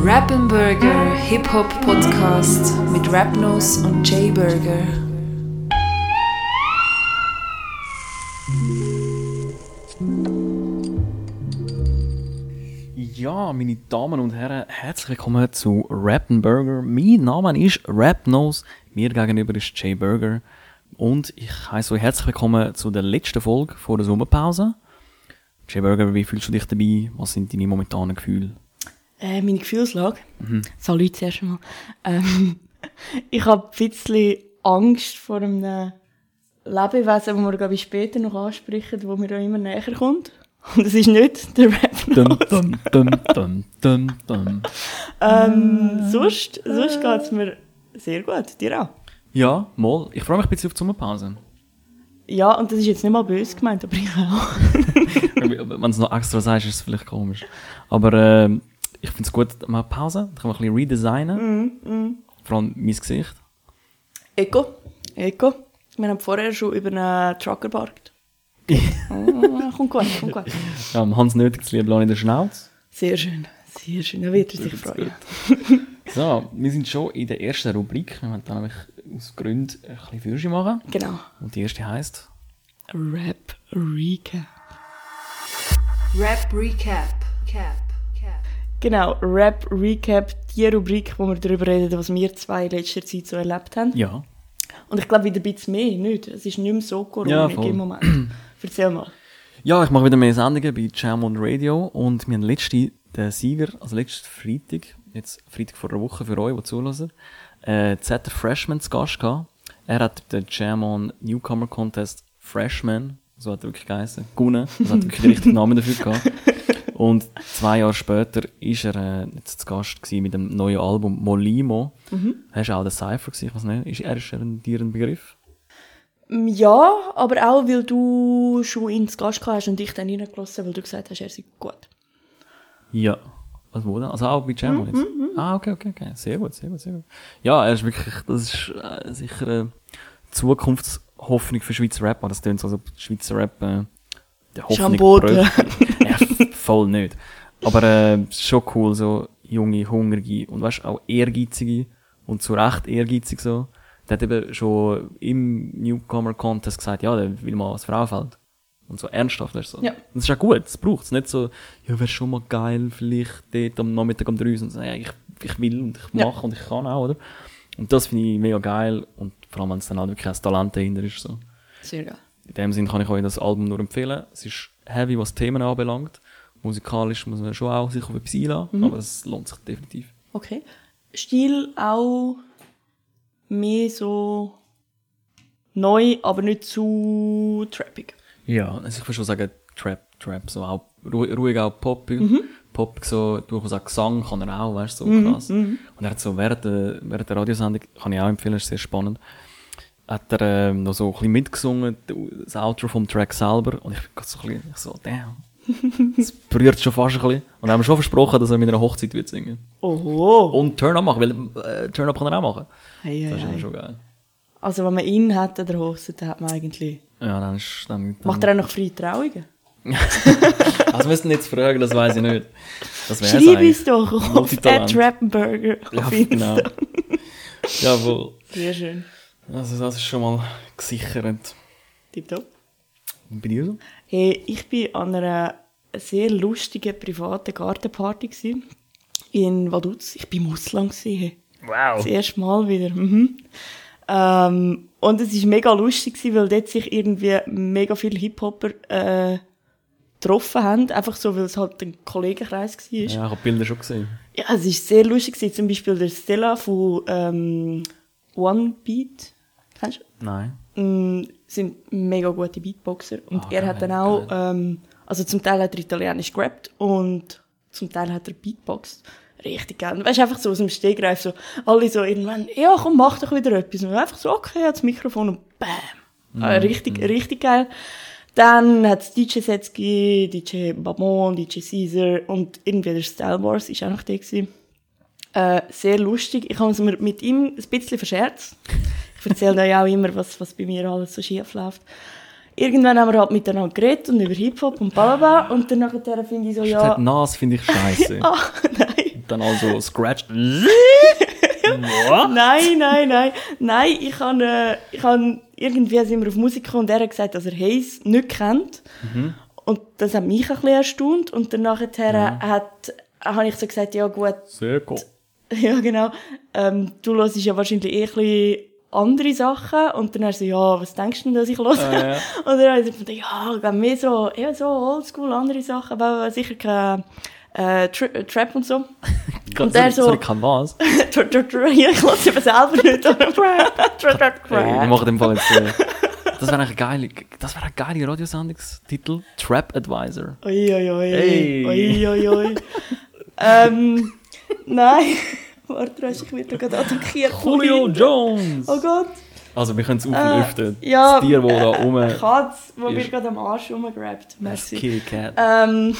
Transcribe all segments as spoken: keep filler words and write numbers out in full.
Rap'n'Burger Hip-Hop-Podcast mit Rapnose und Jay Burger. Ja, meine Damen und Herren, herzlich willkommen zu Rap'n'Burger. Mein Name ist Rapnose, mir gegenüber ist Jay Burger und ich heiße euch herzlich willkommen zu der letzten Folge vor der Sommerpause. Jay Burger, wie fühlst du dich dabei? Was sind deine momentanen Gefühle? Äh, meine Gefühlslage? Mhm. Salut zuerst einmal. Ähm, ich habe ein bisschen Angst vor einem Lebewesen, das wir, glaube ich, später noch ansprechen, das mir auch immer näher kommt. Und es ist nicht der Rapnose. Dum, dum, dum, dum, dum. ähm, sonst sonst geht es mir sehr gut. Dir auch? Ja, mal. Ich freue mich ein bisschen auf die Sommerpause. Ja, und das ist jetzt nicht mal böse gemeint, aber ich auch. Wenn du es noch extra sagst, ist es vielleicht komisch. Aber äh, ich finde es gut, mal Pause. Dann können wir ein bisschen redesignen. Mm, mm. Vor allem mein Gesicht. Eco. Eco. Wir haben vorher schon über einen Trucker geparkt. oh, kommt gut, kommt gut. Ja, Hans Nötiges Liebling in der Schnauze. Sehr schön, sehr schön. Da wird er sich freuen. So, wir sind schon in der ersten Rubrik. Wir wollen dann nämlich aus Gründen ein bisschen Fürsche machen. Genau. Und die erste heisst Rap Recap. Rap Recap. Cap. Genau, Rap Recap, die Rubrik, wo wir darüber reden, was wir zwei in letzter Zeit so erlebt haben. Ja. Und ich glaube, wieder ein bisschen mehr, nicht? Es ist nicht mehr so coronig ja, im Moment. Erzähl mal. Ja, ich mache wieder mehr Sendungen bei Jam on Radio und wir haben letzte, den Sieger, also letzten Freitag, jetzt Freitag vor einer Woche für euch, die zuhören, äh, Z der Freshman zu Gast gehabt. Er hat den Jam on Newcomer Contest Freshman, so hat er wirklich geheißen, gewonnen. Also hat wirklich den richtigen Namen dafür gehabt. Und zwei Jahre später war er äh, jetzt zu Gast gewesen mit dem neuen Album Molimo. Mhm. Hast du auch den Cypher gesehen? Ich weiß nicht. Ist er, ist er ein, dir ein Begriff? Ja, aber auch, weil du schon ihn zu Gast gehabt hast und dich dann reingelassen, weil du gesagt hast, er sei gut. Ja. Was wo denn? Also auch bei Jam jetzt? Mhm, ah, okay, okay, okay. Sehr gut, sehr gut, sehr gut. Ja, er ist wirklich, das ist äh, sicher eine Zukunftshoffnung für Schweizer Rap. Das klingt so, als ob Schweizer Rap äh, der Hoffnung bröckelt. Ja, voll nicht. Aber äh, es ist schon cool, so junge, hungrige und weißt, auch ehrgeizige und zu Recht ehrgeizig so. Der hat eben schon im Newcomer Contest gesagt, ja, der will mal als Frauenfeld. Und so ernsthaft, weißt du. So. Ja. Das ist ja gut, das braucht es. Nicht so, ja, wäre schon mal geil, vielleicht dort am Nachmittag um drei und so, ja, ich, ich will und ich mache ja. Und ich kann auch, oder? Und das finde ich mega geil und vor allem, wenn es dann halt wirklich ein Talent dahinter ist. So. Sehr geil. In dem Sinn kann ich euch das Album nur empfehlen. Es ist heavy, was Themen anbelangt. Musikalisch muss man schon auch sich auf etwas einlassen, mhm. aber es lohnt sich definitiv. Okay. Stil auch mehr so neu, aber nicht zu trappig. Ja, also ich würde schon sagen, Trap, Trap, so auch ruhig, ruhig auch Pop. Mhm. Pop, so durchaus auch Gesang kann er auch, weißt du, so mhm. krass. Mhm. Und er hat so während der, während der Radiosendung, kann ich auch empfehlen, ist sehr spannend, hat er ähm, noch so ein bisschen mitgesungen, das Outro vom Track selber. Und ich bin so ein bisschen, ich so, damn. Das berührt schon fast ein bisschen. Und wir haben schon versprochen, dass er mit einer Hochzeit wird singen. Oho. Und Turn-Up machen, weil äh, Turn-Up kann er auch machen. Hey, hey, das ist hey. schon geil. Also wenn man ihn hat an der Hochzeit, dann hat man eigentlich... Ja, dann ist... Dann, dann macht er auch noch freie Trauungen? Also müssen wir jetzt fragen, das weiss ich nicht. Das wär's Schreib uns doch auf at Rap'n'Burger auf ja, Insta. Genau. Jawohl. Sehr schön. Also das ist schon mal gesichert. Tipptopp. Und bei dir so? Hey, ich war an einer sehr lustigen privaten Gartenparty gewesen, in Vaduz. Ich war im Ausland. Hey. Wow. Das erste Mal wieder. Mhm. Ähm, und es war mega lustig, weil dort sich irgendwie mega viele Hip-Hopper äh, getroffen haben. Einfach so, weil es halt ein Kollegenkreis war. Ja, ich habe Bilder schon gesehen. Ja, es war sehr lustig gewesen. Zum Beispiel der Stella von ähm, One Beat. Kennst du? Nein. Mm, sind mega gute Beatboxer. Und oh, er geil, hat dann auch, ähm, also zum Teil hat er Italienisch gerappt und zum Teil hat er Beatboxed. Richtig geil. Weißt du, einfach so aus dem Stegreif so, alle so irgendwann, ja komm, mach doch wieder etwas. Und einfach so, okay, hat das Mikrofon und bam. Mm, äh, richtig, mm. richtig geil. Dann hat es D J-Sets gegeben, D J Babon, D J Caesar und irgendwie der Style Wars ist auch noch der gewesen. Äh, sehr lustig. Ich habe es mir mit ihm ein bisschen verscherzt. Ich erzähle euch auch immer, was, was bei mir alles so schief läuft. Irgendwann haben wir halt miteinander geredet und über Hip-Hop und blablabla. Und dann nachher finde ich so, ja... Die Nase finde ich scheiße. Ah, nein. dann also scratched. Nein, nein, nein. Nein, ich habe, äh, ich habe irgendwie sind wir auf Musik gekommen und er hat gesagt, dass er Hayes nicht kennt. Mhm. Und das hat mich ein bisschen erstaunt. Und dann nachher ja. hat, habe ich so gesagt, ja gut. Sehr gut. Ja, genau. Ähm, du hörst ja wahrscheinlich eh ein bisschen andere Sachen. Und dann hat er so, ja, was denkst du denn, dass ich höre? Ah, ja. Und dann habe ich gesagt, ja, ich mehr so, eher so oldschool, andere Sachen, aber sicher kein äh, Tra- Trap und so. Und der so... Sorry, kann was? Ja, ich lasse es selber nicht. Wir machen den Fall jetzt... Äh, das wäre ein geiler das wäre ein geiler Radiosendungstitel. Trap Advisor. Oi, oi, oi. Hey. Oi, oi, oi. ähm, nein. Warte, du hast dich wieder gerade attackiert. Julio Jones. Oh Gott. Also, wir können es auflüften. Äh, ja. Das Tier, das da rum... Eine Katze, die mir gerade am Arsch rumgrabt. Merci. Kitty Cat. Ähm...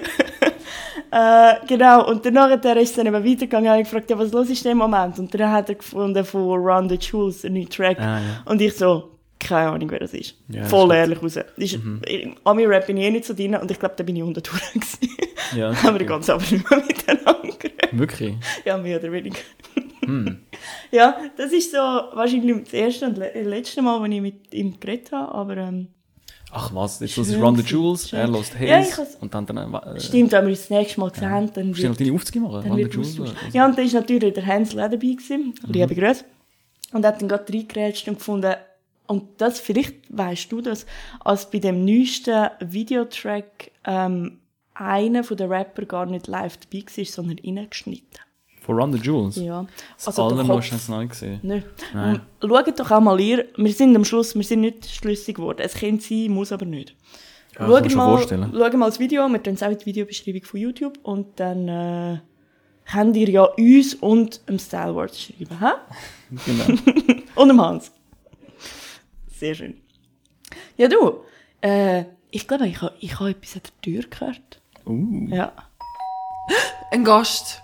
Äh, genau, und danach ist es dann eben weitergegangen und ich gefragt, ja, was los ist in dem Moment? Und dann hat er gefunden von Run the Jewels, einen neuen Track. Ah, ja. Und ich so, keine Ahnung, wer das ist. Ja, voll das ehrlich raus. Ist, mhm. Ami-Rap bin ich eh nicht so drin und ich glaube, da bin ich unter Tour gewesen. Ja, haben wir ganz aber nicht mehr miteinander geredet. Wirklich? Ja, mehr oder weniger. Hm. Ja, das ist so wahrscheinlich das erste und le- letzte Mal, wenn ich mit ihm geredet habe, aber... Ähm, Ach was, jetzt los ist Run the Jewels, er lost Hayes ja, und dann... dann äh, stimmt, wenn wir uns das nächste Mal gesehen haben, dann... Musst du noch deine Aufzüge machen? Run the Jewels? Also. Ja, und dann war natürlich der Hansel auch dabei gewesen, mhm. liebe Grüße. Und hat dann gerade reingeratscht und gefunden, und das, vielleicht weisst du das, als bei dem neuesten Videotrack ähm, einer von den Rapper gar nicht live dabei war, sondern reingeschnitten. Von Run the Jewels? Ja. Das also alle noch hast du noch nicht gesehen. Nein. Nein. Schaut doch auch mal ihr, wir sind am Schluss, wir sind nicht schlüssig geworden. Es könnte sein, muss aber nicht. Ja, schaut mal, schau mal das Video, wir tun es auch in die Videobeschreibung von YouTube und dann äh, könnt ihr ja uns und dem Style Wars schreiben, hä? Genau. Und dem Hans. Sehr schön. Ja du, äh, ich glaube, ich habe ich ha etwas an der Tür gehört. Uh. Ja. Ein Gast.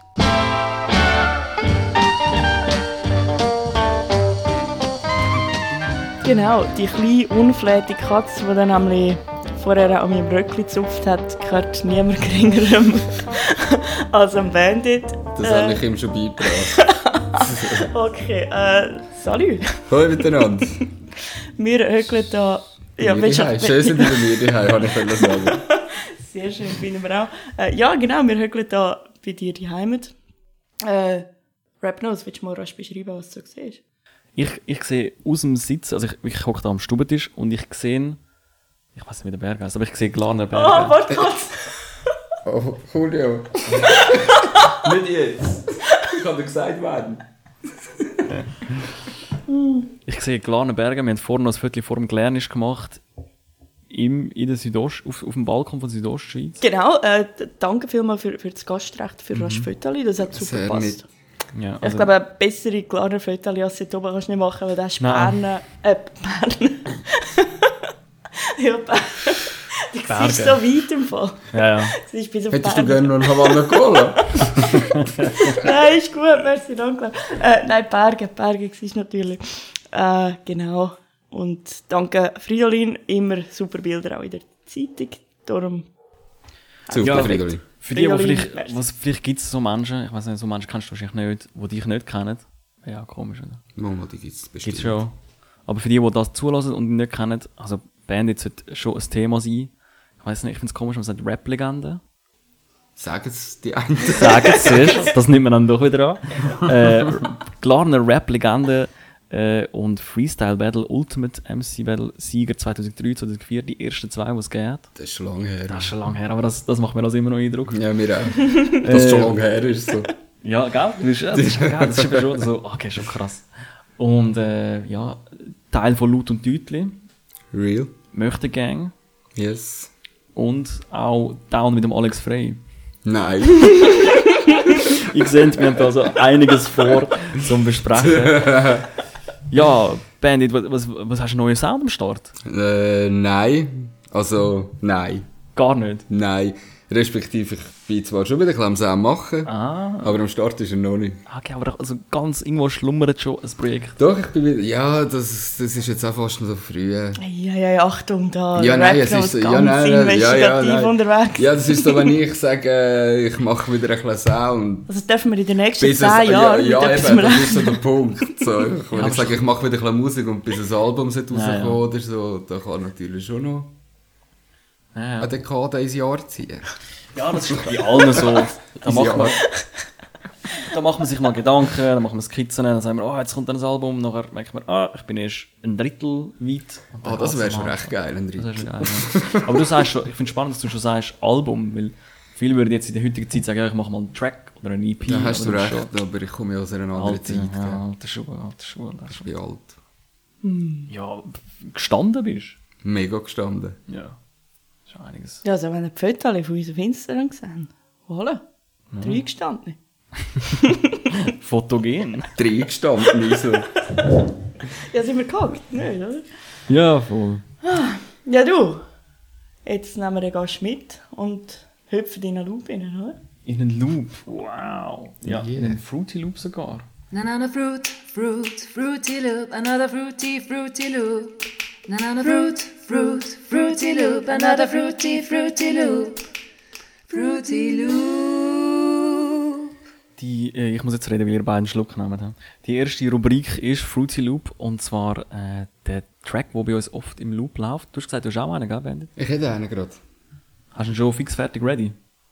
Genau, die kleine, unflätige Katze, die dann nämlich vorher an meinem Röckchen gezupft hat, gehört niemand geringerem als am Bandit. Das äh, habe ich ihm schon beigebracht. Okay, äh, salut. Hallo miteinander. Wir höckeln da... Ja, wir daheim. Schön sind wir bei mir daheim, kann ich sagen. Sehr schön, finden wir auch. Äh, ja, genau, wir höckeln da bei dir daheim. Äh, Rapnose, willst du mal rasch beschreiben, was du so siehst? Ich, ich sehe aus dem Sitz, also ich, ich hocke da am Stubentisch und ich sehe, ich weiß nicht, wie der Berg heißt, aber ich sehe Glarner Berge. Oh, warte kurz! Oh, Julio. Nicht jetzt. Kann dir gesagt werden. Ich sehe Glarner Berge, wir haben vorhin noch ein Viertel vor dem Glärnisch gemacht, im, in der Südost, auf, auf dem Balkon von Südostschweiz. Genau, äh, danke vielmals für, für das Gastrecht für mhm. rasch Fötterli, das hat super Sehr gepasst. Ja, also ich glaube, eine bessere Glarner Fötterli als dort oben kannst du nicht machen, weil das ist Berne... Äh, Berne... ja, Berne... Du siehst so weit im Fall. Ja, ja. Hättest du gerne noch einen Havanna Cola? Nein, ist gut, merci, danke. Äh, nein, Berge, Berge siehst du natürlich. Äh, genau. Und danke Fridolin, immer super Bilder auch in der Zeitung. Darum... Super, ja, Fridolin. Für die, die vielleicht, was, vielleicht gibt es so Menschen, ich weiß nicht, so Menschen kennst du wahrscheinlich nicht, die dich nicht kennen. Ja, komisch, oder? Mama, die gibt es bestimmt. Gibt's schon. Aber für die, die das zulassen und nicht kennen, also Bandit sollte schon ein Thema sein. Ich weiß nicht, ich finde es komisch, man sagt Rap-Legende. Sagen es die einen. Sagen es zuerst, das nimmt man dann doch wieder an. Äh, Glarner Rap-Legende äh, und Freestyle Battle, Ultimate M C Battle, Sieger zweitausenddrei, zweitausendvier, die ersten zwei, die es gegeben hat. Das ist schon lange her. Das ist schon lange her, aber das, das macht mir also immer noch Eindruck. Ja, mir auch. Dass es schon lange her ist. So. Ja, gell? Das ist, das ist, gell? Das ist schon so, okay, schon krass. Und äh, ja, Teil von Laut und Deutli. Real. Möchte Gang. Yes. Und auch Down mit dem Alex Frey. Nein. Ich sehe, wir haben da so einiges vor zum Besprechen. Ja, Bandit, was, was, was hast du neuen Sound am Start? Äh, nein. Also, nein. Gar nicht? Nein. Respektive, ich bin zwar schon wieder ein bisschen am Sam machen, Ah. aber am Start ist er noch nicht. Okay, aber also ganz irgendwo schlummert schon ein Projekt. Doch, ich bin wieder... Ja, das, das ist jetzt auch fast noch so früh. Ja, ja, ja, Achtung, da. Ja, nein, es Rapnose ist so... ganz Ja, nein, nein, investigativ ja, ja, nein. unterwegs. Ja, das ist so, wenn ich sage, äh, ich mache wieder ein bisschen Sound. Also dürfen wir in den nächsten Bis zehn es, Jahren ja, ja, mit etwas eben, das mehr- ist so der Punkt. So, ich, wenn Ja, ich sage, ich mache wieder ein bisschen Musik und bis ein Album rauskommt Ja, ja. oder so, dann kann natürlich schon noch Ja, ja. eine Dekade ins Jahr ziehen. Ja, das ist bei allen so. Da Ins macht, Jahr. man, da macht man sich mal Gedanken, dann machen wir Skizzen, dann sagen wir, oh, jetzt kommt dann ein Album, nachher merkt man, ah, ich bin erst ein Drittel weit. Und dann Ah, das geht's wäre am schon Anfang. recht geil, ein Das wäre Drittel. schon geil, ja. Aber du sagst schon, ich finde es spannend, dass du schon sagst Album, weil viele würden jetzt in der heutigen Zeit sagen, ja, ich mache mal einen Track oder eine E P. Da hast du aber das recht, ist aber ich komme ja aus einer schon anderen alte, Zeit. ja, gell. alte Schuhe, alte Schuhe. das ist Ich schon- bin alt. Ja, gestanden bist. Mega gestanden. Ja, schon einiges. Ja, also wenn ihr die Fotos von uns auf Instagram gesehen, voilà, drei gestanden. Fotogen. Drei gestanden, so. Ja, sind wir gehackt? Nicht, oder? Ja, voll. Ja, du. Jetzt nehmen wir den Gast mit und hüpfen in einen Loop rein, oder? In einen Loop. Wow. Ja, Yeah. in einen Fruity Loop sogar. Another fruit, fruit, fruity loop, another fruity, fruity loop. Another fruit, fruit, fruity loop, another fruity, fruity loop. Fruity loop. Die, äh, ich muss jetzt reden, weil ihr beiden einen Schluck genommen habt. Die erste Rubrik ist Fruity Loop und zwar äh, der Track, der bei uns oft im Loop läuft. Du hast gesagt, du hast auch einen, gell, Bandit? Ich hätte einen gerade. Hast du ihn schon fix fertig ready?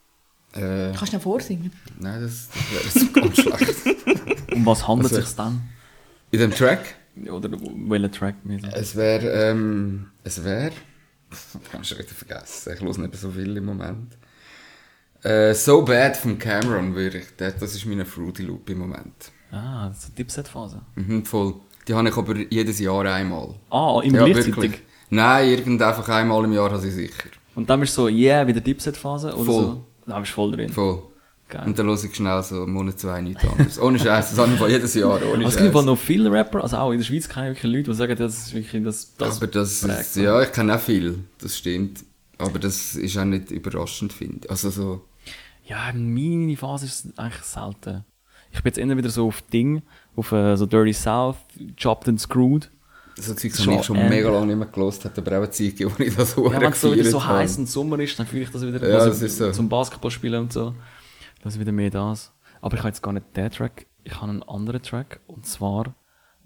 Äh, Kannst du noch vorsingen? nein, das, das wäre so ganz schlecht. Um was handelt es Also- sich dann? In dem Track? Oder welcher Track? mäßig? Es wäre, ähm, es wäre... Ich habe schon wieder vergessen. Ich höre nicht so viel im Moment. Äh, So Bad von Cameron würde ich... Das das ist meine Fruity Loop im Moment. Ah, das ist eine Dipset-Phase. Mhm, voll. Die habe ich aber jedes Jahr einmal. Ah, immer Ja, gleichzeitig. wirklich. Nein, irgend einfach einmal im Jahr habe ich sicher. Und dann bist du so, yeah, wieder Dipset-Phase? Oder Voll. so? Dann bist du voll drin. Voll. Geil. Und dann höre ich schnell so einen Monat, zwei, nichts anderes. Ohne Scheiß, das habe ich jedes Jahr, ohne Also, es gibt Scheiß. noch viele Rapper, also auch in der Schweiz kenne ich wirklich Leute, die sagen, das ist wirklich das, das Aber das prägt, ist, oder? ja, ich kenne auch viel, das stimmt. Aber das ist auch nicht überraschend, finde ich. Also so, Ja, meine Phase ist eigentlich selten. Ich bin jetzt eher wieder so auf Ding, auf äh, so Dirty South, Chopped and Screwed. so Zeugs Schon, habe ich schon ähm, mega lange nicht mehr gehört, hat aber auch eine Zeit gegeben, wo ich das so Ja, wenn es so wieder so gefeiert habe. heiß und Sommer ist, dann fühle ich das wieder Ja, also das ist so. zum Basketball spielen und so. Das ist wieder mehr das. Aber ich habe jetzt gar nicht den Track, ich habe einen anderen Track, und zwar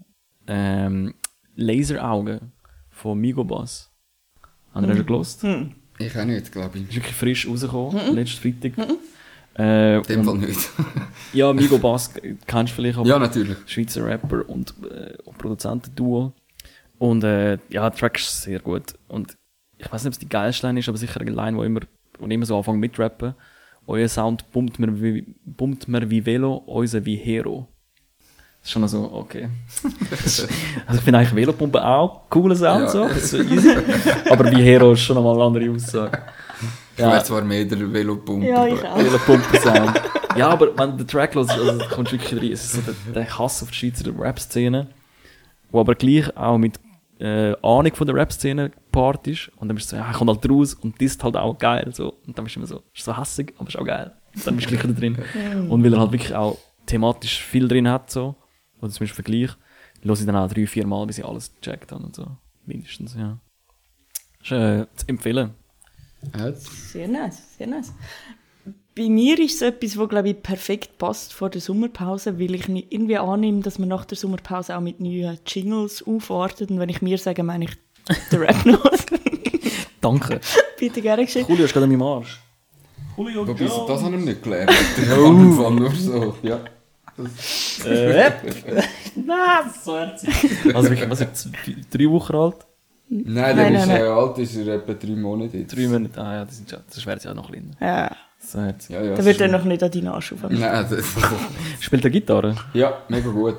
ähm, Laseraugen von Migo Boss. Habt ihr den schon gelost? Hm. Ich auch nicht, glaube ich. Ist wirklich frisch rausgekommen, letzten Freitag. Äh, In dem und- Fall nicht. Ja, Migo Bass kennst du vielleicht auch. Ja, natürlich. Schweizer Rapper und, äh, und Produzentenduo. Und äh, ja, der Track ist sehr gut. Und ich weiß nicht, ob es die geilste Line ist, aber sicher eine Line, wo immer, wo ich immer so anfange mitrappen. Euer Sound pumpt mir wie, pumpt mir wie Velo, unser wie Hero. Das ist schon so, okay. also ich finde eigentlich Velopumpen auch cooler Sound, Ja. so. Das ist so easy. Aber wie Hero ist schon nochmal eine andere Aussage. Ich wäre zwar mehr der Velopumper. Ja, ich aber- auch. Velopumpen-Sound. Ja, aber wenn du den Track hörst, also, da kommst du wirklich rein. Es ist so der, der Hass auf die Schweizer Rap-Szene, wo aber gleich auch mit äh, Ahnung von der Rap-Szene gepaart ist. Und dann bist du so, ja, kommt halt raus und das ist halt auch geil. So. Und dann bist du immer so, ist so hassig, aber ist auch geil. Und dann bist du gleich wieder drin. Und weil er halt wirklich auch thematisch viel drin hat, so, oder zum Beispiel Vergleich, höre ich dann auch drei, vier Mal, bis ich alles gecheckt habe und so. Mindestens, ja. Ist äh, zu empfehlen. Ja, Sehr nice, sehr nice. Bei mir ist es etwas, was, glaube ich, perfekt passt vor der Sommerpause, weil ich nicht irgendwie annehme, dass man nach der Sommerpause auch mit neuen Jingles aufwartet. Und wenn ich mir sage, meine ich den Rapnose. Danke. Bitte gerne geschickt. Julio ist gerade an meinem Arsch. Julio, Wobei, das, das habe ich nicht gelernt. Ich habe einfach nur so, ja. Äh, Nein, so herzig. Also wirklich, was ist jetzt, drei Wochen alt? Nein, der Nein, ist nein, äh, alt, ist er etwa drei Monate jetzt. Drei Monate, ah ja, das, sind, ja- das wäre jetzt ja noch kleiner. Ja, So herzig. Ja, ja. da wird er noch nicht an deinen Arsch aufhören. Nein, das, Spielt er Gitarre? ja, mega gut.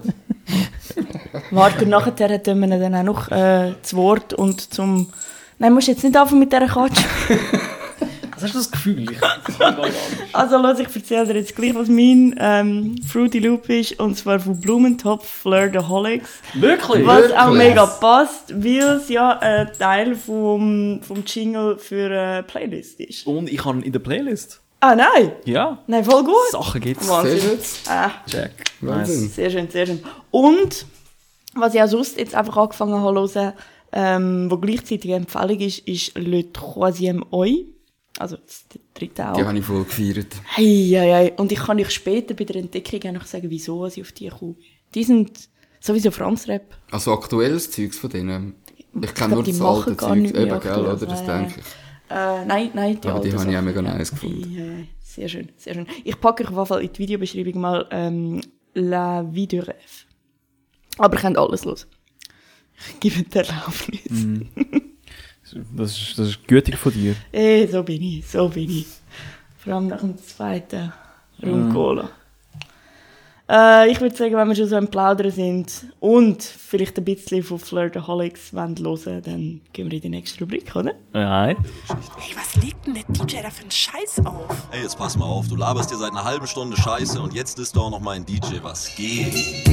Warte, nachher tun wir ihn dann auch noch äh, das Wort und zum... Nein, musst jetzt nicht anfangen mit dieser Katze. Was hast du das Gefühl? Ich das gar nicht. Also los, ich erzähle dir jetzt gleich, was mein ähm, Fruity Loop ist, und zwar von Blumentopf Flirtaholics. Wirklich? Was auch Wirklich? mega passt, weil es ja ein Teil vom, vom Jingle für eine Playlist ist. Und ich habe in der Playlist. Ah, nein! Ja. Nein, voll gut! Sachen gibt's. Wahnsinn. Sehr gut. Ah, Check. Wahnsinn. Nice. sehr schön, sehr schön. Und, was ich auch sonst jetzt einfach angefangen habe zu hören, ähm, wo gleichzeitig eine Empfehlung ist, ist Le Troisième Œil. Also das dritte Die Auge. habe ich voll gefeiert. Hey, hey, hey. Und ich kann euch später bei der Entdeckung auch noch sagen, wieso ich auf die gekommen bin. Die sind sowieso Franz-Rap. Also aktuelles Zeugs von denen. Ich Ich kenne glaub, nur die das machen alte gar Zeug. nicht mehr Eben, gell, aktuell. oder? Das Nein, denke ich. Äh, nein, nein, die Aber die alten habe ich auch Sachen. mega nice gefunden. Hey, hey, sehr schön, sehr schön. Ich packe euch auf jeden Fall in die Videobeschreibung mal ähm, La Vie de Rêve. Aber ihr könnt alles los. Ich gebe die Erlaubnis. Mm. Das ist, das ist gütig von dir. Ey, so bin ich, so bin ich. Vor allem nach dem zweiten Rum Cola. Äh, ich würde sagen, wenn wir schon so am Plaudern sind und vielleicht ein bisschen von Flirtaholics hören wollen, dann gehen wir in die nächste Rubrik, oder? Nein. Ey, was legt denn der D J da für einen Scheiß auf? Ey, jetzt pass mal auf, du laberst dir seit einer halben Stunde Scheiße und jetzt ist doch noch mal ein D J, was geht?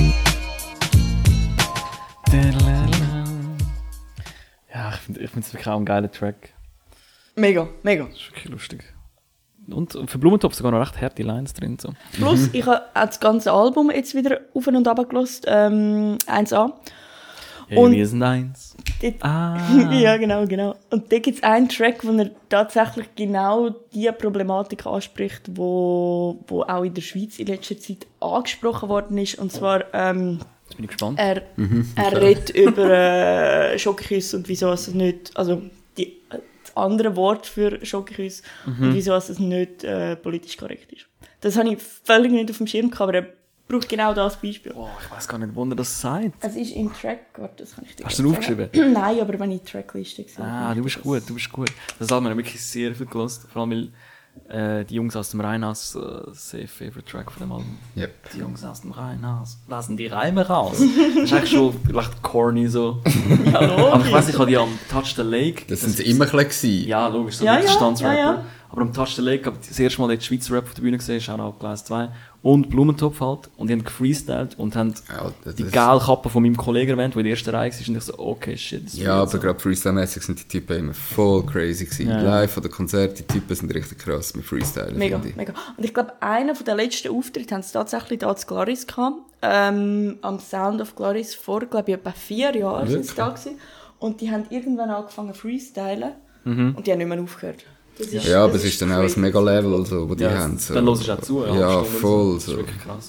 Ja, ich finde es wirklich auch ein geiler Track. Mega, mega. Das ist wirklich lustig. Und für Blumentopf sogar noch recht harte Lines drin. So. Plus, ich habe auch das ganze Album jetzt wieder auf und ab gehört, ähm, eins a. Hey, Und- wir sind eins. Dort- Ah. ja, genau, genau. Und da gibt es einen Track, wo er tatsächlich genau die Problematik anspricht, wo, wo auch in der Schweiz in letzter Zeit angesprochen worden ist. Und zwar, ähm, Jetzt bin ich gespannt. er, er redet über äh, Schokoküsse und wieso es nicht, also die, das andere Wort für Schokoküsse und wieso es nicht äh, politisch korrekt ist. Das habe ich völlig nicht auf dem Schirm gehabt, aber er braucht genau das Beispiel. Oh, ich weiß gar nicht, wo er das sagt. Es ist im Track, warte, das kann ich dir Hast du gerade ihn aufgeschrieben? sagen. Nein, aber wenn ich die Trackliste gesehen Ah, du bist gut, du bist gut. Das hat mir wirklich sehr viel gelost. Vor allem, weil äh, die Jungs aus dem Rheinhaus, äh, sehr favorite Track von dem Album. Yep. Die Jungs aus dem Rheinhaus lassen die Reime raus. Das ist eigentlich schon vielleicht corny so. Aber ich weiss, ich habe die am Touch the Lake. Das sind sie immer ein bisschen. Ja, logisch, so Ja, ein ja, Widerstandsrapper. ja, ja. Aber am Touch the Lake habe ich das erste Mal den Schweizer Rap auf der Bühne gesehen, auch noch Gleis zwei. Und Blumentopf halt. Und die haben gefreestylt und haben Ja, das die ist- geile Kappe von meinem Kollegen erwähnt, der in der ersten Reihe war. Und ich so, okay, shit. Das Ja, wird aber so. gerade Freestyle-mäßig sind die Typen immer voll crazy gewesen. Ja, ja. Live oder Konzert, die Typen sind richtig krass mit Freestyle. Mega, finde ich. mega. Und ich glaube, einer von den letzten Auftritten haben sie tatsächlich da zu Glaris gehabt. Ähm, am Sound of Glaris vor, glaube ich, etwa vier Jahren sind sie da gewesen. Und die haben irgendwann angefangen zu freestylen. Und die haben nicht mehr aufgehört. Das ist, Ja, aber das es ist dann auch crazy. ein Mega-Level, also, wo die Ja, haben. So. dann hörst du auch zu. Ja, Stunden voll. Das ist So. wirklich krass.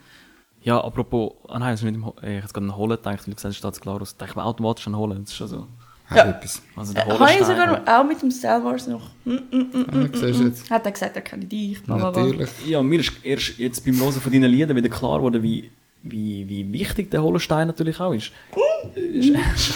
Ja, apropos, ah nein, das ist nicht im Ho- äh, ich habe jetzt gerade an Holen gedacht, weil du gesagt hast, steht es klar aus. Da denke ich mir automatisch an Holen. Das ist schon so. Hat Ja. etwas. Also der Äh, Habe ich Holenstein. sogar auch mit dem Star Wars noch. Hm, hm, hm, Ah, siehst du jetzt? hat er gesagt, er kennt dich. Bla, bla, bla. Natürlich. Ja, mir ist erst jetzt beim Hören von deinen Liedern wieder klar geworden, wie, wie, wie wichtig der Holenstein natürlich auch ist. Ist-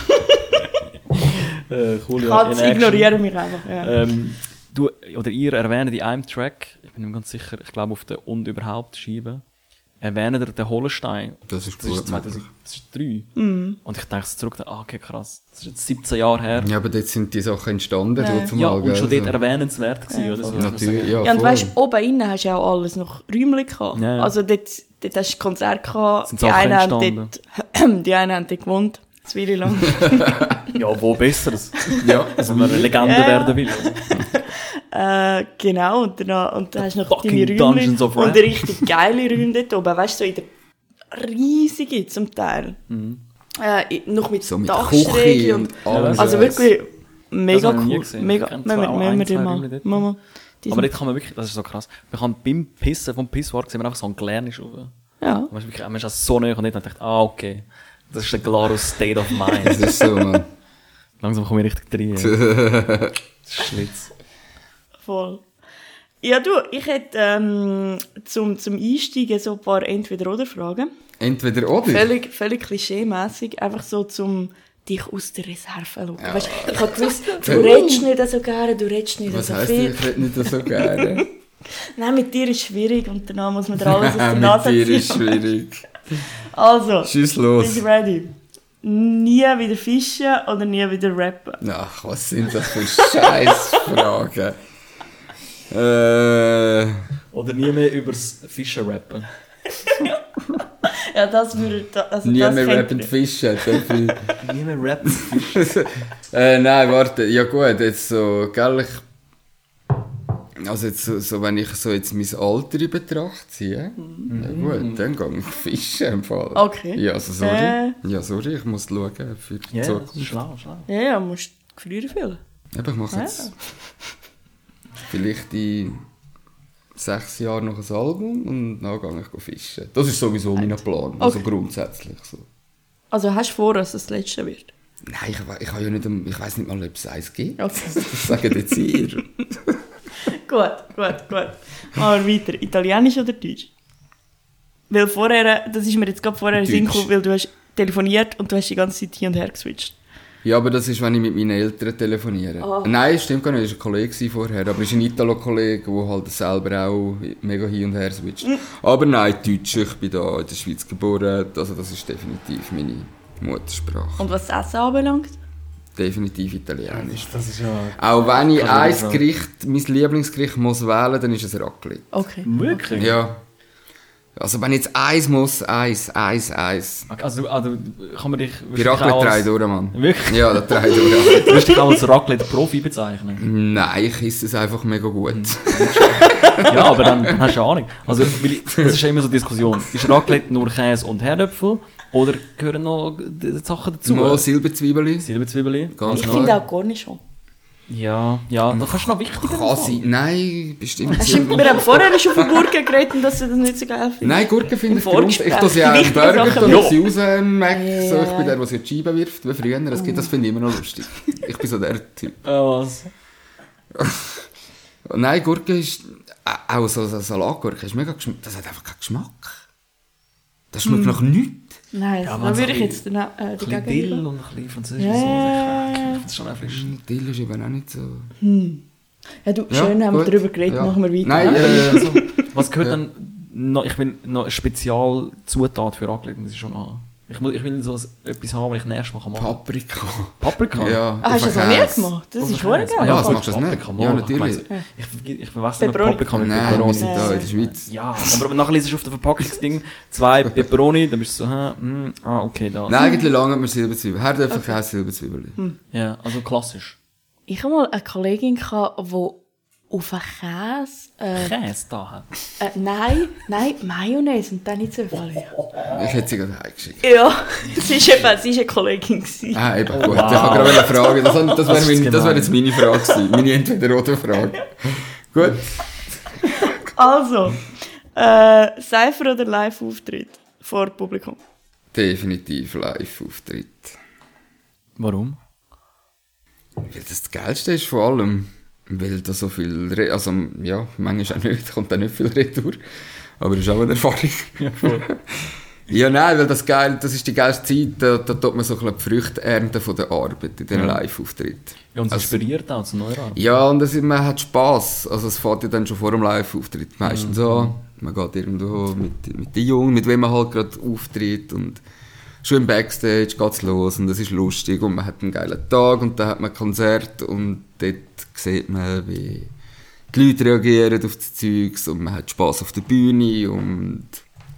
äh, cool, ja, Katz, in Action. ignorieren mich einfach. Ja. Ähm, du, oder ihr erwähnt in einem Track, ich bin nicht ganz sicher, ich glaube auf der Und überhaupt Scheibe, erwähnt ihr den Holenstein. Das ist Das ist gut. zweitausenddrei. Und ich denke zurück, ah, okay, krass, das ist jetzt siebzehn Jahre her. Ja, aber dort sind die Sachen entstanden. Ja. dazu Ja, mal, und schon gell, dort so. erwähnenswert gewesen, oder so. muss man Natürlich, sagen. ja, Ja, und voll. weißt du, oben innen hast du ja auch alles noch räumlich gehabt. Ja, ja. Also dort, dort hast du Konzert gehabt. Sind Die Sachen einen, haben entstanden. dort, die einen haben dort gewohnt. Zwei lang. Ja, wo besseres? Ja, Also, wenn man eine Legende Ja, ja. werden will. äh, genau, und dann, und dann hast du noch Fucking deine Räume Dungeons of und Rap. richtig geile Räume dort oben. Weißt du, so in der riesige zum Teil. Äh, noch mit, so mit Dachschräge Küche und, und allem. also Scheiß. wirklich mega habe ich noch nie cool. gesehen. Mega, Ich kenn müssen zwar wir- auch müssen ein, wir zwei dir mal. Räume dort. Mama, die Aber sind- dort kann man wirklich, das ist so krass, man kann beim Pissen vom Pisswart sehen wir einfach so ein Glänisch rauf. ja. Man ist wirklich, man ist auch so nah und dort dachte, ah, okay, das ist ein klares State of Das Mind. ist so, Mann. Langsam komme ich richtig rein. Das ist Schlitz. Voll. Ja, du, ich hätte ähm, zum, zum Einsteigen so ein paar Entweder-Oder-Fragen. Entweder oder. Völlig, völlig klischee-mässig, einfach so zum dich aus der Reserve schauen. Ja. Weißt, ich habe gewusst, du redest nicht so gerne, du redest nicht Was so heisst, viel. ich rede nicht so gerne? Nein, mit dir ist es schwierig und danach muss man dir alles aus der Mit Nase dir ziehen. ist schwierig. Also, Schieß bist los. du ready? Nie wieder fischen oder nie wieder rappen? Ach, was sind das für Scheißfragen? Äh, Oder nie mehr übers Fischen rappen. Ja, das würde... da- Also nie das mehr kennt rappen ihr. Fischen. dafür- Nie mehr rappen Fischen. äh, nein, warte. Ja gut, jetzt so, gell, ich... Also jetzt so, so, wenn ich so jetzt mein Alter in Betracht ziehe, ja gut, dann gehe ich fischen im Fall. Okay. Ja, also sorry. Äh. Ja, sorry, ich muss schauen für die Ja, das Zukunft. ist schlau, schlau. Ja, ja, musst du früher fühlen. Eben, ich mache jetzt vielleicht in sechs Jahren noch ein Album und dann gehe ich fischen. Das ist sowieso mein Plan, also Okay. grundsätzlich so. Also hast du vor, dass es das letzte wird? Nein, ich, we- ich, habe ja nicht, ich weiss nicht mal, ob es eins gibt. Okay. Das sagen jetzt ihr. Gut, gut, gut. Machen wir weiter. Italienisch oder Deutsch? Weil vorher, das ist mir jetzt gerade vorher in den Sinn Deutsch. gekommen, weil du hast telefoniert und du hast die ganze Zeit hin und her geswitcht. Ja, aber das ist, wenn ich mit meinen Eltern telefoniere. Ah. Nein, stimmt gar nicht, das war ein Kollege vorher, aber es ist ein Italo-Kollege, der halt selber auch mega hin und her switcht. Mhm. Aber nein, Deutsch, ich bin da in der Schweiz geboren, also das ist definitiv meine Muttersprache. Und was das Essen anbelangt? Definitiv Italienisch. Das ist ja... Auch wenn ich Kann ich ein sagen. Gericht, mein Lieblingsgericht muss wählen, dann ist es Raclette. Okay. Wirklich? Ja. Also wenn ich jetzt eins muss, eins, eins, eins. Okay, also, also kann man dich... Die Raclette drei durch, Mann. Wirklich? Ja, das drei durch. Würdest du dich auch als Raclette-Profi bezeichnen? Nein, ich esse es einfach mega gut. Ja, aber dann, dann hast du eine Ahnung. Also, weil ich, das ist ja immer so eine Diskussion. Ist Raclette nur Käse und Herdöpfel? Oder gehören noch die Sachen dazu? Noch Silberzwiebeln. Silberzwiebeln? Ganz Ich neu. finde auch Cornichon. Ja, ja, das kannst du noch wichtiger Kann sein. Nein, bestimmt. Stimmt, wir haben vorher schon von Gurken geredet und dass du das nicht so geil findest. Nein, Gurken finde ich Im grund. Ich Vorgespräch. tue sie auch Die im wichtigen Burger, Sachen tue mit- sie raus im Mac. Ja. So, ich bin der, der sie die Scheibe wirft, wie früher. Das, geht, das finde ich immer noch lustig. Ich bin so der Typ. Ja, was? Nein, Gurke ist... äh, Auch so so Salatgurke ist mega geschmack. Das hat einfach keinen Geschmack. Das schmeckt nach nichts. Nein, Ja, da wenn's würde ich ein jetzt dann, äh, Ein bisschen dagegen Dill gehen. und ein bisschen französische Ja. Soße. Ich finde das schon auch frisch. Dill ist eben auch nicht so... Ja, du, Ja, schön haben wir gut. darüber geredet, Ja. machen wir weiter. Nein, ne? äh, Also, was gehört Ja. dann noch, ich will noch eine Spezialzutat für Raclette, das ist schon an. Ich, muss, ich will so etwas haben, was ich nächstes Mal machen kann. Paprika. Paprika? Ja, Ah, hast du auf das noch den nie Käse. gemacht? Das Oder ist schon Käse. geil. Ah, ja, Was, das machst du das Paprika, nicht? mal. Ja, natürlich. Ich, mein, ich, ich verwechsel mit Pepperoni. Paprika mit Nein, wir Peperoni. sind da in der Schweiz. Ja, aber nachher liest du auf der Verpackungsding zwei Peperoni, dann bist du so, hä, mm, ah, okay, da. Nein, eigentlich lange hat man Silberzwiebeln. Herdöpfel, Käse, Silberzwiebeln. Ja, also klassisch. Ich hatte mal eine Kollegin, gehabt, die auf einen Käse... Äh, Käse da hat. äh, nein, nein, Mayonnaise und dann nicht so viel. Ich hätte sie gerade heimgeschickt. Ja, sie ist eben, sie ist eine Kollegin gewesen. Ah, eben, gut. Ich habe gerade eine Frage. Das, das Das wäre ist meine- das wäre gemein. jetzt meine Frage gewesen. Meine Entweder-oder-Frage. Gut. Also, äh, Cypher oder Live-Auftritt vor Publikum? Definitiv Live-Auftritt. Warum? Weil das das Geilste ist vor allem, weil da so viel, Re also ja, manchmal auch nicht, kommt da nicht viel Retour, aber das ist auch eine Erfahrung. Ja, voll. Ja, nein, weil das geil, das ist die geilste Zeit, da, da tut man so ein bisschen die Früchte ernten von der Arbeit in diesen Ja. Live-Auftritt. Ja, und es Also- inspiriert auch zu neuer Arbeit. Ja, und das, man hat Spass. Also es fährt ja dann schon vor dem Live-Auftritt meistens an. Man geht irgendwo mit, mit den Jungen, mit wem man halt gerade auftritt und schon im Backstage geht's los und es ist lustig und man hat einen geilen Tag und dann hat man ein Konzert und dort sieht man, wie die Leute reagieren auf das Zeugs und man hat Spass auf der Bühne und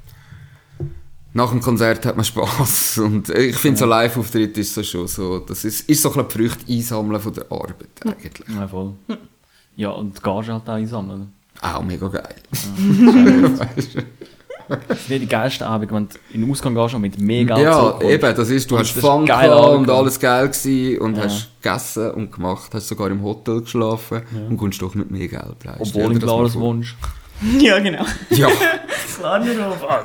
nach dem Konzert hat man Spass und ich finde so Live-Auftritt ist so schon so, das ist, ist so ein bisschen die Früchte einsammeln von der Arbeit eigentlich. Ja, voll. Ja, und die Gage halt auch einsammeln. Auch mega geil. Das ist nicht die geilste Abend, wenn du in den Ausgang gehst und mit mega Geld Ja, zurückkommst. eben, das ist, du Und hast das ist Fun geil gehabt und angekommen. alles geil gewesen und Ja. hast gegessen und gemacht, hast sogar im Hotel geschlafen und kommst doch mit mehr Geld heim. Stell Obwohl dir im das mal klares vor. Wunsch. Ja, genau. Ja, Klar nicht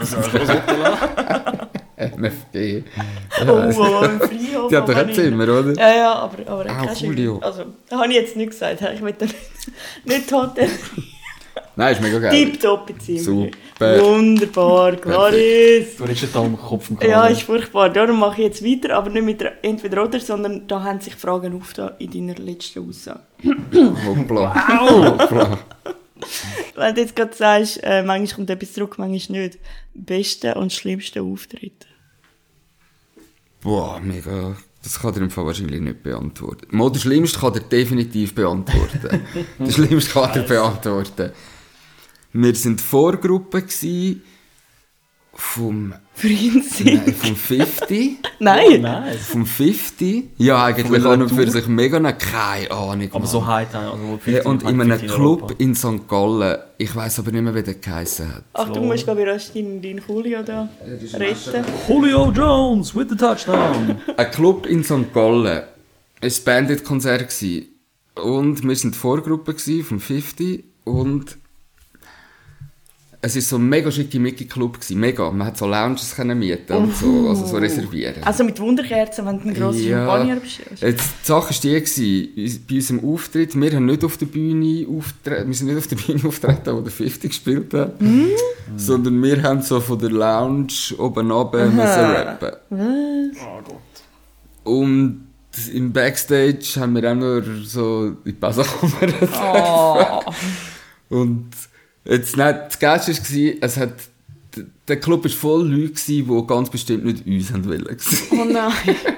auf. M F G. Oh, oh, im Friedhof. Die hat doch aber ein nicht- Zimmer, oder? Ja, ja, aber, aber Ah, kein Julio. Schimmer. Also, das habe ich jetzt nicht gesagt. Ich will da nicht, nicht Hotel. Nein, ist mega geil. Tipptopp Zimmer. Super. Wunderbar, Clarice. Du redest da am Kopf im Ja, Kragen. ist furchtbar. Darum mache ich jetzt weiter, aber nicht mit der Entweder-Oder, sondern da haben sich Fragen aufgetan in deiner letzten Aussage. Hoppla. Hoppla. Wenn du jetzt gerade sagst, äh, manchmal kommt etwas zurück, manchmal nicht. Beste und schlimmste Auftritt. Boah, mega Das kann er im Fall wahrscheinlich nicht beantworten. Mal, der Schlimmste kann er definitiv beantworten. Der Schlimmste kann er beantworten. Wir waren Vorgruppe gsi vom... Prinzip. Nein, vom fünfzig. Nein. Nice. Vom fünfzig. Ja, eigentlich an und für sich mega nicht. Keine Ahnung. Aber Mann. so heut, also Ja, und in einem fünfzig Club Europa. in Sankt Gallen. Ich weiss aber nicht mehr, wie der geheissen hat. Ach, du musst, glaube ich, erst deinen, deinen Julio da retten. Julio Jones with the touchdown. Ein Club in Sankt Gallen. Ein Bandit-Konzert gsi. Und wir waren die Vorgruppe gsi vom fünfzig. Und es war so ein mega schicke Mickey-Club gsi. Mega. Man hat so Lounges können mieten und so, also so reservieren. Also mit Wunderkerzen, wenn du einen grossen Ja. Champagner bestellst. Jetzt, die Sache war die, gewesen, bei unserem Auftritt, wir haben nicht auf der Bühne auftreten, wir sind nicht auf der Bühne auftreten, wo der fünfzig gespielt hat, mm. sondern wir haben so von der Lounge oben runter müssen rappen. Oh Gott. Und im Backstage haben wir auch nur so in die Pausenkammer Oh. Und jetzt, nein, das Geilste war, es hat, der Club war voll Leute, gewesen, die ganz bestimmt nicht uns haben wollen. Oh nein.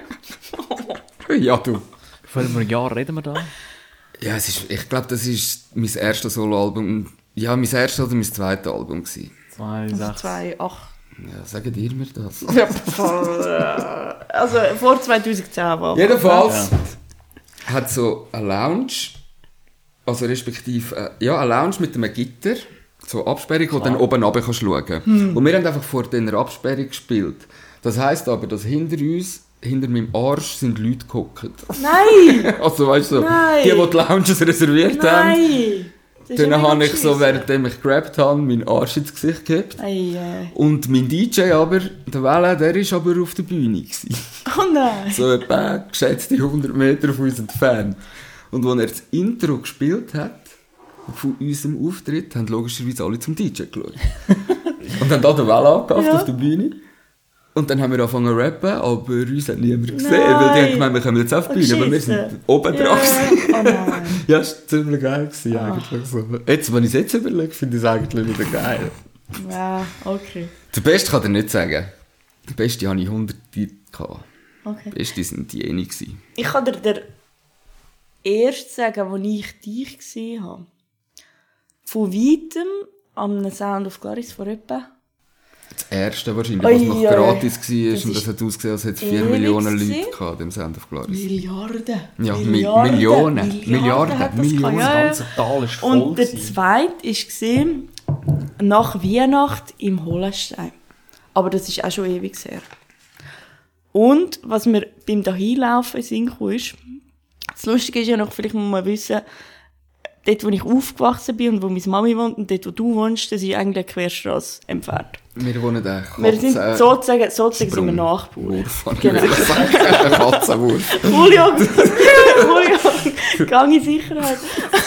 Ja, du. Vor einem Jahr reden wir da? Ja, es ist, ich glaube, das ist mein erstes Soloalbum. Ja, mein erstes oder mein zweites Album gewesen. Zwei, Also sechs. zwei, acht. Ja, sagt ihr mir das? Ja, voll, äh, also vor zweitausendzehn war. Jedenfalls hat so eine Lounge, also respektive, äh, ja, eine Lounge mit einem Gitter, so Absperrung, wo du dann oben runter kannst schauen. Hm. Und wir haben einfach vor dieser Absperrung gespielt. Das heisst aber, dass hinter uns, hinter meinem Arsch, sind Leute gehockt. Nein! Also weißt du, so, Nein. die, die die Lounges reserviert haben. Nein! Das ist ja Dann mega habe ich so, beschissen. währenddem ich gerappt habe, meinen Arsch ins Gesicht gehabt. Ei, äh. Und mein D J aber, der Welle, der war aber auf der Bühne gewesen. Oh nein! So etwa geschätzte hundert Meter von uns entfernt. Und als er das Intro gespielt hat, von unserem Auftritt, haben logischerweise alle zum D J geschaut. Und dann da den Welle angehaftet Ja. auf der Bühne. Und dann haben wir angefangen zu rappen, aber uns hat niemand gesehen, Nein. weil die haben gemeint, wir kommen jetzt auf die Oh, Bühne, aber wir Scheisse. sind oben Ja. dran gewesen. Oh nein! Ja, das war ziemlich geil gewesen, eigentlich so. Jetzt, wenn ich es jetzt überlege, finde ich es eigentlich wieder geil. Ja, okay. Der Beste kann ich nicht sagen. Der Beste hatte ich hundert gehabt. okay. Der Beste waren die jene gewesen. Ich kann dir der erst sagen, wo ich dich gesehen habe. Von weitem am Sound of Claris vor etwa. Das erste wahrscheinlich, Ui, was noch ui. gratis war, Das und ist das hat ausgesehen, als hätte es vier ewig Millionen gewesen. Leute gehabt, im Sound of Claris. Milliarden. Ja, Mi- Milliarden. Millionen. Milliarden Milliarden. hat das Millionen. gehabt, Das ja, ja. ganze Tal ist voll. Und der gewesen. zweite war nach Weihnacht im Holenstein. Aber das ist auch schon ewig her. Und was mir beim Dahinlaufen in den Sinn kam, ist, das Lustige ist ja noch, vielleicht muss man wissen, dort, wo ich aufgewachsen bin und wo meine Mami wohnt und dort, wo du wohnst, das ist eigentlich eine Querstrasse entfernt. Wir wohnen da Wir sind sozusagen, sozusagen sind wir Sprung. Nachbarn. Wurf. Genau. Ein Katzenwurf. Julio, Julio, gang in Sicherheit.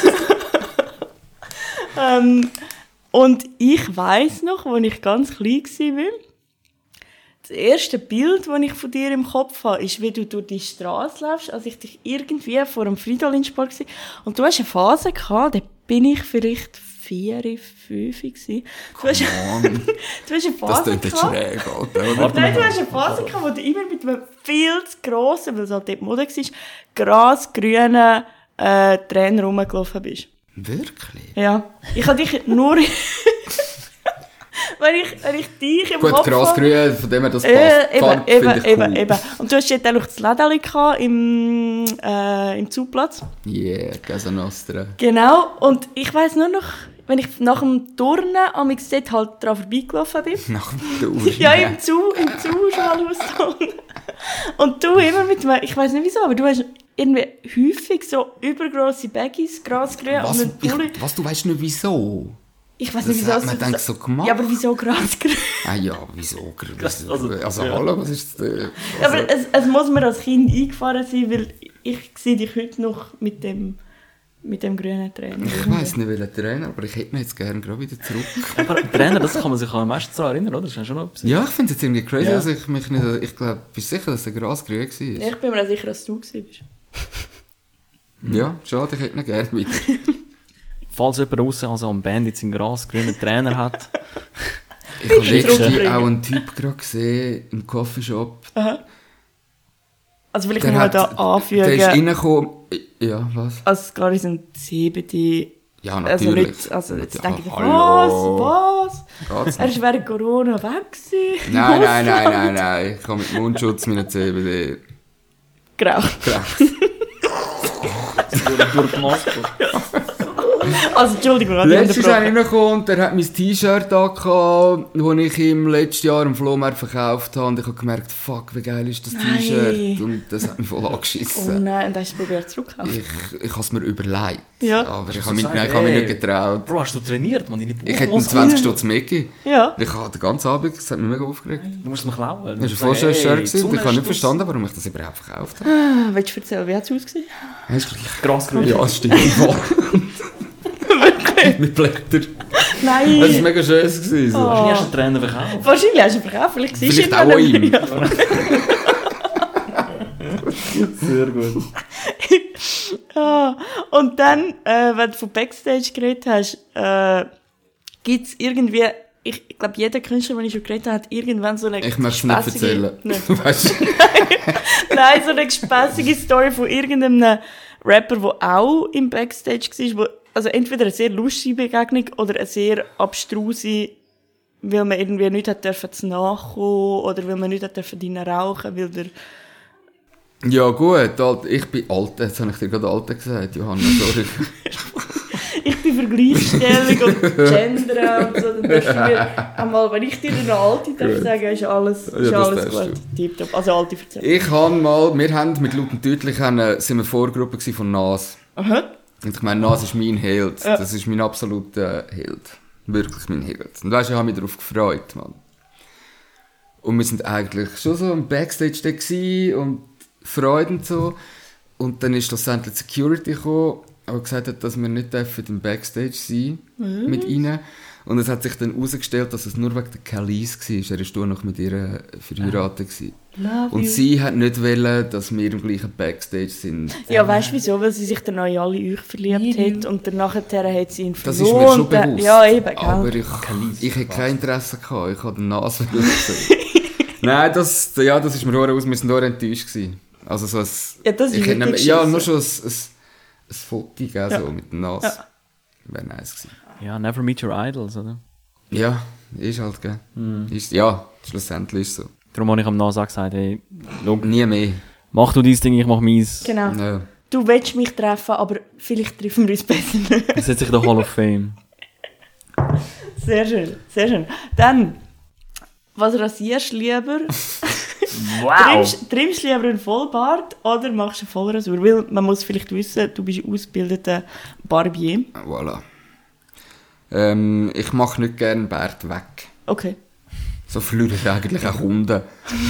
ähm, und ich weiss noch, als ich ganz klein war, das erste Bild, das ich von dir im Kopf habe, ist, wie du durch die Straße läufst, als ich dich irgendwie vor einem Fridolin-Sport war. Und du hast eine Phase gehabt, da bin ich vielleicht vier, fünf gewesen. Du hast, Mann, du hast eine das Phase klingt jetzt gehabt. schräg, Alter. oder? Nein, du hast eine Phase gehabt, wo du immer mit einem viel zu grossen, weil es halt dort Mode war, grasgrünen äh, Trainer rumgelaufen bist. Wirklich? Ja. Ich habe dich nur... wenn, ich, wenn ich dich im Gut, Kopf habe... grasgrün, von dem her das passt. Äh, eben, Farbe eben, finde ich eben, cool. eben. Und du hast dort auch noch das Lädeli gehabt im, äh, im Zugplatz. Yeah, Casa Nostra. Genau. Und ich weiss nur noch, wenn ich nach dem Turnen am dort halt dran vorbeigelaufen bin. Nach dem Tour. Ja, im Zoo, im Zuschauerhaus. Und du immer mit mir, ich weiss nicht wieso, aber du hast irgendwie häufig so übergrosse Baggies, grasgrün Was, und einen Pulli. ich, was, du weißt nicht wieso? Ich weiss das nicht wieso. hat man es- dann so gemacht. Ja, aber wieso grasgrün? Ah ja, wieso? Also, also, also ja. hallo, was ist das? Also, Ja, aber es, es muss mir als Kind eingefahren sein, weil ich sehe dich heute noch mit dem, mit dem grünen Trainer. ich weiss nicht, welcher Trainer, aber ich hätte ihn jetzt gerne gerade wieder zurück. Aber Trainer, das kann man sich am meisten daran erinnern, oder? Das ist ja schon noch etwas. Ja, ich finde es jetzt irgendwie crazy, Ja. dass ich mich nicht... Ich glaube, bist du sicher, dass der grasgrün war? Ich bin mir auch sicher, dass du gewesen bist. Ja, schade, ich hätte ihn gerne wieder. Falls jemand draussen also am Band jetzt einen grasgrünen Trainer hat, Ich habe Bitte letztens zurückbringen. auch einen Typ gerade gesehen im Coffeeshop. Aha. Also vielleicht Der muss man hat- da Der ist anfügen, reingekommen. Ja, was? als Gary sind C B D... Ja, Also natürlich. nicht, also jetzt Ja, denke ich, hallo. was, was? Geht's Er nicht? ist während Corona weg gewesen. Nein, nein, nein, nein, nein. Ich habe mit Mundschutz meinen C B D Grau. gerechnet. Durch die Maske. Also Entschuldigung, ich habe dich Letztes Jahr unterbrochen. reingekommen und er hat mein T-Shirt angehabt, das ich ihm letztes Jahr am Flohmarkt verkauft habe. Und ich habe gemerkt, fuck, wie geil ist das Nein. T-Shirt. Und das hat mich voll Oh angeschissen. nein, und dann hast du es probiert zurückzukaufen. ich ich habe es mir überlegt. Ja. Aber ich du habe mich, sagen, nein, ich habe mich ey. nicht getraut. Bro, hast du trainiert, man? Deine Ich hätte ihm Brust- zwanzig Stutz mehr gegeben. Ja. Ich habe den ganzen Abend, das hat mich mega aufgeregt. Du musst es mir klauen. Das war ein voll schönes Shirt. gewesen. Ich habe nicht verstanden, warum ich das überhaupt verkauft habe. Ah, willst du erzählen, wie hat es ausgesehen? Hast du gleich? Grasgrün. Ja, es stimmt. Mit Blättern. Nein. Das war mega schön. gewesen, So. Wahrscheinlich hast du den Trainer verkauft. Wahrscheinlich hast du ihn verkauft, vielleicht siehst du Vielleicht ihn auch dann an ihm. nicht mehr. Sehr gut. Ah, und dann, äh, wenn du von Backstage geredet hast, äh, gibt es irgendwie, ich, ich glaube, jeder Künstler, den ich schon geredet habe, hat irgendwann so eine Ich möchte es nicht gespässige- erzählen. Nicht. Du weißt, Nein, so eine gespässige Story von irgendeinem Rapper, der auch im Backstage war, wo, also entweder eine sehr lustige Begegnung oder eine sehr abstruse, weil man irgendwie nicht hat dürfen zu nachkommen oder weil man nicht hat dürfen drinnen rauchen, weil der... ja gut, alt, ich bin alt, jetzt habe ich dir gerade alt gesagt, Johanna, sorry. Ich bin für Gleichstellung und Gender und so, dann darfst du mir einmal, wenn ich dir eine alte darf sagen, ist alles, ist Ja, das alles darfst gut. Tipptopp. Also alte erzählen. Ich habe mal, wir haben mit Laut und Deutlich haben, sind wir Vorgruppe gewesen von Nas. Aha. Und ich meine, Nas ist mein Held. Ja. Das ist mein absoluter Held. Wirklich mein Held. Und weißt du, ich habe mich darauf gefreut, Mann. Und wir sind eigentlich schon so im Backstage da gewesen und Freude und so. Und dann ist schlussendlich die Security gekommen, aber gesagt hat, dass wir nicht dürfen im Backstage sein Mhm. mit ihnen. Und es hat sich dann herausgestellt, dass es nur wegen der Khalees war. Er war noch mit ihr verheiratet. gewesen. Love Und you. sie hat nicht wollen, dass wir im gleichen Backstage sind. Ja, weißt du wieso? Weil sie sich dann in alle euch verliebt hat und danach hat sie ihn verloren. Das ist mir schon und dann- bewusst. Ja, eben, gell? Aber ich, ich hätte kein Interesse gehabt. Ich habe den Nase gesehen. Nein, das, ja, das ist mir auch aus. Wir sind auch enttäuscht gewesen. Also so ein, Ja, das ist ich hätte wirklich nicht- Ja, scheisse. nur schon ein, ein, ein Foto gegeben, Ja. so, mit der Nase. Ja. Wäre nice gewesen. Ja, never meet your idols, oder? Ja, ist halt, gell. Hm. Ist, ja, schlussendlich ist es so. Darum habe ich am Nasa gesagt, hey, schau, Nie mehr. mach du dein Ding, ich mach meins. Genau. Ja. Du willst mich treffen, aber vielleicht treffen wir uns besser nicht. Das setzt sich in der Hall of Fame. Sehr schön, sehr schön. Dann, was rasierst du lieber? Trimmst, trimmst du lieber einen Vollbart oder machst du eine Vollrasur? Weil man muss vielleicht wissen, du bist ausgebildeter Barbier. Voilà. Ähm, ich mache nicht gerne Bart weg. Okay. So flüren eigentlich auch Kunden.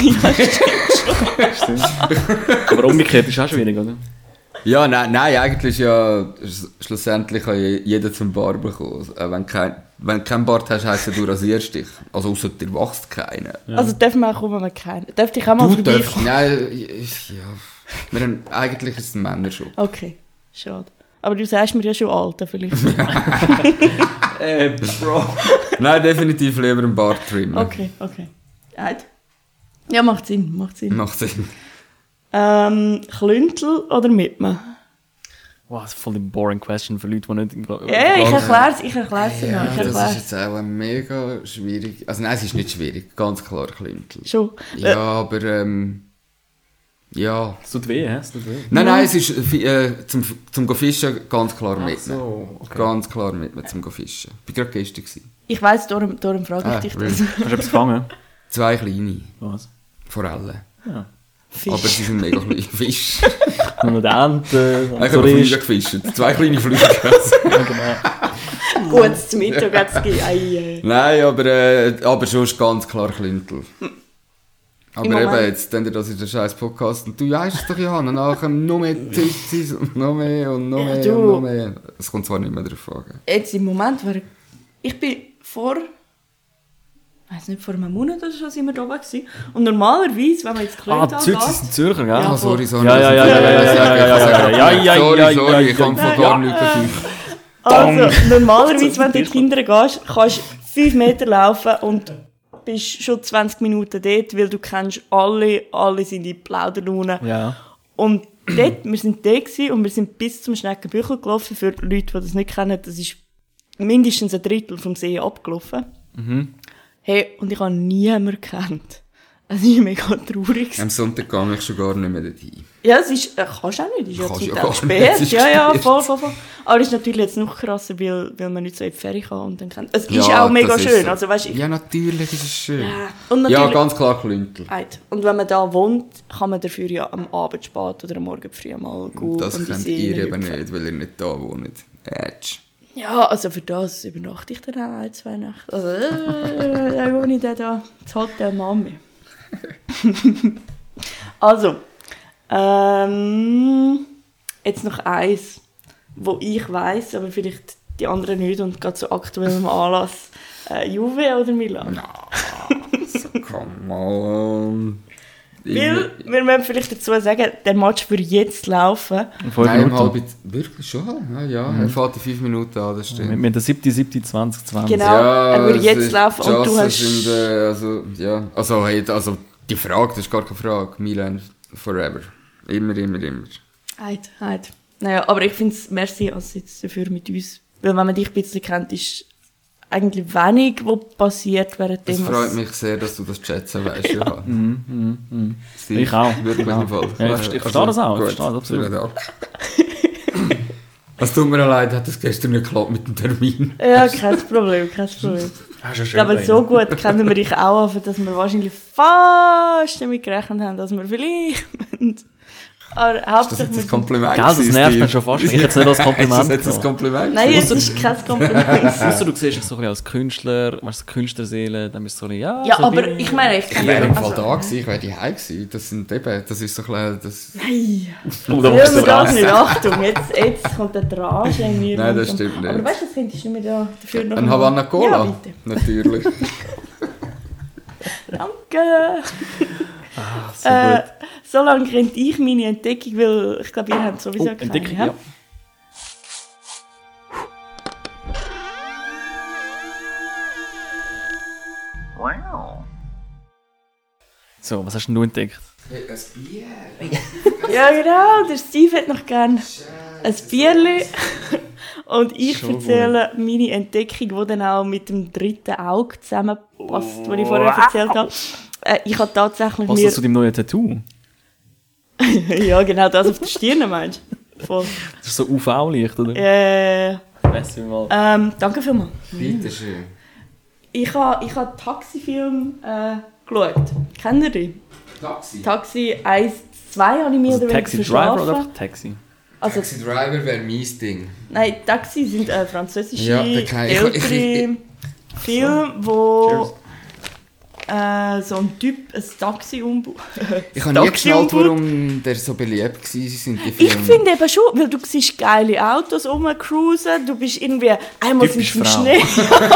Aber umgekehrt ist auch schwierig, oder? Ja, nein, nein, eigentlich ist ja sch- schlussendlich kann ja jeder zum Barber kommen. Äh, wenn, kein, wenn du keinen Bart hast, heisst ja, du rasierst dich. Also ausser dir wächst keiner. Also dürfen wir auch kommen, wenn wir keinen. Dürfte ich auch mal Du darfst, vorbeikommen? nein, ich- ja. Wir haben, eigentlich ist es ein Männerschub. Okay, schade. Aber du sagst mir ja schon Alter vielleicht. Äh, Bro. Nein, definitiv lieber einen Bart trimmen. Okay, okay. Halt. Ja, macht Sinn, macht Sinn. Macht Sinn. Ähm, Klüntel oder Mitme? Wow, das ist voll die boring question für Leute, die nicht... Ja, ja, ich erkläre es, ich erkläre es Ja, noch. Ich das ist erkläre jetzt auch mega schwierig. Also nein, es ist nicht schwierig. Ganz klar Klüntel. es. Schon. Ja, aber ähm, ja. Es tut weh, hä? Es tut weh. Nein, nein, es ist äh, zum, zum go Fischen ganz klar mitnehmen. So, okay. Ganz klar mitnehmen zum go Fischen. Ich war gerade gestern. Gewesen. Ich weiss, darum, darum frage ich Ah, dich really? das. Hast du etwas gefangen? Zwei kleine, Was? Forellen. Ja. Fisch. Aber sie sind mega klein. Fisch. Nur noch die Ente, Ich so habe Flüge Rest. gefischt. Zwei kleine Flüge. Gut, zum Mittag hat es gegeben. Ei, äh. Nein, aber, äh, aber schon ist ganz klar Klüntel. Aber Im eben, Moment- jetzt dann das ist der scheiß Podcast und du weißt es doch, Johanna, nachher noch mehr Tittis und noch mehr und noch Ja, mehr du. und noch mehr. Es kommt zwar nicht mehr darauf an. Jetzt im Moment wäre... Ich bin vor... Ich weiss nicht, vor einem Monat oder so sind wir da oben gewesen. Und normalerweise, wenn man jetzt Ah, Klöntal die Zürcher sind Zürcher, gell? Ja. Ah, sorry, sorry. Ja, ja, ja, ja, ja, ja, ja, ja, ja, ja, ja, Sorry, ja, sorry, ja, ich kann von gar nichts dafür. Also, normalerweise, wenn du in die Kinder gehst, kannst du fünf Meter laufen und bist schon zwanzig Minuten dort, weil du kennst alle, alle sind in Plauderlaune. Ja. Und dort, wir sind dort gewesen und wir sind bis zum Schneckenbüchel gelaufen. Für Leute, die das nicht kennen, das ist mindestens ein Drittel vom See abgelaufen. Mhm. Hey, und ich habe niemanden gekannt. Es ist mega traurig. Am Sonntag gehe ich schon gar nicht mehr dorthin. Ja, es ist, äh, kannst du auch nicht, es ist ja Kannst zum ja Teil gar spät. nicht, es ist Ja, ja, spät. voll, voll, voll. Aber es ist natürlich jetzt noch krasser, weil, weil man nicht so in die Ferien kann und dann kann. Es ist Ja, auch mega das ist schön, so. also weißt, ich, Ja, natürlich ist es schön. ja. Und natürlich, Ja, ganz klar Klüntel. Right. Und wenn man da wohnt, kann man dafür ja am Abend spät oder am Morgen früh mal gut Das um die könnt See ihr eben hüpfen. nicht, weil ihr nicht da wohnt. Ätsch. Ja, also für das übernachte ich dann auch ein, zwei Nächte. Also, äh, dann wohne ich dann da ins Hotel Mami. Also, ähm, jetzt noch eins, wo ich weiss, aber vielleicht die anderen nicht und gerade zu aktuellem Anlass. Äh, Juve oder Milan? So, come on. Weil, wir müssen vielleicht dazu sagen, der Match würde jetzt laufen. In fünf Nein, um Minuten. halb, wirklich schon? Ja, ja. Er fährt in fünf Minuten an, das Wir stimmt. wir haben den siebten siebten zwanzig zwanzig. Genau, Ja, er würde es jetzt ist- laufen die und du Chancen hast... Sind, äh, also, ja. Also, hey, also, die Frage, das ist gar keine Frage. Milan forever. Immer, immer, immer. Heid, heid. Naja, aber ich finde es, merci als jetzt dafür mit uns. Weil wenn man dich ein bisschen kennt, ist eigentlich wenig, was passiert während Es dem, freut was... mich sehr, dass du das schätzen weißt. Ja. Steve, Ich auch. Wirklich Ich auch. im Fall. Ja, ich- ich verstehe das auch, ich Gut. verstehe das absolut. Vielen Dank. Es tut mir leid, hat das gestern nicht geklappt mit dem Termin. Ja, kein Problem, kein Problem. Das ist Ich glaube, so gut kennen wir dich auch, aber dass wir wahrscheinlich fast damit gerechnet haben, dass wir vielleicht... Aber Ist das hauptsächlich... jetzt ein Kompliment? Gell, das gewesen, nervt Steve? mich schon fast. Ich hätte es nicht als Kompliment Ist das jetzt ein genommen. Kompliment? Nein, gewesen? es ist kein Kompliment. Ausser du siehst dich so ein bisschen als Künstler, weißt du, Künstlerseele, dann bist du so ein bisschen, ja... Ja, so aber bin ich meine, ich Ich kann wäre im Fall also, da gewesen, ich wäre die gewesen. Das sind eben, das ist so ein bisschen, das... Nein, Oh, da will musst du man das raus. nicht. Achtung, jetzt, jetzt kommt der Drage in mir. Nein, das runter. stimmt nicht. Aber weißt du, das finde ich nicht mehr da dafür noch... Ein Havana Cola? Ja, bitte. Natürlich. Danke. So Äh, gut. so lange kennt ich meine Entdeckung, weil ich glaube, ihr habt sowieso Oh, keine. Entdeckung, hä? ja. So, was hast denn du entdeckt? Ein Bier. Ja, genau. Der Steve hat noch gerne ein Bierli. Und ich Schon erzähle meine Entdeckung, die dann auch mit dem dritten Auge zusammenpasst, die ich vorher erzählt habe. Äh, ich habe tatsächlich Passt mir... das zu deinem neuen Tattoo? Ja, genau, das auf der Stirn meinst du? Voll. Das ist so U V-Licht, oder? Äh, Weiss ich mal. ähm, danke vielmals. Bitte schön. Ich habe ich ha Taxifilm äh, geschaut. Kennt ihr die? Taxi. Taxi eins, zwei habe ich mir Also oder Taxi Driver oder einfach Taxi? Also, Taxi Driver wäre mein Ding. nein, Taxi sind äh, französische, Ja, den kenn ich. Ich- ältere ich- ich- Filme, wo äh, so ein Typ ein Taxi umbaut. Ich habe nie geschnallt, warum der so beliebt war, sind die Ich Filme. finde eben schon, weil du siehst geile Autos rumcruisen, du bist irgendwie, einmal Typisch sind sie im Frau. Schnee.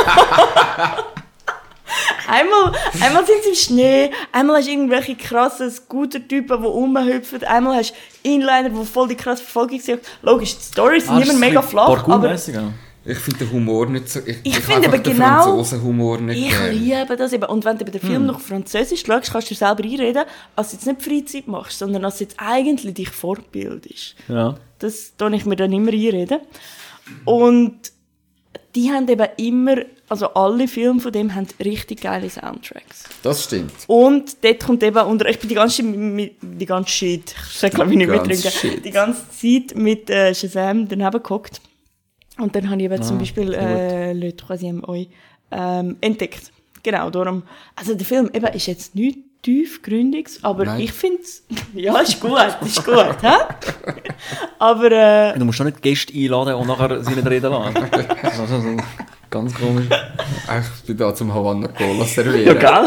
einmal, einmal sind sie im Schnee, einmal hast du irgendwelche krassen Scooter-Typen, die rumhüpfen, einmal hast du Inliner, die voll die krasse Verfolgung sind. Logisch, die Storys sind immer mega flach, aber Parkour-mässig auch. Ich finde den Humor nicht so... Ich, Ich ich finde habe aber den genau- Franzosen-Humor nicht ich gern. liebe das eben. Und wenn du bei den Hm. Film noch Französisch schaust, kannst du dir selber einreden, als du jetzt nicht Freizeit machst, sondern als du jetzt eigentlich dich vorbildest. Ja. Das tue ich mir dann immer einreden. Und die haben eben immer, also alle Filme von dem haben richtig geile Soundtracks. Das stimmt. Und dort kommt eben unter, ich bin die ganze Zeit, mit, die ganze Shit, ich sag glaube ich nicht Ganz mittrinken, shit. die ganze Zeit mit äh, Shazam daneben gehockt. Und dann habe ich eben Ah, zum Beispiel äh, Le Troisième Œil ähm, entdeckt. Genau, darum, also der Film eben ist jetzt nicht tiefgründiges, aber Nein. ich finde es, ja, ist gut, ist gut, hä? Aber, äh, Du musst schon nicht Gäste einladen und nachher sie nicht reden lassen. Das ist also so ganz komisch. Ich bin da zum Havana Cola servieren. gell?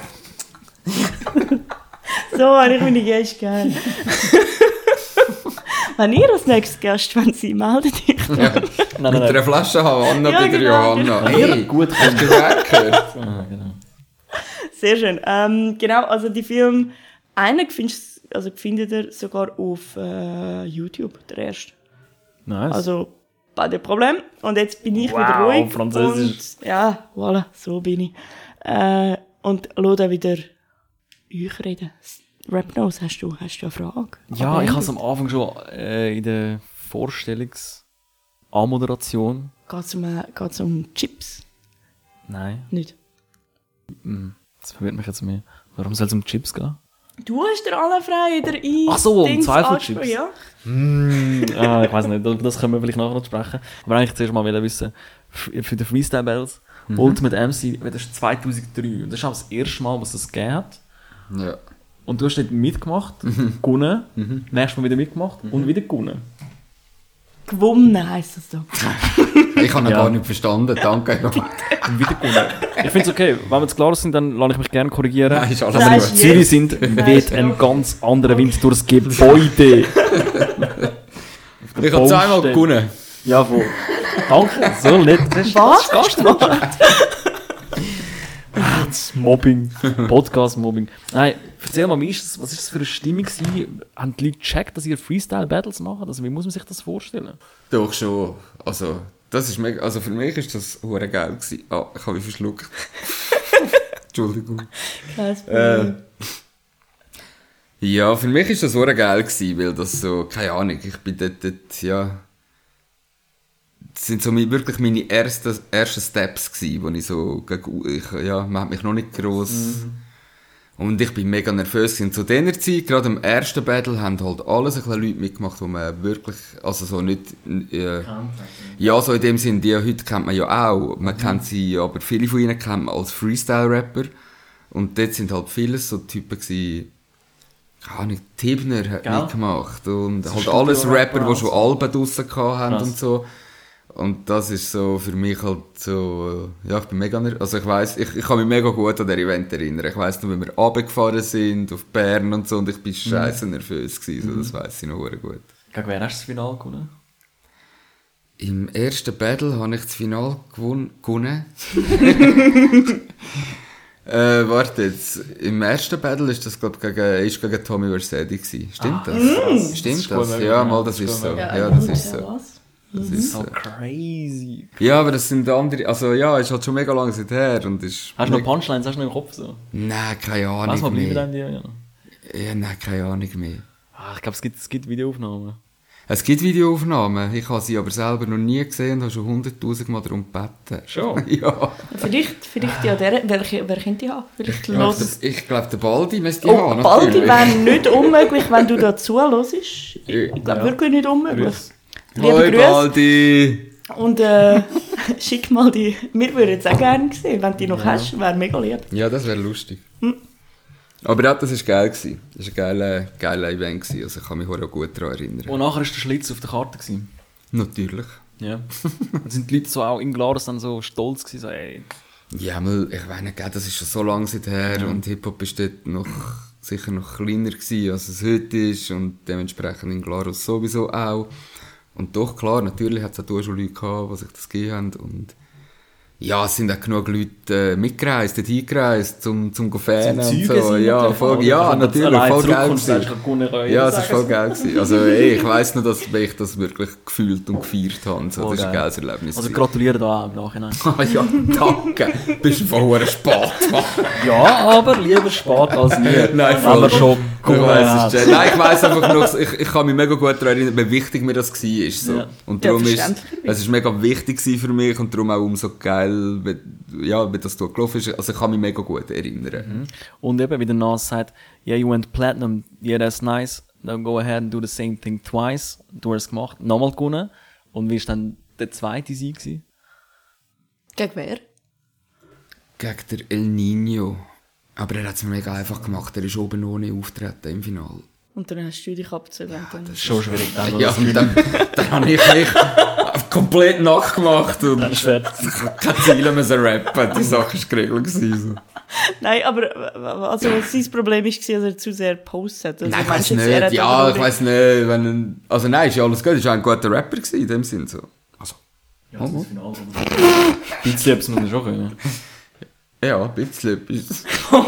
so habe ich meine Gäste gerne. Wenn ihr als nächstes Gast, wenn sie meldet euch. Ja. Nein, Mit nein, nein. einer Flasche Havanna Ja, bei der genau, Johanna. genau. Hey, Gut hast du den Weg gehört? Ah, genau. Sehr schön. Ähm, genau, also die Film, einen findest, also findet ihr sogar auf äh, YouTube, der erste. Nice. Also, pas de Problem. Und jetzt bin ich Wow, wieder ruhig. Französisch. Und, ja, voilà, so bin ich. Äh, und lass dann wieder euch reden. Rapnose, hast du, hast du eine Frage? Ja, Aber ich habe es am Anfang schon äh, in der Vorstellungs-Anmoderation. Geht es um, äh, geht's um Chips? Nein, Nicht. das verwirrt mich jetzt mehr. Warum soll es um Chips gehen? Du hast dir alle frei in der I. Ach so, um Dings Zweifelchips. angesprochen, Ja. Mm, ah, ich weiß nicht, das können wir vielleicht nachher noch besprechen. Aber eigentlich zuerst mal wollen wissen, f- für die Freestyle Battles, Mhm. Ultimate M C, das ist zweitausenddrei. Und das ist auch das erste Mal, was es gegeben hat. Ja. Und du hast dort mitgemacht, gewonnen, nächstes Mal wieder mitgemacht und wieder gewonnen. Gewonnen heisst das doch. Ich habe ihn Ja. gar nicht verstanden, danke. Und wieder gewonnen. Ich finde es okay, wenn wir jetzt klar sind, dann lasse ich mich gerne korrigieren. Nein, ist alles Wenn wir Nein, in gut. Zürich sind, weht ein ganz anderer Wind durchs Gebäude. Ich habe zweimal Baustelle. gewonnen. Ja, voll. Danke, so nett. Das ist, Was? das ist Gastwort. Mobbing. Podcast-Mobbing. Nein, erzähl mal, wie ist das, was ist das für eine Stimmung gewesen? Haben die Leute gecheckt, dass ihr Freestyle-Battles macht? Also, wie muss man sich das vorstellen? Doch schon. Also, das ist mega, also für mich ist das hure geil gewesen. Ah, ich habe mich verschluckt. Entschuldigung. Kein Äh, Problem. ja, für mich ist das hure geil gewesen, weil das so, keine Ahnung, ich bin dort, dort ja, das sind so mi- wirklich meine ersten, ersten Steps gewesen, wo ich so, gegen, ich, ja, man hat mich noch nicht gross, und ich bin mega nervös gewesen. Und zu dieser Zeit, gerade im ersten Battle, haben halt alles ein bisschen Leute mitgemacht, die man wirklich, also so nicht, äh, ja, so in dem Sinn, die heute kennt man ja auch, man kennt sie, aber viele von ihnen kennt man als Freestyle-Rapper, und dort sind halt viele so Typen gewesen, keine Ahnung, Tibner hat Gell? mitgemacht, und So halt alles Studio-Rapper Rapper, die schon also. Alben draussen gehabt haben Krass. und so. Und das ist so für mich halt so, ja, ich bin mega, ner- also ich weiss, ich, ich kann mich mega gut an das Event erinnern. Ich weiss noch, wenn wir runtergefahren sind, auf Bern und so, und ich bin scheiße nervös gewesen, so, das weiss ich noch sehr gut. Gegen wer hast du das Finale gewonnen? Im ersten Battle habe ich das Finale gewon- gewonnen. äh, warte jetzt, im ersten Battle ist das, glaube ich, gegen, ist gegen Tommy Vercetti gewesen. Stimmt das? Das Stimmt ist das? gut, Ja, ja. mal, das Das ist ist so. gut, Ja, das ist so. Was? Das ist So so. crazy. Ja, aber das sind andere, also ja, ist halt schon mega lange her und ist... Hast du noch Punchlines, hast du noch im Kopf so? Nein, keine Was mal Ahnung bleiben mehr. dann die? Ja. Ja, nein, keine Ahnung mehr. Ah, ich glaube, es gibt, es gibt Videoaufnahmen. Es gibt Videoaufnahmen, ich habe sie aber selber noch nie gesehen und habe schon hunderttausend Mal darum gebeten. Schon? Ja. Vielleicht, vielleicht ja der, welche, wer könnte die haben? Vielleicht Ich los. glaube, ich glaub, der Baldi müsste die Oh, haben, Baldi natürlich. wäre nicht unmöglich, wenn du dazu hörst. Ich, ich glaube Ja. wirklich nicht unmöglich. Grüß. Liebe Hoi Grüße. Baldi! Und äh, schick mal die. Wir würden es auch gerne sehen, wenn du die noch hast. Wäre mega lieb. Ja, das wäre lustig. Aber ja, das war geil. gewesen. Das war ein geiler, geiler Event. gewesen. Also ich kann mich auch gut daran erinnern. Und nachher war der Schlitz auf der Karte. Gewesen. Natürlich. Ja. Dann sind die Leute so auch in Glarus dann so stolz gewesen, so, ey. Ja, mal, ich weiß nicht, das ist schon so lange her Ja. und Hip-Hop war dort noch, sicher noch kleiner gewesen, als es heute ist und dementsprechend in Glarus sowieso auch. Und doch, klar, natürlich hat es auch schon Leute gehabt, die sich das gegeben haben und ja, es sind auch genug Leute äh, mitgereist, dort hingereist, zum, zum Fan und Zeugen so. sind Ja, natürlich voll, auch, ja, oder? natürlich, Allein voll geil zurückkommst, sagst gewesen. du, gewonnen, können, Ja, es sagen war voll sie. geil gewesen. Also, ey, ich weiss noch, dass ich das wirklich gefühlt und gefeiert habe. So, Voll das war ein geil. geiles Erlebnis. Also gewesen. gratuliere da auch im Nachhinein. Ah, ja, danke. Bist du voll spät. Ja, aber lieber spät als nie. Nein, Wenn voll. man schon Ich gewonnen weiss, hat. es ist- Nein, ich weiss einfach noch, ich, ich kann mich mega gut daran erinnern, wie wichtig mir das war. So. Ja. Und Ja, darum ist verständlich. es ist mega wichtig gewesen für mich und darum auch umso geil, wie, ja, wie das dort gelaufen ist. Also ich kann mich mega gut erinnern. Und eben, wie der Nas sagt, yeah, you went platinum, yeah, that's nice, now go ahead and do the same thing twice. Du hast es gemacht, nochmal gewonnen. Und wie war dann der zweite Sieg gewesen? Gegen wer? Gegen der El Nino. Aber er hat es mir mega einfach gemacht. Er ist oben ohne auftreten im Finale. Und dann hast du dich abgezogen. und dann- Schon schwierig. Dann, Ja, und dann, dann habe ich mich komplett nachgemacht und Dann ist fertig. keine Ziele müssen rappen. Die Sache war geregelt gewesen. Nein, aber äh, also, sein Problem war, dass er zu sehr postet. Also, Nein, ich meinst weiss du jetzt, er nicht. hat Ja, aber ich nur- weiss nicht. Wenn ein, also nein, ist ja alles gut. Ist auch ein guter Rapper gewesen, in dem Sinn so. Also, Ja, das ist Finale. Ein bisschen etwas muss man schon können. ja, ein bisschen etwas.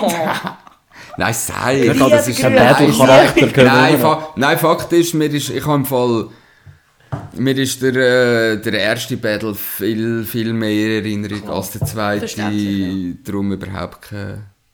Nein, sei. Liebe Das ist Grüße. Battle nein, Charakter nein, können nein, wir fa nein, Fakt ist, mir ist, ich habe im Fall, mir ist der, äh, der erste Battle viel, viel mehr in Erinnerung als der zweite. Verständlich, Darum überhaupt kein,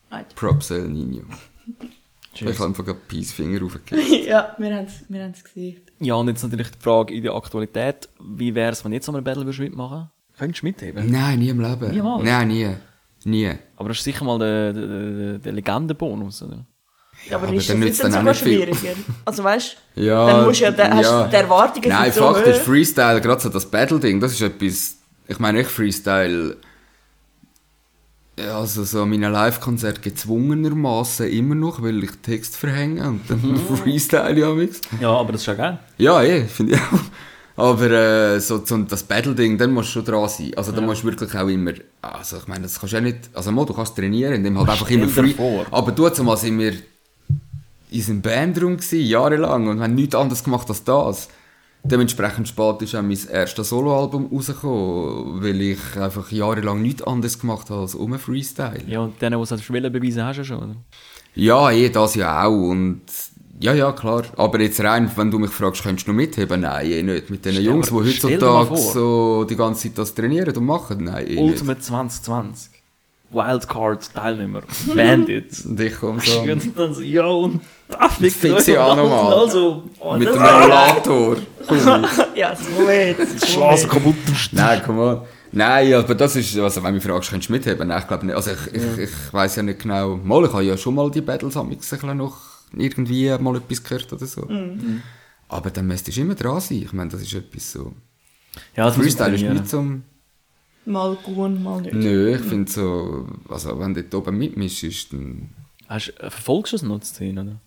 Right. Props El Nino. Ich habe einfach gerade Peacefinger raufgegeben. Ja, wir haben es wir haben's gesehen. Ja, und jetzt natürlich die Frage in der Aktualität. Wie wäre es, wenn jetzt so ein Battle würdest mitmachen? Könntest du mitheben? Nein, nie im Leben. Niemals? Nein, nie. Nie. Aber das ist sicher mal der, der, der, der Legendenbonus, oder? Ja, aber, aber ist dann das nützt nicht dann dann auch sogar nicht viel. schwieriger? Also weißt du, Ja, dann musst du ja, dann hast ja. die Erwartungen Nein, sind so Fakt ist, hoch. Freestyle, gerade so das Battle-Ding, das ist etwas, ich meine, ich Freestyle, ja, also so an meinen Live-Konzerten gezwungenermassen immer noch, weil ich Text verhänge und dann Freestyle ja nichts. Ja, aber das ist ja geil. Ja, eh, finde ich auch. Aber äh, so, so das Battle-Ding, dann musst du schon dran sein. Also da Ja. musst du wirklich auch immer, also ich meine, das kannst du ja nicht, also mal, du kannst trainieren, indem halt einfach immer Stell dir free. vor. Aber du zumal sind wir in unserem Bandraum gewesen, jahrelang, und wir haben nichts anderes gemacht als das. Dementsprechend spät ist auch mein erstes Soloalbum rausgekommen, weil ich einfach jahrelang nichts anderes gemacht habe als um Freestyle. Ja, und denen, die es Willen beweisen, hast du schon, oder? Ja, eh, das ja auch. Und ja, ja, klar. Aber jetzt rein, wenn du mich fragst, könntest du noch mitheben? Nein, eh nicht. Mit den Stell Jungs, die dir- stell dir mal heutzutage vor. so die ganze Zeit das trainieren und machen, nein, eh nicht. Ultimate zwanzig zwanzig. Wildcard-Teilnehmer. Bandit. Und ich komme so Und dann so, ja, und da fickt Fix sie an nochmal. Also, oh, mit das dem Rollator. Ja, so jetzt. Straße kaputt. Nein, komm on. Nein, aber das ist, also wenn du mich fragst, könntest du mitheben? Nein, ich glaube nicht. Also ich, ich, ich weiss ja nicht genau. Mal, ich habe ja schon mal die Battles am X noch irgendwie mal etwas gehört oder so. Mhm. Aber dann müsstest du immer dran sein. Ich meine, das ist etwas so... Ja, das muss Freestyle ist trainieren. nicht zum... Mal gut, mal nicht. Nö, ich finde so... Also wenn du dort oben mitmischst, dann... Hast, äh, verfolgst du das noch zu sehen, oder?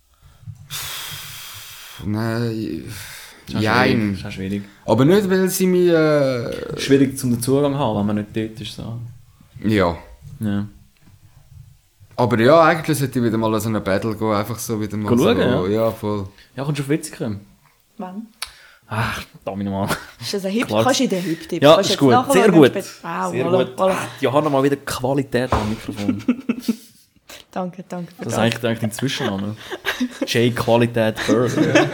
Nein... Das ist auch schwierig. Jein. Das ist auch schwierig. Aber nicht, weil sie mich... Äh, Schwierig zum den Zugang zu haben, wenn man nicht dort ist. So. ja. Ja. Aber ja, eigentlich sollte ich wieder mal an so eine Battle gehen. Einfach so wieder mal Geh so... schauen, ja. Ja, voll. Ja, kommst du auf Witzigem? Wann? Ach, da bin ich mal. Ist das ein Hip? Klar. Kannst du in den Hip-Tipp? Ja, Kannst du ist jetzt gut. nachschauen, Sehr wenn gut. du spät- Wow, Sehr voilà, gut. voilà. Johanna mal wieder Qualität am Mikrofon. Danke, danke. für Das ist eigentlich, eigentlich dein Zwischenname. J Qualität Burger.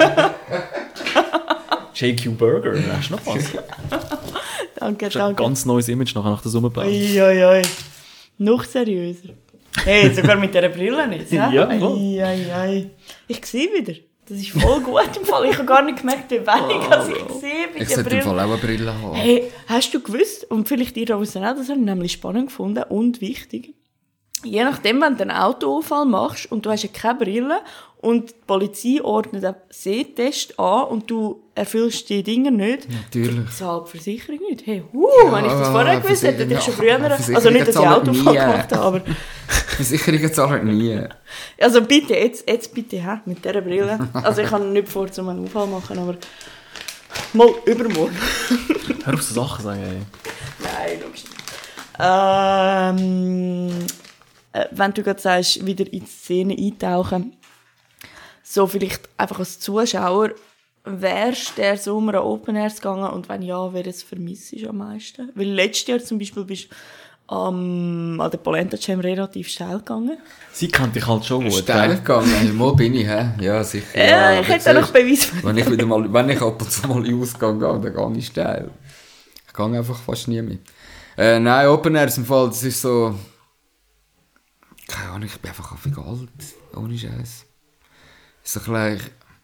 J Q Burger. Hast du noch was? Danke, Das ist ein danke. ganz neues Image nachher nach der Sommerpause. Ui, ui, ui. Noch seriöser. Hey, sogar mit dieser Brille nicht, hä? Ja, voll. Ui, ui, ui. Ich sehe wieder. Das ist voll gut im Fall. Ich habe gar nicht gemerkt, wie wenig als ich sehe mit Ich der sollte im Brille. Fall auch eine Brille haben. Hey, hast du gewusst, und vielleicht ihr draussen auch, das habe ich nämlich spannend gefunden und wichtig, je nachdem, wenn du einen Autounfall machst und du hast ja keine Brille und die Polizei ordnet einen Sehtest an und du erfüllst die Dinge nicht, Natürlich. zahlt die Versicherung nicht. Hey, huh, Ja, wenn ich das vorher gewusst hätte, hätte ich schon früher... ja, Also nicht, dass ich Versicherungen Autounfall zahlen nie. gemacht habe, aber... Versicherungen zahlen nie. Also bitte, jetzt, jetzt bitte, hä, mit dieser Brille. Also ich habe nicht vor, um einen Unfall zu machen, aber... Mal übermorgen. Hör auf so Sachen zu sagen, ey. Nein, logisch nicht. Ähm, äh, wenn du gerade sagst, wieder in die Szene eintauchen, so vielleicht einfach als Zuschauer, wärst du der Sommer an Open Airs gegangen und wenn ja, wer es vermisst ist am meisten? Weil letztes Jahr zum Beispiel bist du ähm, an der Polenta Jam relativ steil gegangen. Sie kennt dich halt schon gut. Steil gell? gegangen. Mal bin ich, hä? Ja, sicher. Äh, Ja, ich aber hätte noch siehst, Beweis. wenn ich wieder mal, wenn ich ab und zu mal in den Ausgang gehe, dann gehe ich steil. Ich gehe einfach fast nie mit. Äh, nein, Open Airs im Fall, das ist so... Keine Ahnung, ich bin einfach auf alt. Ohne Scheiß. So gleich...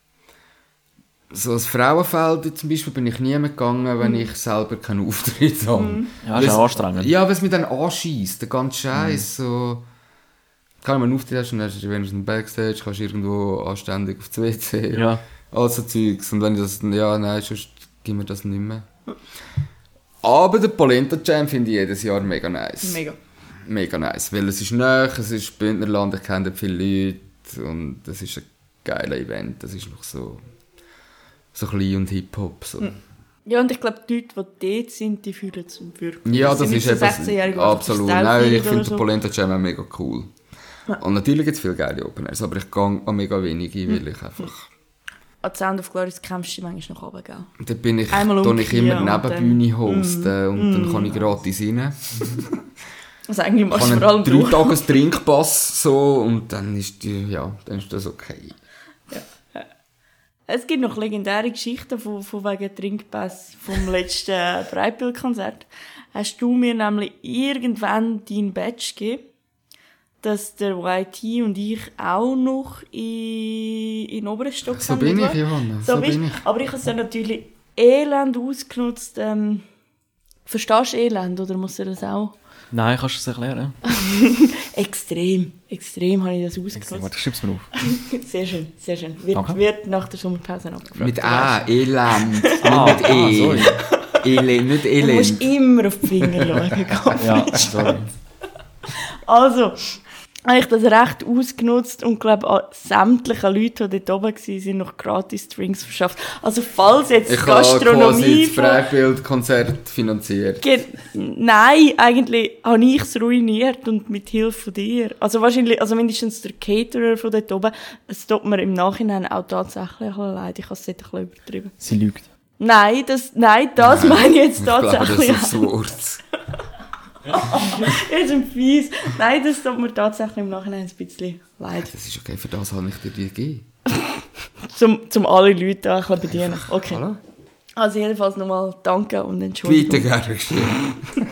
So als Frauenfeld zum Beispiel bin ich nie mehr gegangen, wenn ich selber keinen Auftritt habe. Ja, ist auch anstrengend. Ja, weil es mich dann anschießt, der ganze Scheiß. So... Kann man einen Auftritt hast und dann hast du wenigstens einen Backstage, kannst du irgendwo anständig aufs W C. Ja. All so Zeugs. Und wenn ich das... Ja, nein, sonst gibt mir das nicht mehr. Aber der Polenta Jam finde ich jedes Jahr mega nice. Mega. Mega nice. Weil es ist nah, es ist Bündnerland, ich kenne viele Leute und es ist ein geiler Event. Es ist noch so... so klein und Hip-Hop. So. Ja, und ich glaube, die Leute, die dort sind, die fühlen es wirklich. Ja, das sind ist nicht so eben... sechzehnjährige, die einfach Absolut. den Style Nein, ich feiern finde oder den so. Polenta Jam auch mega cool. Und natürlich gibt es viele geile Open Airs, aber ich gehe an mega wenige, weil ich einfach... An die Sound of Glory kämpfst du manchmal noch runter, gell? Da bin ich, Einmal tue ich immer umkehren und Nebenbühne hosten und dann kann ich gratis rein. Also eigentlich Ich machst du habe vor allem einen drei drauf. Tages Trinkpass so und dann ist, die, ja, dann ist das okay. Es gibt noch legendäre Geschichten von, von wegen Trinkpass vom letzten Breitbild-Konzert. Hast du mir nämlich irgendwann dein Badge gegeben, dass der Y T und ich auch noch in, in den oberen Stock So bin ich, Johanna. So, So bist, bin ich. aber ich habe es dann natürlich elend ausgenutzt. Ähm, verstehst du elend, oder muss er das auch? Nein, kannst du es erklären? Extrem, extrem habe ich das ausgenutzt. Warte, schreib's mir auf. Sehr schön, sehr schön. Wird, Danke. wird nach der Sommerpause abgefragt. Mit du A, weißt. Elend. Ah, Nicht mit ah, E. sorry. Elend, nicht Du musst Elend. immer auf die Finger schauen. Gabi. Ja, sorry. Also, habe ich das recht ausgenutzt und glaube, sämtliche Leute, die dort oben waren, noch gratis Drinks verschafft. Also, falls jetzt Ich habe quasi Gastronomie... das Freibildkonzert finanziert. Ge- Nein, eigentlich habe ich es ruiniert und mit Hilfe von dir. Also wahrscheinlich, also mindestens der Caterer von dort oben, es tut mir im Nachhinein auch tatsächlich ein bisschen leid. Ich habe es dort ein bisschen übertrieben. Sie lügt. Nein, das, nein, das Nein, meine ich jetzt Ich glaube, das tatsächlich ist das Wort. Jetzt ein fies. Nein, das tut mir tatsächlich im Nachhinein ein bisschen leid. Das ist okay, für das habe ich dir die gegeben. Zum, zum alle Leute auch ein bisschen bedienen. Okay. Hallo? Also jedenfalls nochmal danke und Entschuldigung. Weiter gerne geschrieben.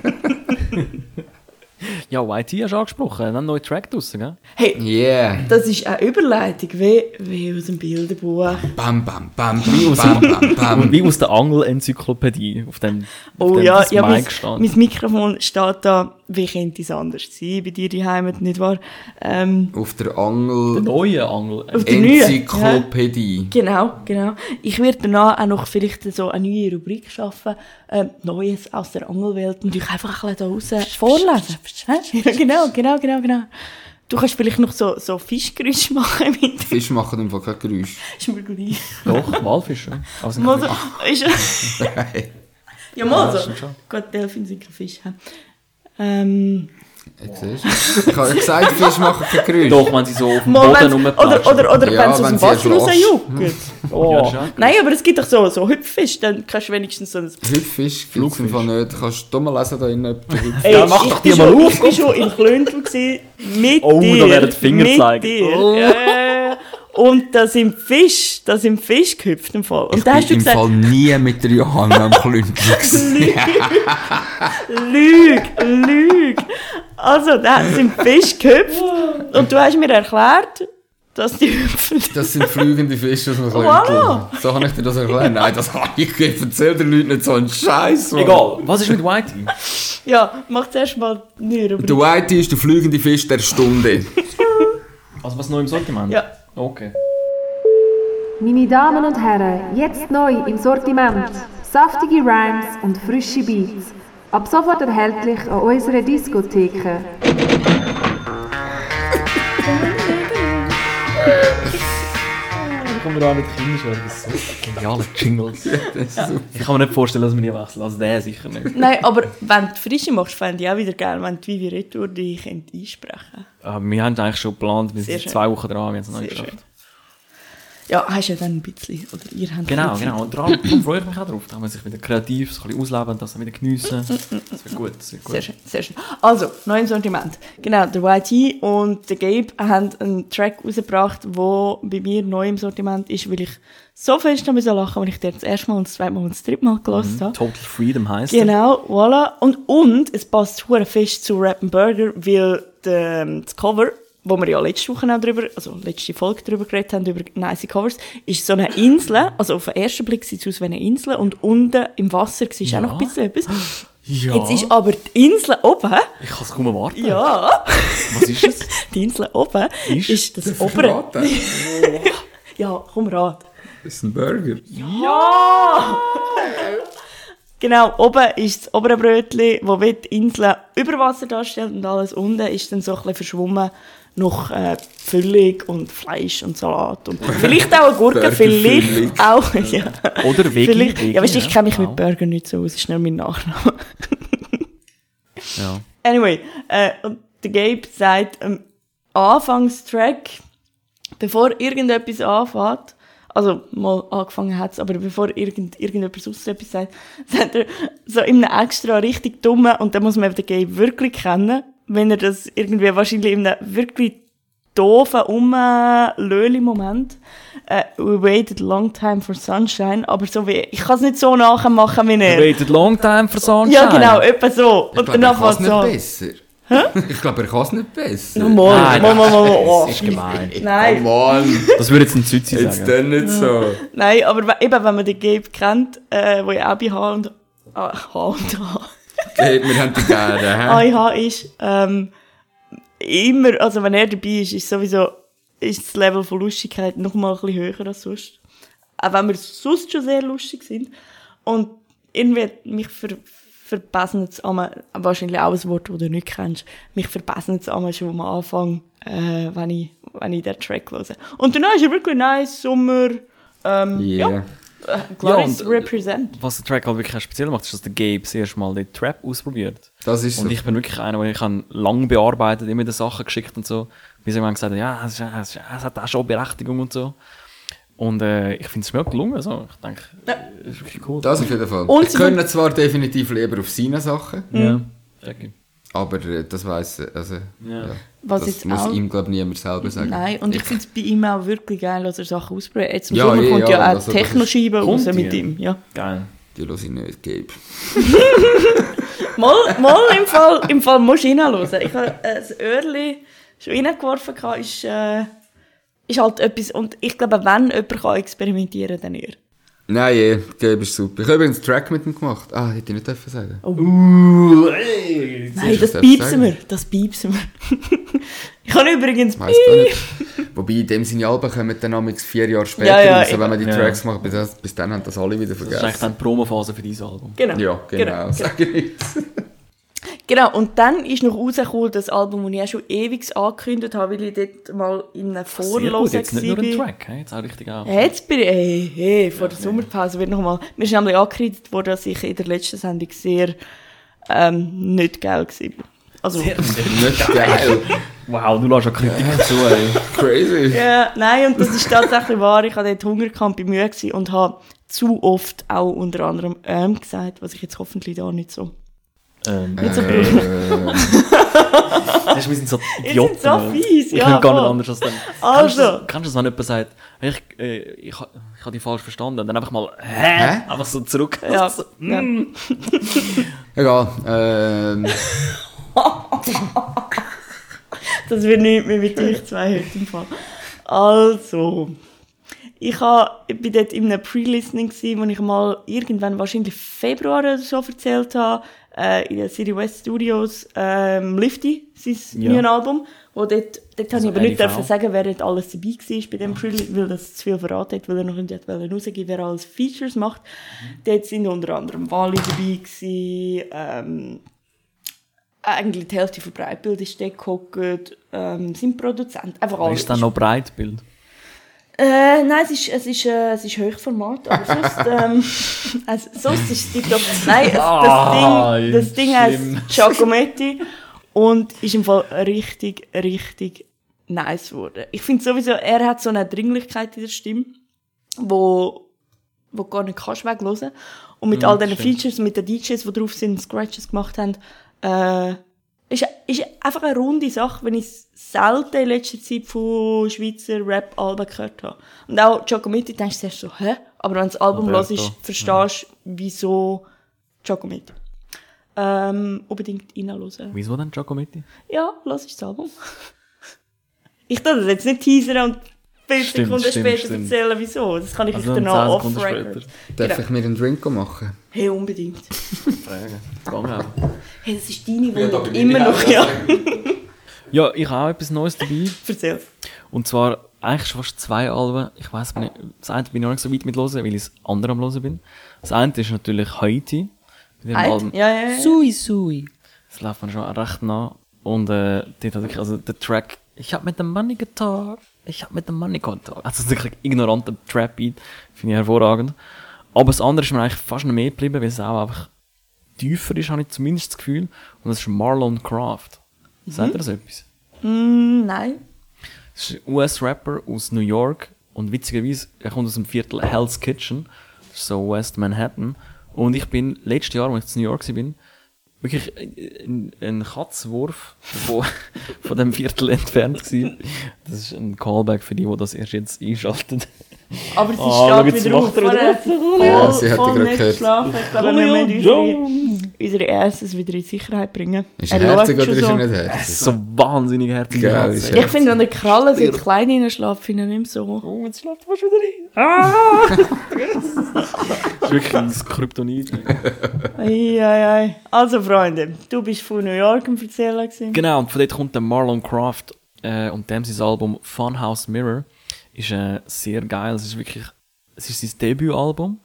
Ja, Y T hast du angesprochen. Dann einen neuen Track draussen, gell? Hey, Yeah. das ist eine Überleitung, wie, wie aus dem Bilderbuch. Bam, bam, bam, bam, bam, bam, bam. Wie aus der Angel-Enzyklopädie. Auf dem, auf Oh dem ja, das ja, mein, Mic stand. mein Mikrofon steht da, wie könnte es anders sein bei dir daheim, nicht wahr? Ähm, Auf der Der Angel neue Angel. Auf der neuen, Enzyklopädie. genau, genau. Ich werde danach auch noch vielleicht so eine neue Rubrik schaffen, ähm, Neues aus der Angelwelt, und euch einfach ein bisschen da raus vorlesen. Hä? Ja, genau, genau, genau, genau. Du kannst vielleicht noch so, so Fischgeräusche machen mit Fisch machen im Fall kein Geräusch. ist mir gleich. Doch, Walfische. Also Mal so, ist, Nein. ja, mal Ja, so. stimmt schon. Gott, Delfin sind kein Fisch. hä? Ähm, Ich siehst. Ich habe gesagt, Fisch machen kein Geräusch. Doch, wenn sie so auf dem mal, Boden wenn's- rumplatschen. oder, oder, oder Ja, wenn es aus wenn dem sie Wasser erschlägst. rausjuckt. Oh. Ja, das ist auch Nein, aber es gibt doch so, so Hüpffisch, dann kannst du wenigstens so ein... Hüpffisch gibt es im Fall nicht. Kannst du mal lesen da innen, ob der Hüpf... Ey, Ja, mach ich doch bin die mal schon, auf. Ich bin schon im Klöntel gewesen, mit Oh, da dir. werden die Finger mit zeigen. dir. Oh. Ja, ja, ja. Und da sind Fisch, da sind Fisch gehüpft im Fall. Und Ich da bin hast du im gesagt, Fall nie mit der Johanna am Klüntel gewesen. Lüg, Lüg. Also, da sind Fisch gehüpft und du hast mir erklärt, dass die hüpfen. Das sind fliegende Fische aus dem Klüntel. Voilà. So kann ich dir das erklären. Nein, das habe ich nicht. Erzähl den Leuten nicht so einen Scheiß. Egal, was ist mit Y T? Ja, mach zuerst mal die Rubrik. Der Whitey ist der fliegende Fisch der Stunde. Also was neu im Sortiment? Ja. Okay. Meine Damen und Herren, jetzt neu im Sortiment. Saftige Rhymes und frische Beats. Ab sofort erhältlich an unserer Diskotheke. Ich komme mir auch nicht kindisch, das sind so geniale Jingles. Ich kann mir nicht vorstellen, dass wir die wechseln. Also der sicher nicht. Nein, aber wenn du Frische machst, fände ich auch wieder geil, wenn die Vivi Retour die könnte einsprechen. Aber wir haben eigentlich schon geplant, wir Sehr sind schön. zwei Wochen dran, wir haben es noch Sehr nicht schön. geschafft. Ja, hast ja dann ein bisschen, oder ihr habt Genau, ein bisschen genau. Und darum, darum freue ich mich auch drauf. Da kann man sich wieder kreativ so ein bisschen ausleben und das dann wieder geniessen. Das wird gut, das wird gut. Sehr schön, sehr schön. Also, neues Sortiment. Genau, der Y T und der Gabe haben einen Track rausgebracht, der bei mir neu im Sortiment ist, weil ich so fest damit lachen, weil ich den das erste Mal und das zweite Mal und das dritte Mal gehört habe. Total Freedom heisst Genau, voilà. Und, und es passt hure fest zu Rap and Burger, weil de, das Cover, wo wir ja letzte Woche auch drüber, also letzte Folge drüber geredet haben, über nice Covers, ist so eine Insel, also auf den ersten Blick sieht es aus wie eine Insel und unten im Wasser siehst du Ja. auch noch ein bisschen etwas. Ja. Jetzt ist aber die Insel oben, Ich kann es kaum erwarten. ja, Was ist es? die Insel oben Ist? ist, das obere. Verraten. Ja, komm, rat. Das ist ein Burger. Ja! Genau, oben ist das obere Brötchen, wo wie die Insel über Wasser darstellt und alles unten ist dann so ein bisschen verschwommen noch äh, Füllung und Fleisch und Salat und vielleicht auch eine Gurke, vielleicht Burgerfüllung. auch, ja. Oder Veggie. Vielleicht, ja, weißt du, ich kenne mich Wow. mit Burger nicht so aus, ist nicht mein Nachname. Ja. Anyway, äh, und der Gabe sagt am Anfangstrack, bevor irgendetwas anfängt, also mal angefangen hat aber bevor irgend, irgendjemand sonst etwas sagt, sagt er so in einem extra richtig dummen, und da muss man den Gabe wirklich kennen, wenn er das irgendwie wahrscheinlich in einem wirklich doofen Umlöli-Moment äh, we waited a long time for sunshine, aber so wie, ich kann es nicht so nachmachen wie er. Waited long time for sunshine. Ja, genau, etwa so. Ich Und glaube, danach ich kann es fängt nicht so. besser. Ich glaube, er kann es nicht besser. No, mal, Nein, mal, mal, mal, mal. Oh. Das ist gemein. Nein. Come on. Das würde jetzt ein Zützi Jetzt sagen. dann nicht so. Nein, aber we- eben, wenn man den Gabe kennt, äh, wo ja auch bei H und ah, H und H. Okay, wir haben die gerne, hä? A I H ist, ähm, immer, also wenn er dabei ist, ist sowieso, ist das Level von Lustigkeit noch mal ein bisschen höher als sonst. Auch wenn wir sonst schon sehr lustig sind. Und irgendwie, mich ver, verbessert es einmal, wahrscheinlich auch ein Wort, das du nicht kennst, mich verbessert es einmal schon am Anfang, äh, wenn ich, wenn ich den Track höre. Und danach ist er wirklich nice, Sommer, ähm, Yeah. ja. Äh, Glorious Ja, und, äh, Represent. Was der Track halt wirklich speziell macht, ist, dass der Gabe das erste Mal den Trap ausprobiert. Das ist so. Und ich bin wirklich einer, der ich habe lang bearbeitet, immer die Sachen geschickt und so. Bis ich irgendwann gesagt habe, ja, es, ist, es, ist, es hat auch schon Berechtigung und so. Und äh, ich finde es mir auch gelungen. So. Ich denke, Ja. das ist wirklich cool. Das auf jeden Fall. Und ich sie können zwar definitiv lieber auf seine Sachen, ja. Okay. aber äh, das weiss also, Ja. ja. Was das jetzt muss auch- ihm, glaube ich, niemand selber sagen. Nein, und ich finde es bei ihm auch wirklich geil, dass er Sachen ausprobiert. Jetzt im Ja, Sommer eh, kommt ja, ja auch also das Techno-Scheibe raus Kommt mit die? ihm. Ja. Geil. Die höre ich nicht, Gabe. Mal, mal im Fall, im Fall musst du reinhören. Ich habe äh, das Öhrchen schon reingeworfen, gehabt, ist, äh, ist halt etwas, und ich glaube, wenn jemand kann experimentieren kann, dann er. Nein, eh, Gabe ist super. Ich habe übrigens einen Track mit ihm gemacht. Ah, hätte ich nicht dürfen sagen. Oh. Uh, ey. Nein, das darf piepsen sagen. wir, das piepsen wir. Ich habe übrigens Weiss gar nicht. Wobei, in dem seine Alben kommen dann amigs vier Jahre später Ja, ja, raus, eben. wenn man die Ja. Tracks macht. Bis, das, bis dann haben das alle wieder Das ist eigentlich vergessen. dann die Promophase für dein Album. Genau. Ja, genau. Genau, Sag ich nicht. Genau, und dann ist noch rausgekommen, das Album, das ich auch schon ewig angekündigt habe, weil ich dort mal in einem Sehr gut, Vorlosen jetzt nicht nur ein war. Track, hey, jetzt auch richtig auch. Ja, jetzt bin ich, hey, hey, vor der Sommerpause wird noch mal, mir ist nämlich angekündigt worden, dass ich in der letzten Sendung sehr, ähm, nicht geil war. Also, Nicht geil. Wow, du lässt ja Kritik zu, ey. Crazy. ja, nein, und das ist tatsächlich wahr, ich hatte dort Hungerkampf bei Mühe gewesen und habe zu oft auch unter anderem ähm gesagt, was ich jetzt hoffentlich da nicht so, Ähm, nicht so Äh, Weißt du, wir sind so Idioten. sind so oder? fies, Wir ja, können gar nicht voll. anders als dann. Also. Kannst du das, kannst du das, wenn jemand sagt, ich, äh, ich, ha- ich habe dich falsch verstanden, und dann einfach mal, hä? Hä? Einfach so zurück. ja, So, ja. Egal. Ähm, Das wird nicht mehr mit euch zwei heute im Fall. Also, ich, ha, ich bin dort in einem Pre-Listening gewesen, wo ich mal irgendwann, wahrscheinlich Februar oder so, erzählt habe, äh, in den City West Studios, ähm, Lifty, sein Ja. neues Album, wo dort, dort Also habe ich aber nicht L I V. dürfen sagen, wer dort alles dabei war bei dem Pre-Listening, weil das zu viel verraten hat, weil er noch nicht hat rausgeben, wer alles Features macht. Dort sind unter anderem Wally dabei gewesen, ähm, eigentlich die Hälfte von Breitbild ist dort gehockt, ähm, sind Produzent, einfach alles. ist dann noch Breitbild? Äh, nein, es ist, es ist, äh, es ist Hochformat, aber sonst, ähm, also, sonst ist es tiptop. Nein, es, Ah, das Ding, das Ding schlimm. heißt Giacometti und ist im Fall richtig, richtig nice geworden. Ich finde sowieso, er hat so eine Dringlichkeit in der Stimme, wo, wo gar nicht kannst weglosen. Und mit Ja, all diesen stimmt. Features, mit den D Js, die drauf sind, Scratches gemacht haben, äh, ist, ist einfach eine runde Sache, wenn ich selten in letzter Zeit von Schweizer Rap-Alben gehört habe. Und auch Giacometti denkst du zuerst so, hä? Aber wenn du das Album hörst, Roberto. verstehst du, wieso Giacometti. Ähm, unbedingt reinhören. Wieso denn Giacometti? Ja, lass das Album. Ich darf das jetzt nicht teasern und fünf Stimmt, Sekunden stimmt, später stimmt. erzählen, wieso. Das kann ich Also euch dann danach zehn Sekunden off-record. später. darf Genau. ich mir einen Drink machen? Hey, unbedingt. Fragen. Gang auch. Hey, das ist deine Ja, da Wohnung. bin ich Immer nicht noch, auch. ja. Ja, ich habe auch etwas Neues dabei. Erzähl. Und zwar eigentlich schon fast zwei Alben. Ich weiss nicht, das eine bin ich noch nicht so weit mit hören, weil ich das andere am hören bin. Das eine ist natürlich Haiti. Mit dem Album Ja, ja, ja. Sui Sui. Das läuft mir schon recht nah. Und äh, dort hat wirklich, also der Track, ich hab mit dem Money Guitar, ich hab mit dem Money Guitar. Also das ist wirklich ignoranter Trap-Beat, finde ich hervorragend. Aber das andere ist mir eigentlich fast noch mehr geblieben, weil es auch einfach tiefer ist, habe ich zumindest das Gefühl. Und das ist Marlon Craft. Sagt ihr das etwas? Mm, nein. Das ist ein U S-Rapper aus New York und witzigerweise, er kommt aus dem Viertel Hell's Kitchen, das ist so West Manhattan. Und ich bin letztes Jahr, als ich in New York war, wirklich ein, ein Katzwurf von, von dem Viertel entfernt gewesen. Das ist ein Callback für die, die das erst jetzt einschalten. Aber sie Ah, schau, steht jetzt wieder auf. macht er wieder Vorher Ja, voll, sie hat voll dich gerade nicht gehört. geschlafen. Ich glaube, wir müssen unsere, unsere Erstes wieder in Sicherheit bringen. Ist er herzig oder schaut ist schon er so. nicht Das herzig? ist so wahnsinnig herzig. Geil, ist Ich finde, wenn der Krallen so klein reinschläft, finde ich nicht mehr so. Oh, jetzt schläft fast wieder rein. Ah! Das ist wirklich ein Kryptonit. Ei, ei, ei. Also, Freunde, du bist von New York im Erzählen gewesen. Genau, und von dort kommt der Marlon Craft äh, und dem sein Album Funhouse Mirror ist äh, sehr geil. Es ist wirklich, es ist sein Debütalbum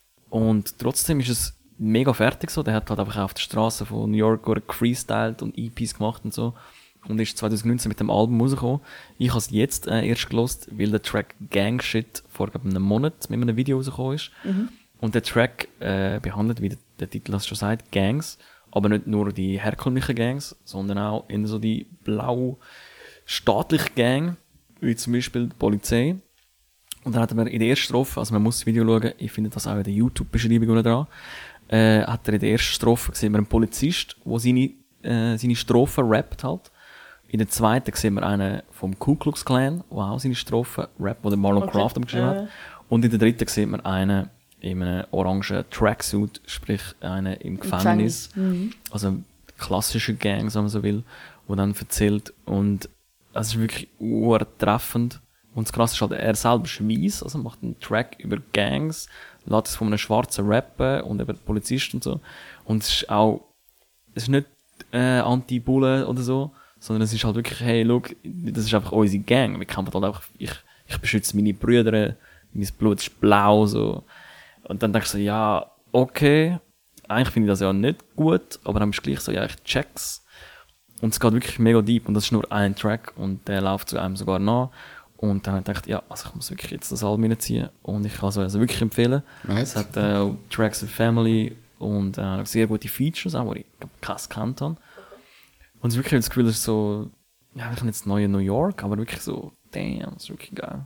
und trotzdem ist es mega fertig so. Der hat halt einfach auf der Straße von New York gefreestylt und E Ps gemacht und so und ist zwanzig neunzehn mit dem Album rausgekommen. Ich habe es jetzt äh, erst gelost, weil der Track Gang Shit vor glaub, einem Monat mit einem Video rausgekommen ist. Mhm. Und der Track äh, behandelt, wie der, der Titel das schon sagt, Gangs, aber nicht nur die herkömmlichen Gangs, sondern auch in so die blau staatliche Gang, wie zum Beispiel die Polizei. Und dann hat er in der ersten Strophe, also man muss das Video schauen, ich finde das auch in der YouTube-Beschreibung unten dran, äh, hat er in der ersten Strophe gesehen wir einen Polizist, der seine, äh, seine Strophen rappt halt. In der zweiten sehen wir einen vom Ku Klux Klan, der auch seine Strophen rappt, wo der Marlon Okay. Craft geschrieben hat. Und in der dritten sehen wir einen in einem orangen Tracksuit, sprich einen im Gefängnis. Mhm. Also klassische Gang, wenn man so will, wo dann erzählt. Und es ist wirklich urtreffend. Und das Krasse ist halt, er selber ist weiss, also macht einen Track über Gangs, lässt es von einem schwarzen rappen und über Polizisten und so. Und es ist auch, es ist nicht äh, Anti-Bullen oder so, sondern es ist halt wirklich, hey, schau, das ist einfach unsere Gang. Wir kämpfen halt einfach, ich, ich beschütze meine Brüder, mein Blut ist blau, so. Und dann denkst du so, ja, okay, eigentlich finde ich das ja nicht gut, aber dann bist du gleich so, ja, ich check's. Und es geht wirklich mega deep und das ist nur ein Track und der läuft zu einem sogar nach. Und dann habe ich gedacht, ja, also ich muss wirklich jetzt das Album reinziehen und ich kann es also wirklich empfehlen. Nice. Es hat äh, Tracks of Family und äh, sehr gute Features, auch, die ich krass gekannt habe. Und es ist wirklich das Gefühl, es ist so, ja, ich bin jetzt neu in New York, aber wirklich so, damn, das ist wirklich geil.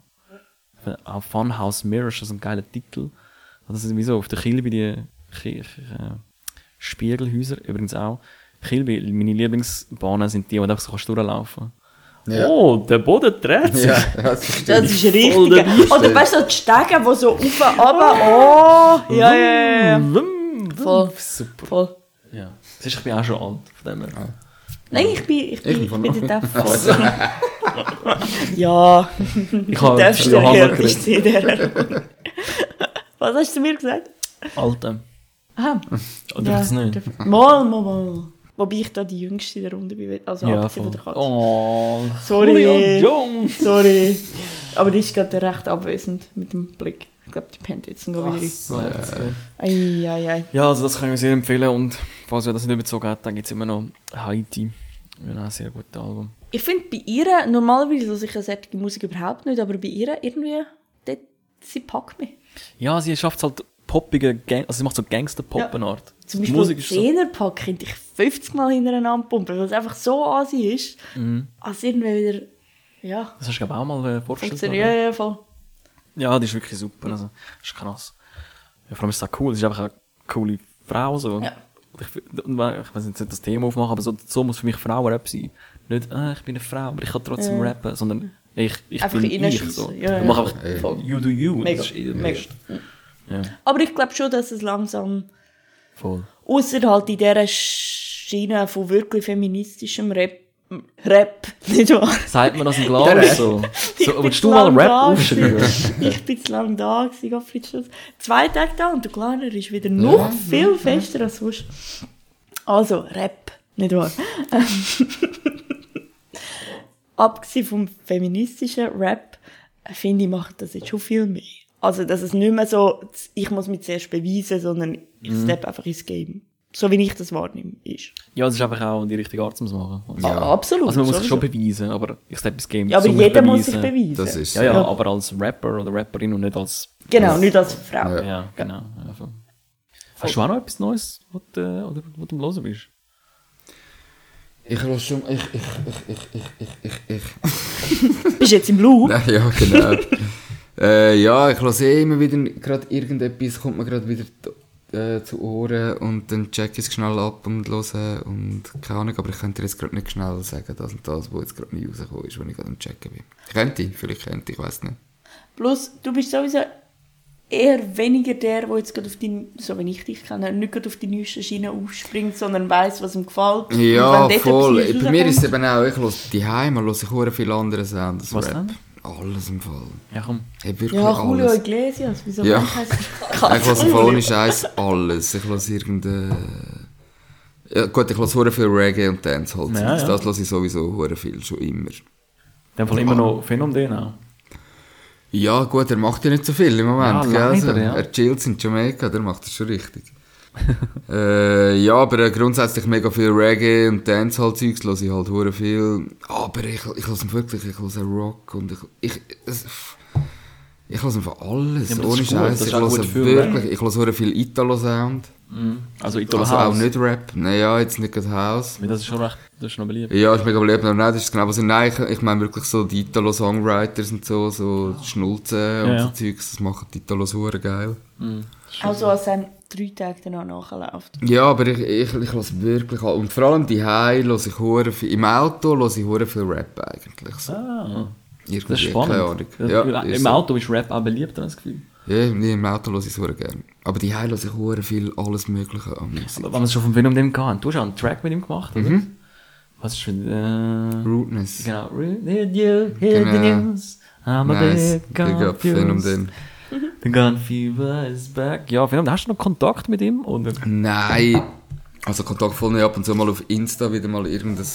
Auch Funhouse Mirror ist das ein geiler Titel. Das ist sowieso auf der Kilby die K- K- Spiegelhäuser, übrigens auch. Kilby, meine Lieblingsbahnen sind die, wo du einfach so kannst durchlaufen. Ja. Oh, der Boden dreht sich. Ja, das verstehe Das ich. ist richtig. Voll der geil. Oder weißt du, so die Stege, die so rauf, runter, oh, ja, ja, ja. Wum, Voll. Super. Voll. Ja. Das ist, ich bin auch schon alt, von dem her. Nein, ich bin, ich bin, ich bin bin von dort auch voll. Ja, Ich du habe darfst der Johanna Härteste in der. Was hast du mir gesagt? Alte. Aha. Oder ja, das nicht? darf- Mal, mal, mal. Wobei ich da die Jüngste in der Runde bin, also Ja, abgesehen von voll. der Katze. Oh, Sorry. Julio Jones. Sorry. Aber die ist gerade recht abwesend mit dem Blick. Ich glaube, die pennt jetzt noch wieder. So, jetzt, äh. Ei, ei, ei. Ja, also das kann ich mir sehr empfehlen und falls ihr das nicht überzogen habt, dann gibt es immer noch Haiti. Ja, ein sehr gutes Album. Ich finde bei ihr, normalerweise höre ich solche Musik überhaupt nicht, aber bei ihr irgendwie, dort, sie packt mich. Ja, sie schafft es halt poppige Gang, also sie macht so Gangster-Poppen-Art. Zum Die Beispiel Musik ist so, Zehnerpack könnte ich fünfzig Mal hintereinander pumpen, weil es einfach so an sie ist, Mhm. als irgendwie wieder, ja, das hast du glaube ich auch mal äh, vorgestellt. funktioniert. Ja, ja, voll. Ja, die ist wirklich super, also das ist krass. Ja, vor allem ist es auch cool, sie ist einfach eine coole Frau, so. Ja. Ich, ich weiß nicht, das Thema aufmachen, aber so, so muss für mich Frauenrap sein. Nicht, ah, ich bin eine Frau, aber ich kann trotzdem Ja. rappen, sondern ich, ich Einfach bin ich, reinschiessen. so. Ja, ich ja. mach einfach, Ja. Voll. you do you. Mega, Das ist eh mega. Ja, Aber ich glaube schon, dass es langsam, voll. ausser halt in dieser Schiene von wirklich feministischem Rap, Rap, nicht wahr? Sagt man das im Glas so? Ich so bin willst zu du mal lang Rap da aufschreiben? gewesen. Ich bin zu lange da gewesen, Gottfried Schulz. Zwei Tage da und der Kleiner ist wieder noch viel fester als sonst. Also, Rap, nicht wahr? Abgesehen vom feministischen Rap, finde ich, macht das jetzt schon viel mehr. Also, dass es nicht mehr so, ich muss mich zuerst beweisen, sondern ich Mhm. step einfach ins Game. So wie ich das wahrnehme, ist. Ja, das ist einfach auch die richtige Art, um es zu machen. Also, Ah, absolut. also man muss sich sowieso. schon beweisen, aber ich step ins Game. Ja, aber um mich jeder muss sich beweisen. beweisen. Das ist Ja, ja, Ja. aber als Rapper oder Rapperin und nicht als... Genau, nicht als Frau. Ja. Ja, genau. Ja, voll. Hast du auch noch etwas Neues, was du, äh, oder, was du am Hören bist? Ich höre schon. Ich, ich, ich, ich, ich, ich, ich, ich. Bist du jetzt im Blue? Nein, ja, genau. äh, ja, ich höre eh immer wieder, gerade irgendetwas kommt mir gerade wieder äh, zu Ohren und dann check ich es schnell ab und höre und keine Ahnung, aber ich könnte dir jetzt gerade nicht schnell sagen, das und das, was jetzt gerade nicht rausgekommen ist, wenn ich gerade am checken bin. Könnte ich, vielleicht könnte ich, ich weiss nicht. Plus, du bist sowieso eher weniger der, der jetzt gerade auf die, so wie ich dich kenne, nicht gerade auf die neuesten Schienen aufspringt, sondern weiss, was ihm gefällt. Ja, voll. Bei mir ist es eben auch, ich höre die Heim, höre ich höre viele andere Sounds als Was Rap. denn? Alles im Fall. Ja, komm. Hey, wirklich Ja, Julio alles. Iglesias, wieso Ja. heisst Ich höre voll ohne Scheiß alles. Ich höre irgendeine... Ja, gut, ich höre sehr viel Reggae und Dancehall. Ja, ja. Das höre ich sowieso sehr viel, schon immer. In dem Fall immer noch Phänomen auch. Ja, gut, er macht ja nicht so viel im Moment. Ja, gell? Also, leider, ja. Er chillt in Jamaika, der macht das schon richtig. äh, ja, aber äh, grundsätzlich mega viel Reggae und Dancehall-Zeugs höre ich halt sehr viel. Aber ich, ich höre wirklich, ich höre Rock und ich... ich es, ich höre einfach alles, Ja, aber das ohne ist gut, Scheiß. das ist Ich auch höre gut für wirklich, ich höre sehr viel Italo-Sound. Mhm. Also Italo Also House. auch nicht Rap. Naja, jetzt nicht gerade House. Weil das ist schon recht, das ist noch beliebt. Ja, ist mega beliebt, aber nein, das ist genau was ich, nein, ich, ich meine wirklich so die Italo-Songwriters und so, so Schnulzen und Ja, so ja. Zeugs, das machen die Italos hure geil. Mhm. Also, als er drei Tage danach nachläuft. Ja, aber ich, ich, ich lasse wirklich, all- und vor allem die Hause lasse ich hure viel, im Auto lasse ich hure viel Rap eigentlich. So. Ah, Irgendwie, das ist keine spannend. Ahnung. Das- Ja, Im ist so. Auto ist Rap auch beliebt, habe ich das Gefühl. Ja, nee, im Auto lasse ich es hure gerne. Aber die Hause lasse ich hure viel, alles Mögliche an Musik. Aber wenn wir es schon vom Film mit dem hatten, du hast auch einen Track mit ihm gemacht, oder? Mhm. Was ist für... Äh, Rootness. genau. Did you hear the Genau. news? I'm a Nice. bit Big up, Fan um confused. den. The gun fever is back. Ja, Phänomen, hast du noch Kontakt mit ihm? Oder? Nein. Also Kontakt voll nicht, ab und zu mal auf Insta wieder mal irgendein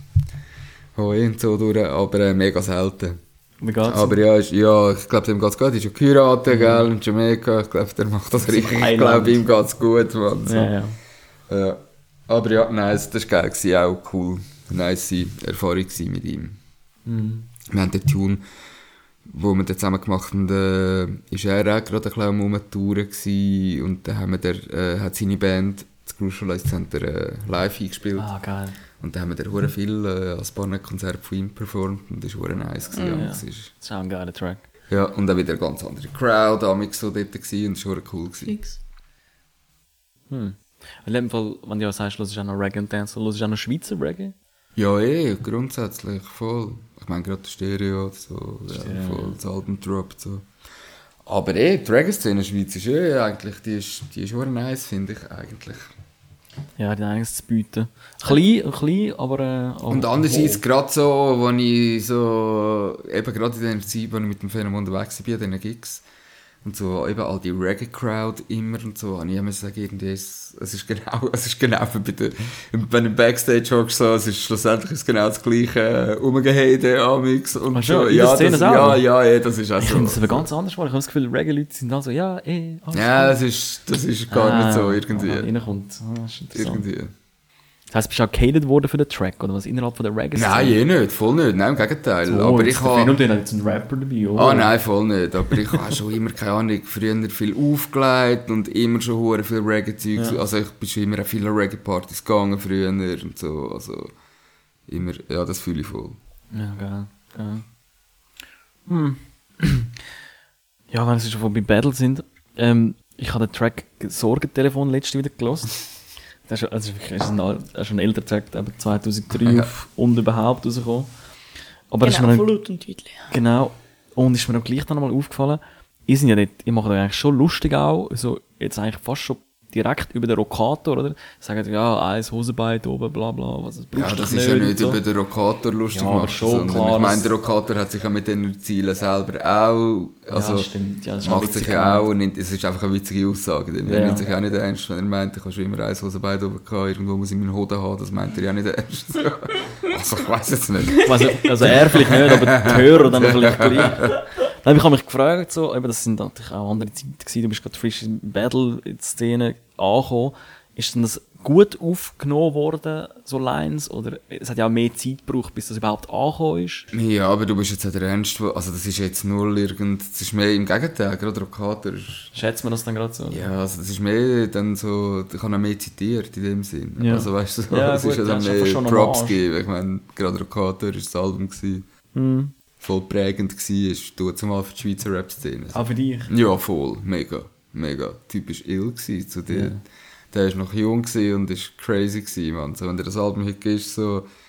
Hoi und so durch, aber äh, mega selten. Wie geht's? Aber ja, ist, ja ich glaube, dem geht's gut. Er ist ja geheiratet, gell, in Jamaika. Ich glaube, der macht das richtig. Ich Island. glaube, ihm geht's gut, Mann. So. Ja, ja. Ja. Aber ja, nice, das war geil, gewesen, auch cool. Eine nice Erfahrung gewesen mit ihm. Mhm. Wir haben den Tune, wo wir den zusammen gemacht haben, äh, ist er auch gerade ein bisschen am Rumtouren gewesen. Und dann haben wir der, äh, hat seine Band, das Crucialize Center, äh, live eingespielt. Ah, geil. Und dann haben wir der hure viel äh, als Konzert von ihm performt und das war hure nice gewesen. Ja. Ja. Das ist auch ein geiler Track. Ja, und dann wieder eine ganz andere Crowd, amix so dort gewesen, und das war hure cool gewesen. Fix. Hm. In dem Fall, wenn du ja sagst, du hörst auch noch Reggae und Dance, hörst du auch noch Schweizer Reggae? Ja, eh, grundsätzlich, voll. Ich meine, gerade Stereo, so, ja, Stereo. voll, das Album droppt, so. Aber eh, die Reggae-Szene in der Schweiz ist eh eigentlich, die ist, die ist hure nice, finde ich, eigentlich. Ja, die haben einiges zu bieten. Klein, klein, aber... Äh, aber Und andererseits, oh. gerade so, wo ich so, eben gerade in der Zeit, wo ich mit dem Phänomen unterwegs war, in den Gigs, und so, eben all die Reggae-Crowd immer und so, und ich muss sagen, irgendwie, es, es ist genau, es ist genau wie bei der, wenn du im Backstage hockst, so, es ist schlussendlich ist genau das gleiche, Umgeheide, Amix und Ach so. schon, in der Ja, Szene das, selber? ja, ja, ja, das ist auch Ich so. finde es aber ganz anders vor. Ich habe das Gefühl, Reggae-Leute sind auch so, ja, eh, alles Ja, gut. das ist, das ist gar nicht so, irgendwie. Ah, reinkommt. Ah, ist interessant. Irgendwie. Das heisst, bist du auch gehatet worden für den Track, oder was, innerhalb von der Reggae-Szene? Nein, eh nicht, voll nicht, nein, im Gegenteil. aber ich habe... habe... den hat jetzt einen Rapper dabei, oh. Ah, nein, voll nicht. Aber ich habe schon immer, keine Ahnung, früher viel aufgelegt und immer schon hure viel Reggae-Zeug. Ja. Also ich bin schon immer an viele Reggae-Partys gegangen früher und so. Also immer, ja, das fühle ich voll. Ja, geil, geil. Hm. Ja, wenn wir schon von bei Battle sind, ähm, ich habe den Track Sorgentelefon letzte wieder gelost. Das ist, also wirklich, das ist ein, al- das ist ein älterer Track, eben zweitausenddrei Ja. auf und überhaupt rausgekommen. Aber das ist Genau, mir von dann, laut und deutlich. genau, und ist mir dann gleich dann mal aufgefallen, ihr sind ja nicht, ihr macht euch eigentlich schon lustig auch, so jetzt eigentlich fast schon direkt über den Rockator, oder? Sagen, ja, eins Hosenbein oben, bla bla, was das Ja, brauchst du das doch ist ja und nicht so. über den Rockator lustig Ja, aber gemacht, schon, sondern klar, ich meine, das- der Rockator hat sich ja mit den Zielen selber auch, also ja, stimmt, ja, das ist auch macht sich witzig ja auch, gemeint. und nimmt- es ist einfach eine witzige Aussage, denn Ja, er ja. nimmt sich auch nicht ernst, wenn er meint, ich habe schon immer eins Hosenbein oben gehabt, irgendwo muss ich meinen Hoden haben, das meint er ja nicht ernst. So. Also ich weiss jetzt nicht. Also, also er vielleicht nicht, aber die Hörer dann vielleicht gleich. Nein, ich habe mich gefragt, so, eben, das sind natürlich auch andere Zeiten gewesen, du bist gerade frisch in Battle-Szene angekommen. Ist denn das gut aufgenommen worden, so Lines, oder es hat ja auch mehr Zeit gebraucht, bis das überhaupt angekommen ist? Ja, aber du bist jetzt nicht der Ernst, wo- also das ist jetzt null irgend, das ist mehr im Gegenteil, gerade Rockator ist, Schätzt man das dann gerade so? ja, also das ist mehr dann so, ich habe auch mehr zitiert in dem Sinn. Ja. Also weißt du, so, Ja, es gut, ist ja das dann ist einfach mehr schon Props Hommage. gegeben. Ich meine, gerade Rockator ist das Album gewesen, Hm. voll prägend gewesen, ist du zumal für die Schweizer Rap-Szene. Auch für dich? Ja, voll, mega, mega, typisch ill gewesen zu dir. Ja. Der war noch jung gewesen und ist crazy gewesen, man. So, wenn dir das Album heute ist, so,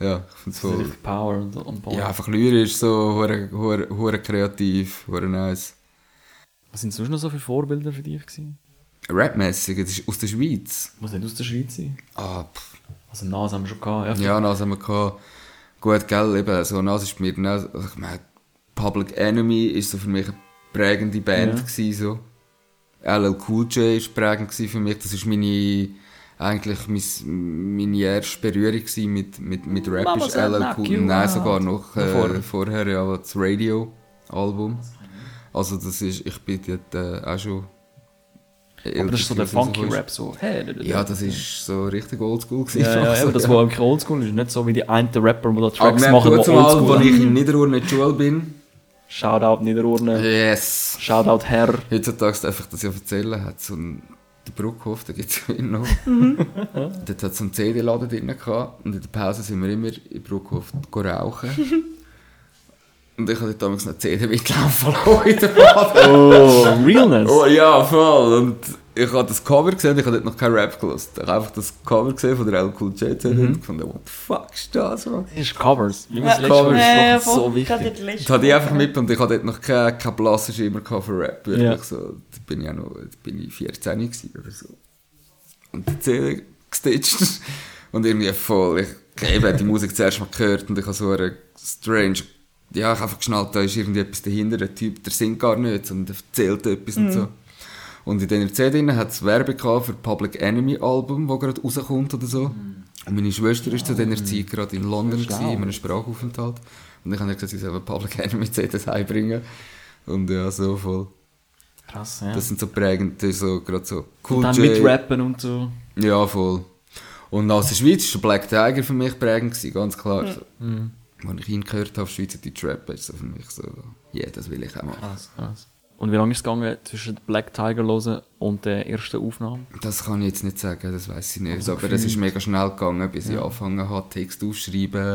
Ja, ich finde es voll... richtig Power und, und Power. Ja, einfach lyrisch, so, hure, hure, hure kreativ, hure nice. Was sind sonst noch so für Vorbilder für dich gewesen? Rapmäßig, das ist aus der Schweiz. Muss nicht aus der Schweiz sein? Ah, pff. Also Nas haben wir schon gehabt. Ja, Nas haben wir gehabt. Gut, gell, eben, so Nas ist mir dann auch, also ich meine, Public Enemy ist so für mich eine prägende Band Ja. gewesen, so. L L Cool J ist prägend gewesen für mich, das ist meine, eigentlich mein, meine erste Berührung gewesen mit, mit, mit Rap Mama ist said L L knock Cool, you nein, out. sogar noch, äh, Davor. vorher, ja, das Radio-Album. Also das ist, ich bin dort äh, auch schon... Aber das ist so der funky Rap, so. Hey, Ja, das ist so richtig oldschool gewesen. Ja, ja, so, eben, das, ja. was wirklich oldschool ist. Nicht so wie die einen Rapper, die da Aber Tracks wir machen, haben die zum Mal, oldschool als ich sind. in Niederurne in der Schule bin. Shoutout Niederurne. Yes. Shoutout Herr. Heutzutage darf ich das ja erzählen. Hat so einen, der Bruckhof, da gibt es ja ihn noch. Dort hat es so einen C D-Laden drin gehabt. Und in der Pause sind wir immer in Bruckhof rauchen. Und ich habe dort damals noch C D mitlaufen lassen in der Bade. Oh, Realness. Oh ja, voll. Und ich habe das Cover gesehen, ich habe dort noch kein Rap gehört. Ich habe einfach das Cover gesehen von der L L Cool J C D Mhm. und gefunden, what the fuck ist das, Mann? Das ist Covers. Jungs, Ja, letztes Covers. Mal Ja, ist doch so Ich hatte wichtig. die letzte Das hatte ich einfach Woche. mit und ich hatte dort noch keinen kein blassen Schimmer gehabt für Rap. Wirklich Ja. so. Da bin ich auch noch, da bin ich vierzehn gewesen oder so. Und die C D gestitcht. Und irgendwie voll, ich ich habe die Musik zuerst mal gehört und ich habe so eine strange, ja, ich habe einfach geschnallt, da ist irgendwie etwas dahinter, der Typ, der singt gar nicht, sondern der erzählt etwas und so. Und in dieser C D hat es Werbung gehabt für Public Enemy Album, das gerade rauskommt oder so. Und meine Schwester war zu dieser Zeit gerade in London, gewesen, in einem Sprachaufenthalt. Und ich habe ihr gesagt, sie soll Public Enemy C Ds heimbringen. Und ja, so voll. Krass, ja. Das sind so prägend, so, gerade so Cool Und dann J. mit Rappen und so. Ja, voll. Und aus der Schweiz war der Black Tiger für mich prägend, gewesen, ganz klar. So. Mhm. Als ich ihn gehört habe, Schweizerdeutsch Rap, ist so für mich so, ja, yeah, das will ich auch machen. Krass, krass. Und wie lange ist es gegangen zwischen Black Tiger hören und der ersten Aufnahme? Das kann ich jetzt nicht sagen, das weiß ich nicht. Also aber es ist mega schnell gegangen, bis ich angefangen habe, Text aufzuschreiben.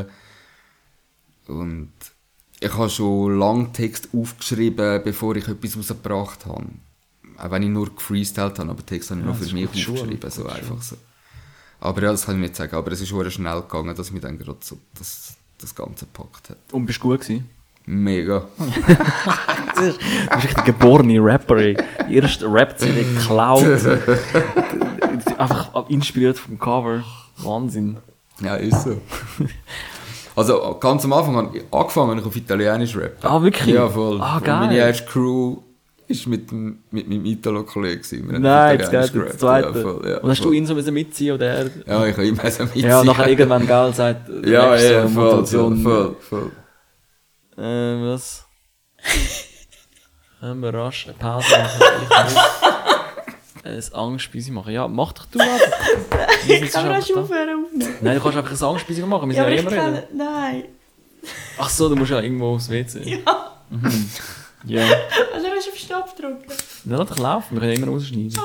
Und ich habe schon lange Text aufgeschrieben, bevor ich etwas rausgebracht habe. Auch wenn ich nur gefreestylt habe, aber Text habe ich Ja, noch das für ist mich gute Schule, aufgeschrieben, so gute einfach so. Aber ja, das kann ich nicht sagen. Aber es ist sehr schnell gegangen, dass mich dann gerade so das, das Ganze gepackt hat. Und bist du gut gewesen? Mega. Du bist echt ein geborener Rapper, ey. Erst Rap-C D geklaut. Einfach inspiriert vom Cover. Wahnsinn. Ja, ist so. Also ganz am Anfang habe ich angefangen auf Italienisch Rap. Ah, wirklich? Ja, voll. Ah, Und geil. meine erste Crew war mit, dem- mit meinem Italo-Kollegen. Wir haben Nein, jetzt Italienisch geht das gerappt. zweite. Ja, voll, ja, und hast voll. du ihn so müssen mitziehen oder er? Ja, ich habe immer so mitziehen. Ja, und nachher irgendwann geil sagt, Ja, rappst ja, so voll, Motivation. voll, voll. Äh, was? Können wir rasch eine Pause machen? Ich muss ein Angstspieße machen. Ja, mach doch du einfach. Ich kann rasch aufhören aufnehmen. Nein, du kannst einfach ein Angstspieße machen. Wir Ja, sind aber ja ich immer kann... reden. Nein. Ach so, du musst ja irgendwo aufs W C. Ja. Mhm. Ja. Also musst du auf Stopp drücken. Dann lass doch laufen, wir können immer rausschneiden.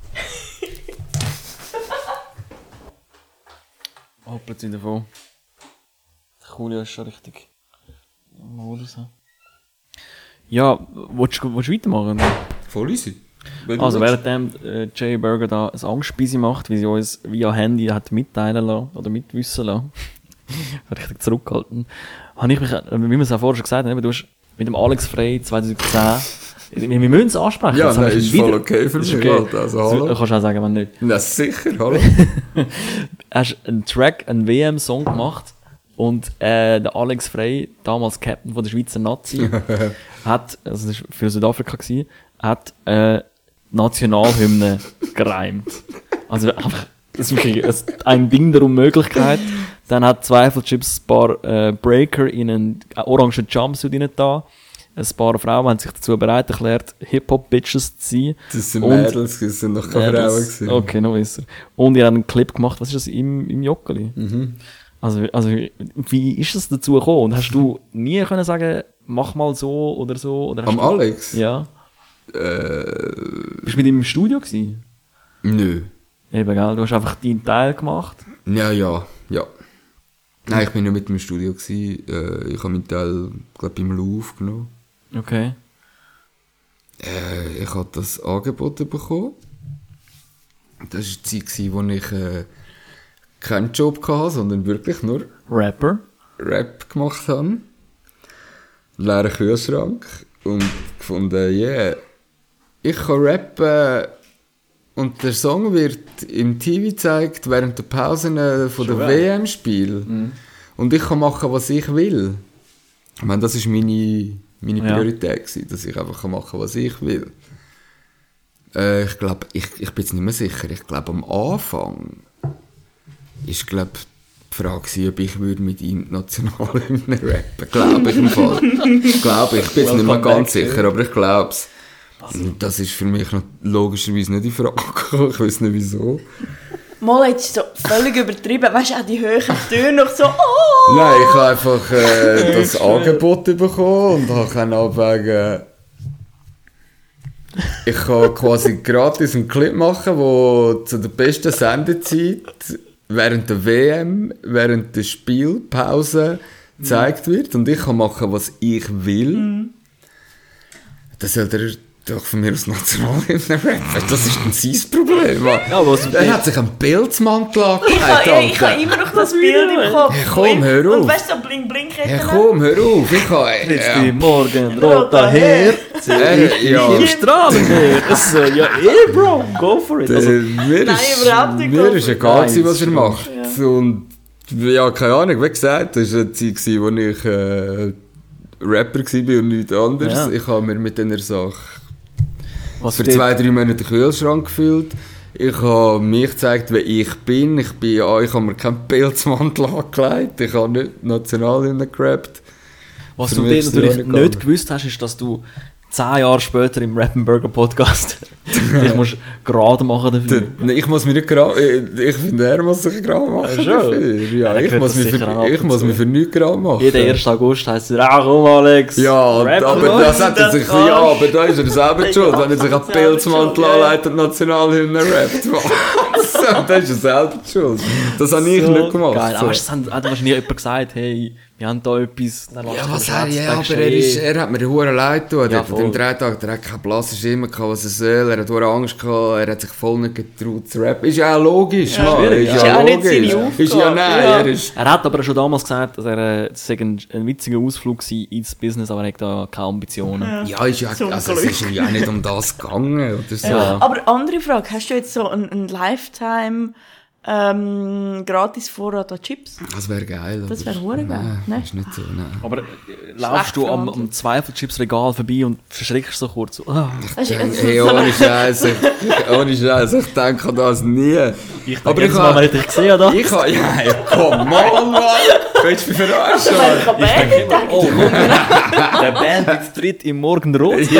Hoppla, sind davon. Der Julio ist schon richtig. Modus. Ja, willst du, willst du weitermachen? Voll easy. Wenn du Also, willst. währenddem äh, Jay Burger da ein Angstspieße macht, wie sie uns via Handy hat mitteilen lassen, oder mitwissen lassen, richtig zurückgehalten, habe ich mich, äh, wie wir es auch vorher schon gesagt haben, du hast mit dem Alex Frey zwanzig zehn, wir, wir müssen es ansprechen. Ja, Jetzt habe nein, ich ist wieder- voll okay für ist mich. okay. Halt. Also, hallo. Du kannst auch sagen, wenn nicht. Na, sicher, hallo. Hast einen Track, einen W M-Song gemacht und äh, der Alex Frey, damals Captain von der Schweizer Nazi, hat, also das war für Südafrika gewesen, hat äh, Nationalhymne gereimt. Also einfach, das ist wirklich ein- ein Ding der Unmöglichkeit. Dann hat Zweifelchips ein paar äh, Breaker in einen orangen Jumpsuit rein da. Ein paar Frauen haben sich dazu bereit erklärt, Hip-Hop-Bitches zu sein. Das sind Und- Mädels, das sind noch keine Ja, Frauen das- gewesen. Okay, noch besser. Und ihr habt einen Clip gemacht, was ist das, im, im Joggeli? Mhm. Also, also, wie ist es dazu gekommen? Und hast du nie können sagen, mach mal so oder so? Oder hast Am du, Alex? Ja. Äh, Bist du mit ihm im Studio gewesen? nö. Eben, gell? Du hast einfach deinen Teil gemacht. Ja, ja, ja. Nein, ich bin nicht mit dem Studio gewesen. Äh, ich habe meinen Teil, glaube ich, beim Lou aufgenommen. Okay. Äh, ich habe das angeboten bekommen. Das war die Zeit, wo ich äh, keinen Job hatte, sondern wirklich nur Rapper. Rap gemacht habe. Leeren Kühlschrank. Und gefunden, yeah, ich kann rappen und der Song wird im T V gezeigt während der Pausen von der W M-Spiel. Mhm. Und ich kann machen, was ich will. Ich meine, das war meine, meine Priorität, gewesen, dass ich einfach machen kann, was ich will. Äh, ich glaube, ich, ich bin jetzt nicht mehr sicher, ich glaube am Anfang ist glaub, die Frage, ob ich würde mit ihm Nationalhymne rappen, glaube ich im Fall. Ich glaube, ich bin jetzt nicht mehr ganz sicher, aber ich glaube es. Das ist für mich noch logischerweise nicht in Frage gekommen, ich weiß nicht wieso. Mal jetzt so völlig übertrieben, weißt du, auch die höheren Töne noch so, oh! Nein, ich habe einfach äh, das Angebot bekommen und habe können abwägen, ich kann quasi gratis einen Clip machen, der zu der besten Sendezeit während der W M, während der Spielpause gezeigt wird und ich kann machen, was ich will. Mhm. Das soll der doch von mir aus Nationalhymne rappen. Das ist ein sein Problem. Ja, er hat sich einen Pilzmantel angelegt. Ich, ich habe immer noch das Bild im Kopf. Hey, komm, hör auf. Und weißt du, so bling bling hey, komm, hör auf. Ich habe... Jetzt ja. Die Morgenrot daher. Äh, ja. Im Strahlenmeer. So, ja, eh, Bro. Go for it. Also, mir nein, ist, überhaupt nicht. Mir ist egal, nein, was er macht. Ja. Und ja, keine Ahnung, wie gesagt, das war eine Zeit, wo ich äh, Rapper war und nichts anderes. Ja. Ich habe mir mit dieser Sache Was für zwei, drei Monate den Kühlschrank gefüllt. Ich habe mich gezeigt, wie ich bin. Ich bin ja, ich habe mir keinen Pilzmantel angelegt. Ich habe nicht Nationalhymne gerappt. Was für du dir natürlich nicht gewusst hast, ist, dass du zehn Jahre später im Rap and Burger Podcast dich musst gerade machen dafür. Da, ich muss mich nicht gerade... Ich, ich finde, er muss sich gerade machen ja, dafür. Ja, ich muss, mich für, ich muss mich für nichts gerade machen. Jeden ersten August heisst es, ah komm Alex. Ja, aber das hat er sich... Ja, aber da ist er selber schuld, wenn er sich einen Pilzmantel anlegt und Nationalhymne rappt. Das ist er selber schuld. Das habe ich nicht gemacht. Geil, aber es hat wahrscheinlich jemand gesagt, hey, wir haben da etwas... Ja, was er, ja, aber er, ist, er hat mir den Huren leid getan. Ja, im Drehtag, der hat keinen blassen Schimmer gehabt, was er soll. Er hat Huren Angst gehabt, er hat sich voll nicht getraut zu rappen. Ist ja auch logisch, ja, Mann. Ist ja, ja auch logisch. Nicht seine Aufgabe. Ist ja, nein, ja. Er, ist er hat aber schon damals gesagt, dass er es ein, ein witziger Ausflug war ins Business, aber er hat da keine Ambitionen. Ja, ja, ist ja also, es ist ja nicht um das gegangen. Oder so. Ja. Aber andere Frage, hast du jetzt so ein, ein Lifetime... Ähm, gratis Vorrat an Chips. Das wäre geil. Das wäre hure geil. Nein, nein, ist nicht so, nein. Aber äh, laufst du am, am Zweifelchips-Regal vorbei und verschreckst so kurz? Oh. Ich denke, hey, ohne Scheiß, ohne Scheiß, ich denke an das nie. Ich denke, jetzt mal, wenn ich dich gesehen habe. Ich habe, ja, komm on, Mann. Willst du mich verarschen? Ich habe Bandit gedacht. Oh, der Bandit tritt im Morgenrot.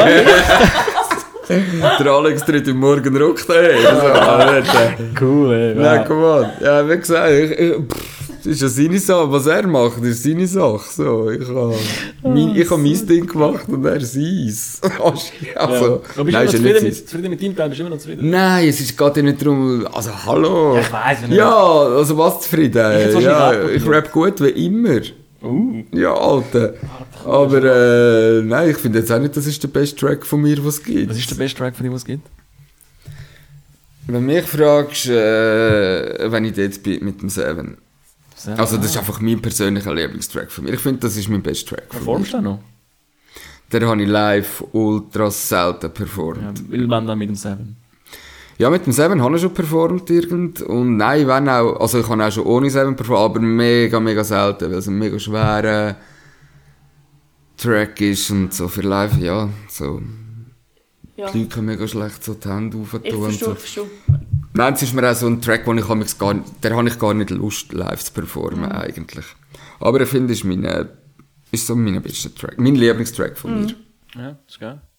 Der Alex tritt im Morgenrock daher. So, cool, ey. Wow. Nein, komm on. Ja, wie gesagt, ich, ich, pff, das ist ja seine Sache. Was er macht, ist seine Sache. So, ich habe oh, mein, ich hab mein Ding gemacht und er seins. Also, ja. Aber bist du nein, zufrieden mit, zufrieden mit deinem Teil? Bist du immer noch zufrieden? Nein, es geht ja nicht darum... Also, hallo. Ja, ich weiss nicht. Ja, also was zufrieden? Ich, ja, ich rap gut wie immer. Uh. Ja, Alter. Aber äh, nein, ich finde jetzt auch nicht, das ist der beste Track von mir, was es gibt. Was ist der beste Track von dir, was es gibt? Wenn du mich fragst, äh, wenn ich dort bin mit dem Seven. Seven. Also das ist einfach mein persönlicher Lieblingstrack von mir. Ich finde, das ist mein bester Track von mir. Performst du noch? Den habe ich live ultra selten performt. Ja, will man dann mit dem Seven? Ja, mit dem Seven habe ich schon performt irgend. Und nein, wenn auch, also ich habe auch schon ohne Seven performt, aber mega, mega selten, weil es ein mega schwerer Track ist und so für live, ja, so. Ja. Die Leute können mega schlecht so die Hände auftun. Ich verstehe, so. ich verstehe. Nein, es ist mir auch so ein Track, wo ich gar nicht, der habe ich gar nicht Lust, live zu performen, mhm. eigentlich. Aber ich finde, es ist, meine, ist so mein bester Track, mein Lieblingstrack von mhm. mir. Ja, das ist geil.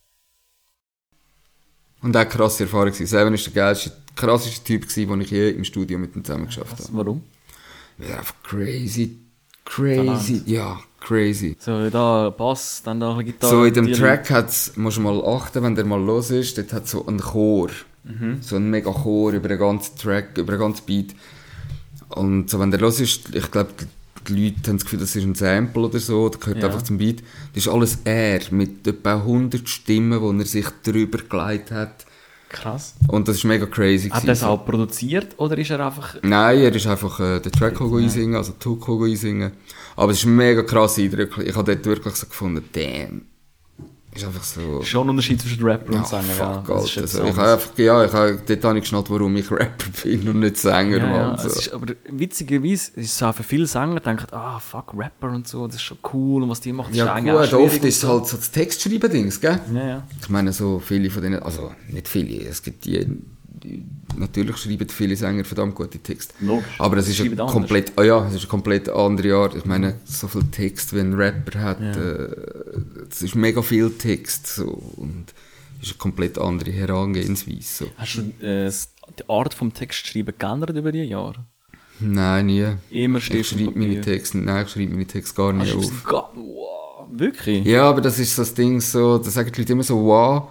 Und auch eine krasse Erfahrung. Seven war der geilste, krasseste Typ, den ich je im Studio mit ihm zusammen geschafft habe. Warum? Weil er einfach crazy, crazy, Talent. Ja, crazy. So, da Bass, dann da eine Gitarre. So, in dem Track hat's, musst du mal achten, wenn der mal los ist, dort hat so einen Chor. Mhm. So einen mega Chor über den ganzen Track, über den ganzen Beat. Und so, wenn der los ist, ich glaube, die Leute haben das Gefühl, das ist ein Sample oder so, das gehört ja. einfach zum Beat. Das ist alles er, mit etwa hundert Stimmen, die er sich drüber gelegt hat. Krass. Und das ist mega crazy. Hat er das auch produziert oder ist er einfach... Nein, er ist einfach äh, den Track ja. einsingen, also die Hook einsingen. Aber es ist mega krass eindrücklich. Ich habe dort wirklich so gefunden, damn. Ist einfach so... Schon ein Unterschied zwischen Rapper und Sänger. Fuck, ja, Alter. Also, ich habe einfach, ja, ich habe, dort habe ich geschnallt, warum ich Rapper bin und nicht Sänger. Ja, Mann, ja. so. Es ist, aber witzigerweise ist es so für viele Sänger, denken, ah, fuck, Rapper und so, das ist schon cool und was die machen, das Ja ist eigentlich gut, auch oft ist es so. halt so das Textschreiben-Dings, gell? Ja, ja. Ich meine, so viele von denen, also nicht viele, es gibt die, die natürlich schreiben viele Sänger verdammt gute Texte. Logisch. Aber es ist Schreiben eine anders. komplett, oh ja, es ist eine komplett andere Art. Ich meine, so viel Text, wie ein Rapper hat, Ja. äh, es ist mega viel Text, so, und es ist eine komplett andere Herangehensweise, so. Hast du äh, die Art vom Textschreiben geändert über die Jahre? Nein, nie. Immer Ich stehst du schreibe meine Texte, nein, ich schreibe meine Texte gar nicht auf. auf. Wow, wirklich? Ja, aber das ist so das Ding, so, da sagen die Leute immer so, wow.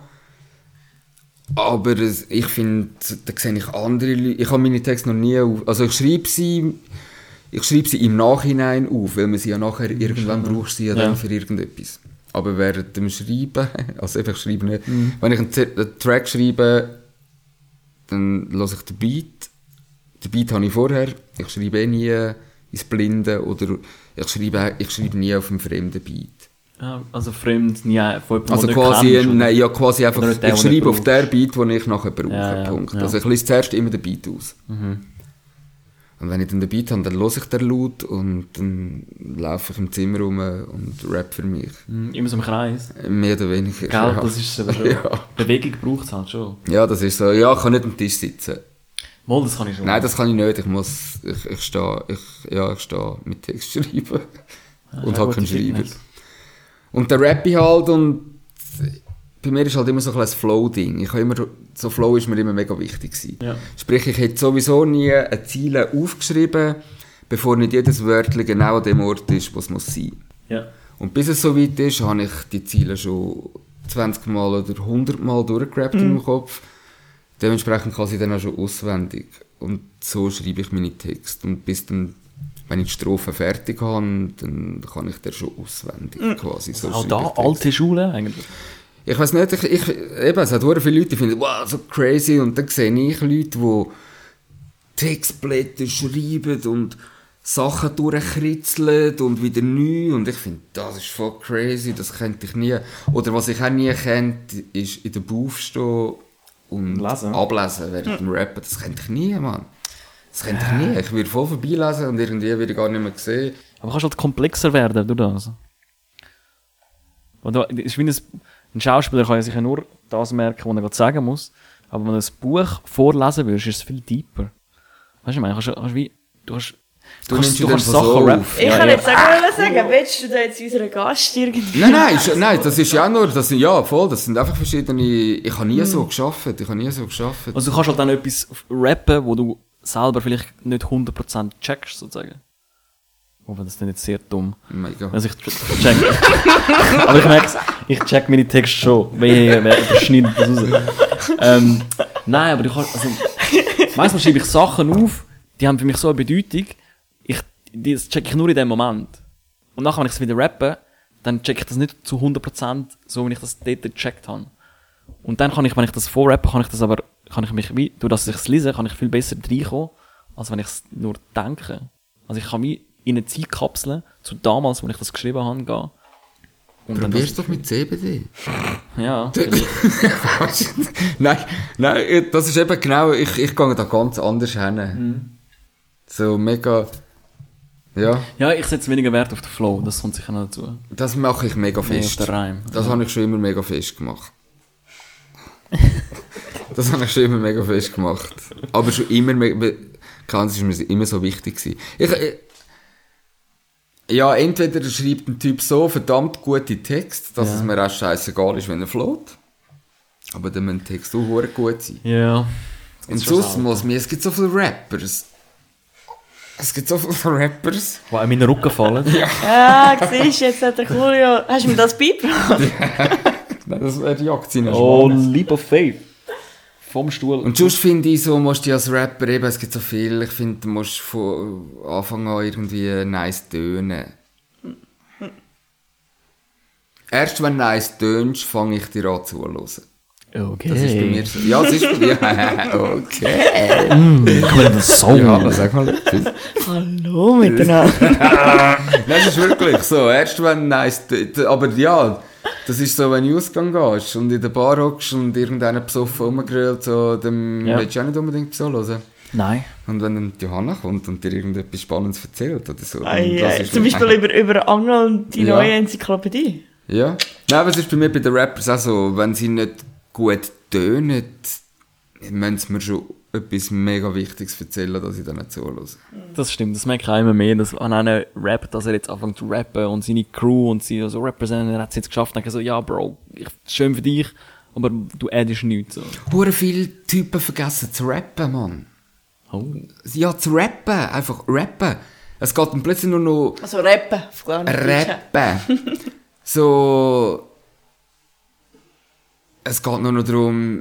Aber es, ich finde, da sehe ich andere Leute, ich habe meine Texte noch nie auf, also ich schreibe sie, ich schreibe sie im Nachhinein auf, weil man sie ja nachher irgendwann brauchst, sie ja dann Ja. für irgendetwas. Aber während dem Schreiben, also einfach schreiben nicht, Mhm. wenn ich einen, Z- einen Track schreibe, dann lasse ich den Beat, den Beat habe ich vorher, ich schreibe eh nie ins Blinde oder ich schreibe, ich schreibe nie auf einem fremden Beat. Ja, also fremd, nie von jemandem, Also den du quasi, nicht kennst, nein, ja, quasi einfach, Oder nicht der, ich den du schreibe auf brauchst. der Beat, den ich nachher brauche, Ja, ja, Punkt. ja. Also ich lese zuerst immer den Beat aus. Mhm. Und wenn ich dann den Beat habe, dann höre ich den laut und dann laufe ich im Zimmer rum und rap für mich. Mhm, immer so im Kreis. Mehr oder weniger. Gell, ja. das ist aber schon. Ja. Bewegung braucht es halt schon. Ja, das ist so. Ja, ich kann nicht am Tisch sitzen. Mal, das kann ich schon. Nein, das kann ich nicht. Ich muss, ich, ich stehe, ich, ja, ich stehe mit Text schreiben. Ja, und sehr habe keinen gute Schreiber. Fitness. Und der Rap ich halt und bei mir ist halt immer so ein kleines Flow-Ding. Ich habe immer, so Flow ist mir immer mega wichtig gewesen. Ja. Sprich, ich hätte sowieso nie eine Ziele aufgeschrieben, bevor nicht jedes Wörtchen genau an dem Ort ist, wo es muss sein. Ja. Und bis es so weit ist, habe ich die Ziele schon zwanzig Mal oder hundert Mal durchgerappt Mhm. in meinem Kopf. Dementsprechend kann ich dann auch schon auswendig. Und so schreibe ich meine Texte. Und bis dann, wenn ich die Strophe fertig habe, dann kann ich den schon auswendig quasi. So Auch schreibe da ich Texte. alte Schule eigentlich. Ich weiß nicht, ich, ich, eben, es hat sehr viele Leute, die finden, wow, so crazy. Und dann sehe ich Leute, die Textblätter schreiben und Sachen durchkritzeln und wieder neu. Und ich finde, das ist voll crazy, das könnte ich nie. Oder was ich auch nie kennt, ist in der Booth stehen und Lesen. ablesen während dem Rappen. Das könnte ich nie, Mann. Das könnte ich nie. Ich würde voll vorbeilesen und irgendwie würde ich gar nicht mehr sehen. Aber kannst halt komplexer werden durch das. Oder, es ist wie ein, ein Schauspieler kann ja sicher nur das merken, was er gerade sagen muss. Aber wenn du ein Buch vorlesen würdest, ist es viel deeper. Weißt du, ich meine, kannst, kannst wie, du kannst, Du kannst, nimmst du dir kannst dann Sachen so rappen. auf. Ich Ja, kann ja. jetzt sagen, sagen, willst du da jetzt unseren Gast irgendwie... Nein, nein, ist, nein, das ist ja auch nur, das sind, ja, voll, das sind einfach verschiedene, ich habe nie so geschafft, ich habe nie so geschafft. Also du kannst halt dann etwas rappen, wo du selber vielleicht nicht hundert Prozent checkst, sozusagen. Wobei das dann jetzt sehr dumm. Mega. Also ich check. Aber ich merke ich check meine Texte schon. Wer, wer überschneidet das raus? Ähm, nein, aber du kannst, also, meistens schreibe ich Sachen auf, die haben für mich so eine Bedeutung, ich, das check ich nur in dem Moment. Und nachher, wenn ich es wieder rappe, dann check ich das nicht zu hundert Prozent, so wie ich das dort gecheckt habe. Und dann kann ich, wenn ich das vorrappe, kann ich das aber, kann ich mich wie, durch das ich es lese, kann ich viel besser reinkommen, als wenn ich es nur denke. Also ich kann wie in eine Zeitkapsel zu damals, als ich das geschrieben habe, gehen. Und dann Probier's doch mit C B D. Ja. nein, nein, das ist eben genau, ich, ich gehe da ganz anders hin. Mhm. So mega, ja, Ja, ich setze weniger Wert auf den Flow, das kommt sicher noch dazu. das mache ich mega Mehr auf fest. den Reim. Das habe ich schon immer mega fest gemacht. Das habe ich schon immer mega fest gemacht. Aber schon immer, me- klar, das ist mir immer so wichtig gewesen. Ich, ich, ja, entweder schreibt ein Typ so verdammt gute Texte, dass Ja. es mir auch scheißegal ist, wenn er float. Aber dann muss ein Text auch verdammt gut sein. Ja. Und sonst muss mir, es gibt so viele Rappers. Es gibt so viele Rappers. Die in meinen Rücken fallen. Ja, siehst du, jetzt hat der Julio... Hast du mir das beigebracht? Nein, das wäre die Aktie Oh, Leap of Faith. Vom Stuhl. Und sonst finde ich so, musst du als Rapper eben, es gibt so viel, ich finde, du musst von Anfang an irgendwie nice tönen. Erst wenn du nice tönst, fange ich dir an zuzuhören. Okay. Das ist bei mir so. Ja, es ist bei mir. Okay. Mm, kann man das so? Ja, sag mal etwas. Hallo miteinander. Nein, das ist wirklich so. Erst wenn nice, aber ja, das ist so, wenn du in den Ausgang gehst und in der Bar hockst und irgendeiner besoffen rumgrillt, so, dann Ja. willst du auch nicht unbedingt so hören. Nein. Und wenn dann Johanna kommt und dir irgendetwas Spannendes erzählt oder so. dann Ei, lass ei. ich Zum nicht. Beispiel über, über Angel und die Ja. neue Enzyklopädie. Ja. Nein, aber es ist bei mir bei den Rappers auch so, wenn sie nicht gut tönen, müssen sie mir schon etwas mega Wichtiges erzählen, dass ich dann nicht zuhöre. Das stimmt, das merke ich auch immer mehr, dass an einer rappt, dass er jetzt anfängt zu rappen und seine Crew und sie so representen, er hat es jetzt geschafft, dann denke ich so, ja Bro, ich, schön für dich, aber du addest nichts. So. Hure viele Typen vergessen zu rappen, Mann. Oh. Ja, zu rappen, einfach rappen. Es geht dann plötzlich nur noch Also rappen. Klar, nicht rappen. So... Es geht nur noch darum,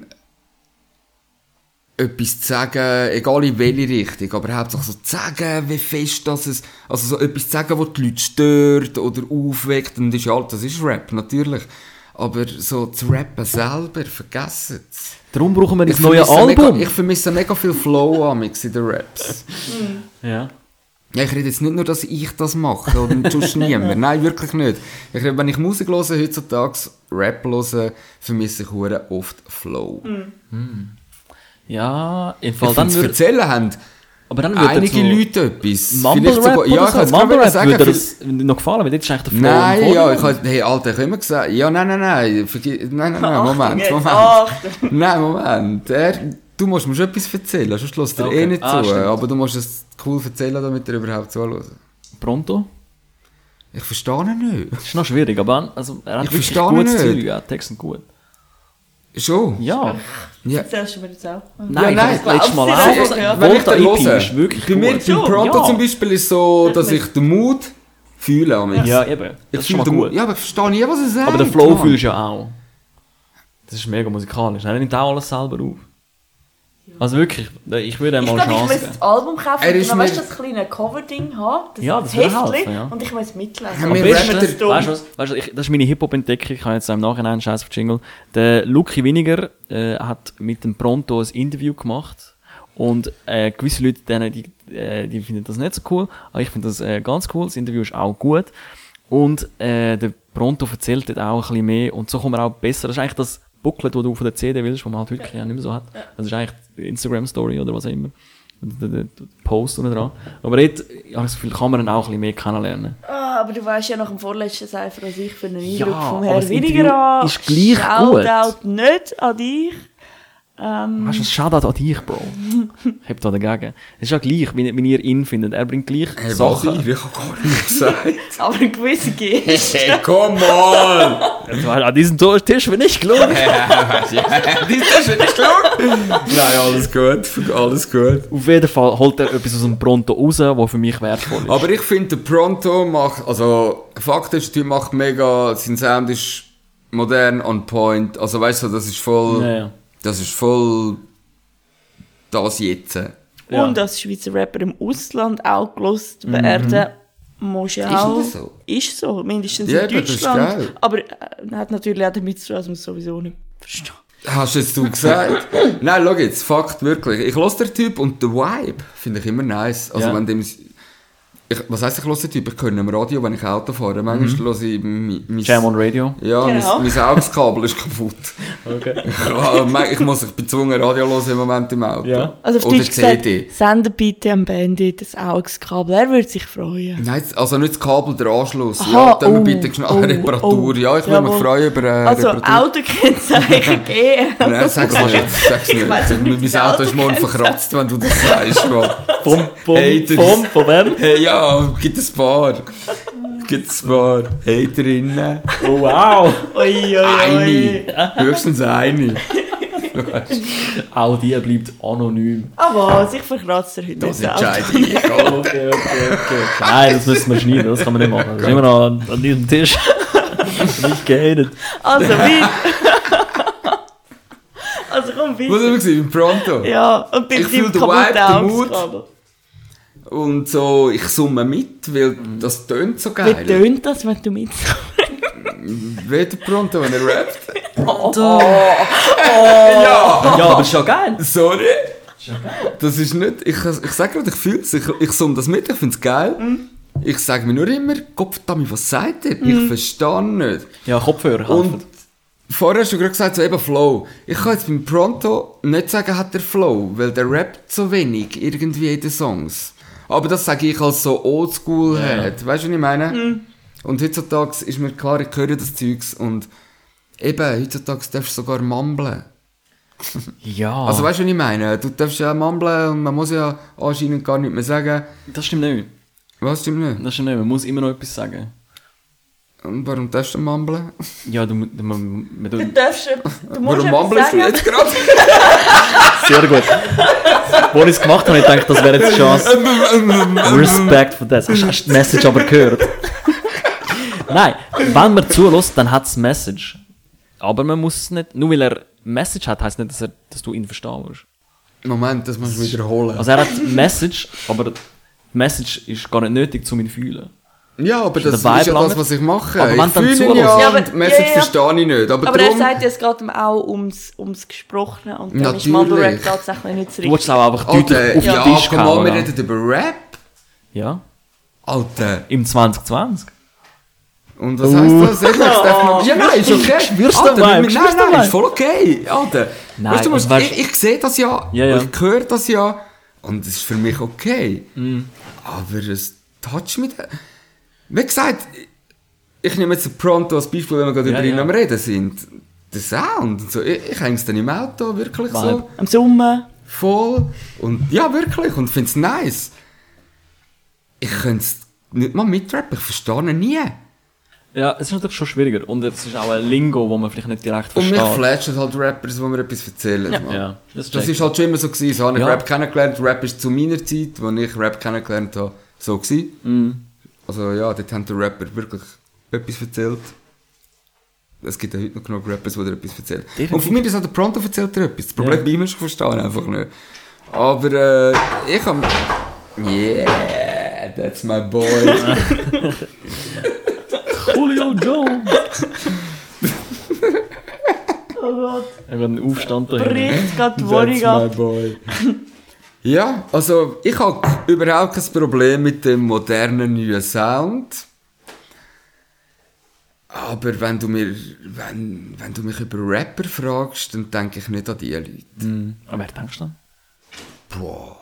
etwas zu sagen, egal in welche Richtung, aber hauptsächlich so zu sagen, wie fest das es, also so etwas zu sagen, was die Leute stört oder aufweckt, und das ist ja alles, das ist Rap, natürlich. Aber so zu rappen selber, vergessen es. Darum brauchen wir das Ich neue vermisse mega- Album. Ich vermisse mega viel Flow amix in den Raps. Ja. Ja, ich rede jetzt nicht nur, dass ich das mache oder sonst niemand. Nein, wirklich nicht. Ich rede, wenn ich Musik höre, heutzutage Rap höre, vermisse ich hure oft Flow. Ja, im Ich Fall finde, dann zu würde... erzählen haben Aber dann würde einige so Leute etwas. Mumble Vielleicht Rap sogar, oder ja, ich so. kann es Mumble gerade Rap sagen. würde dir vielleicht- das noch gefallen, weil das ist eigentlich der Flow. Nein, im ja, Vordergrund. ich habe, hey, Alter, ich habe immer gesagt, ja, nein, nein, nein, vergi- nein, nein, nein, Achtung Moment, jetzt, Moment. Achtung. Nein, Moment, er, du musst mir schon etwas erzählen, sonst hörst du dir Okay. eh nicht Ah, zu, stimmt. aber du musst es cool erzählen, damit er überhaupt zuhören. Pronto? Ich verstehe ihn nicht. Das ist noch schwierig, aber also, er hat Ich wirklich verstehe gutes nicht. Zeug, ja, die Texte sind gut. Schon? Ja. Ja. Erzählst du mir das auch? Nein, nein, ich habe das letzte Mal glaubst auch du gesagt. das? Wenn ich Volta den E P höre, ist wirklich bei mir, gut. beim Pronto Ja. zum Beispiel ist so, dass ich den Mut fühle. amix. Ja, eben. Das Ich ist schon mal fühle den gut. Mut. Ja, aber ich verstehe nie, was er sagt. Aber den Flow Mann. fühlst du ja auch. Das ist mega musikalisch. Er nimmt auch alles selber auf. Also wirklich, ich würde ihm Ich mal glaube, ich Chance muss geben. das Album kaufen Er und ist dann weißt du, mir- das kleine Cover-Ding haben. Das Ja, das das würde Heftchen, helfen, ja. Und ich muss mitlesen. Ja, Am wir besten, rappen weißt du dumm. was, weißt du, ich, das ist meine Hip-Hop-Entdeckung, ich habe jetzt im Nachhinein einen Scheiß auf Jingle. Der Lucky Winiger äh, hat mit dem Pronto ein Interview gemacht und äh, gewisse Leute, denen, die, äh, die finden das nicht so cool, aber ich finde das äh, ganz cool, das Interview ist auch gut und äh, der Pronto erzählt dort auch ein bisschen mehr und so kommt man auch besser, das ist eigentlich das Booklet, das du von der C D willst, das man halt wirklich ja. nicht mehr so hat. Das ist eigentlich die Instagram-Story oder was auch immer. Der, der, der Post unten dran. Aber dort, ich habe das Gefühl, kann man dann auch ein bisschen mehr kennenlernen. Ah, aber du weißt ja nach dem vorletzten Cypher, was ich für einen Eindruck Ja, vom aber Herrn das weniger Interview an. ist gleich Shoutout nicht an dich. Ähm, Weißt du, das Shoutout an dich, Bro. Ich hab da dagegen. Es ist ja gleich, wie, wie ihr ihn findet. Er bringt gleich Hey, was Sachen. ich? Ich habe gar nicht gesagt. aber eine gewisse Geste. Hey, come on! Weil an diesem Tisch bin ich gelungen. Das ist nicht klar. Nein, alles gut, alles gut. Auf jeden Fall holt er etwas aus dem Pronto raus, was für mich wertvoll ist. Aber ich finde, der Pronto macht, also, Fakt ist, der Typ macht mega, sein Sound ist modern, on point. Also, weißt du, das ist voll, Ja, ja. das ist voll das jetzt. Ja. Und als Schweizer Rapper im Ausland auch gelost werden, muss ja Ist auch... das so? Ist so, mindestens Ja, in aber das ist Deutschland. geil. Aber äh, hat natürlich auch damit zu tun, dass man es sowieso nicht versteht. Hast du jetzt du gesagt? Nein, schau jetzt, Fakt, wirklich. Ich höre den Typ und den Vibe finde ich immer nice. Also, Ja. wenn dem, ich, was heisst, ich höre den Typ? Ich höre ihn im Radio, wenn ich Auto fahre. Manchmal höre ich mein, mein, Jam on Radio. ja, Genau. mein, mein AUX-Kabel ist kaputt. Okay. Ich, ich muss, ich bin gezwungen, Radio hören im Moment im Auto. Ja. Also auf Oder Deutsch gesagt, C D. sende bitte am Bandit das A U X-Kabel. Er würde sich freuen. Nein, also nicht das Kabel, der Anschluss. Aha, ja, dann oh, bitte schnell oh, Reparatur. oh. Ja, ich würde mich Jawohl. freuen über eine Also Reparatur. Autokennzeichen G. Nein, sag's nicht, sag's nicht. weiss nicht, wie Mein das Auto ist Auto morgen kennt. verkratzt, wenn du das sagst. Mann. Vom, vom, Hey, das- vom, von wem? Hey, ja, gibt ein paar. Gibt ein paar. Haterinnen. Oh, wow. Ui, ui, ui. Eine. Höchstens eine. Auch die bleibt anonym. Aber was, ich verkratze dir heute Das das Auto. entscheide ich. Okay, okay, okay. Nein, das müssen wir schneiden, das kann man nicht machen. Das ist immer noch an, an diesem Tisch. Nicht gehatet. Also, wie... also komm, Was bitte. haben wir gesehen? Im Pronto. Ja, und bei Ich fühl deinem den Vibe, kaputten den Mut. AUX-Kabel. Und so, ich summe mit, weil das tönt so Wie geil. tönt das, wenn du mit... Wie der Pronto, wenn er rappt. Alter! Ja! Ja, aber ist ja geil. Sorry. Das ist nicht... Ich, ich sage gerade, ich fühle es. Ich, ich summe das mit, ich finde es geil. Mm. Ich sage mir nur immer, Gottverdammt, was sagt ihr? Mm. Ich verstehe nicht. Ja, Kopfhörer Und helfen. vorher hast du gerade gesagt, so eben Flow. Ich kann jetzt beim Pronto nicht sagen, hat der Flow, weil der rappt so wenig irgendwie in den Songs. Aber das sage ich als so Oldschool-Head. Ja. Weißt du, was ich meine? Mm. Und heutzutage ist mir klar, ich höre das Zeugs und eben, heutzutage darfst du sogar mumblen. Ja. Also weißt du, was ich meine? Du darfst ja mumblen und man muss ja anscheinend gar nichts mehr sagen. Das stimmt nicht. Was stimmt nicht? Das stimmt nicht, man muss immer noch etwas sagen. Und warum darfst du mumblen? Ja, du, du, du, du, Du darfst, du musst warum mumblest du jetzt gerade? Sehr gut. Als ich es gemacht habe, ich gedacht, das wäre jetzt die Chance. Respect for das. Hast du die Message aber gehört? Nein, wenn man zulässt, dann hat es Message. Aber man muss es nicht, nur weil er Message hat, heisst nicht, dass, er, dass du ihn verstehst. Moment, das musst du wiederholen. Also er hat Message, aber die Message ist gar nicht nötig, um ihn zu fühlen. Ja, aber das ist ja das, was ich mache. Aber ich fühle ihn ja, ja und die Message ja, ja. verstehe ich nicht. Aber, aber darum... er sagt ja, es geht ihm auch ums, ums Gesprochene und dann ist Mumble Rap tatsächlich nicht so richtig. Du willst auch einfach deutlich Alter, auf ja, den Tisch komm mal, wir ja. reden über Rap. Ja. Alter. Im zwanzig zwanzig. Und was heisst das? Ich oh. Ja, nein, ist okay. Spürst Alter, du mal? Nein, nein, nein, ist voll okay. Alter. Nein, weißt du, musst, weißt, ich, ich sehe das ja, ja, ja. ich höre das ja und es ist für mich okay. Mm. Aber es toucht mich... Wie gesagt, ich nehme jetzt Pronto als Beispiel, wenn wir gerade ja, über ihn ja. am Reden sind. Der Sound und so. Ich, ich hänge es dann im Auto, wirklich Vibe. So. Am Sommer. Voll. Und ja, wirklich. Und finde es nice. Ich könnte es nicht mal mitrappen, ich verstehe ihn nie. Ja, es ist natürlich schon schwieriger. Und es ist auch ein Lingo, wo man vielleicht nicht direkt versteht. Und mich flashen halt Rappers, die mir etwas erzählen. Ja, ja, das, das ist halt schon immer so gewesen. So habe ich ja. Rap kennengelernt. Rap ist zu meiner Zeit, als ich Rap kennengelernt habe, so gewesen. Mm. Also ja, dort haben die Rapper wirklich etwas erzählt. Es gibt ja heute noch genug Rappers, die dir etwas erzählen. Definitiv. Und für mich ist auch der Pronto erzählt dir etwas. Das Problem ja. bei ihm ist, ich verstehe einfach nicht. Aber äh, ich habe... Yeah, that's my boy. Julio Jones. Oh Gott. Er hat einen Aufstand dahin. Bricht gerade die Wohnung ab. That's my boy. Ja, also ich habe überhaupt kein Problem mit dem modernen neuen Sound. Aber wenn du, mir, wenn, wenn du mich über Rapper fragst, dann denke ich nicht an die Leute. Mm. Aber wer denkst du? Boah.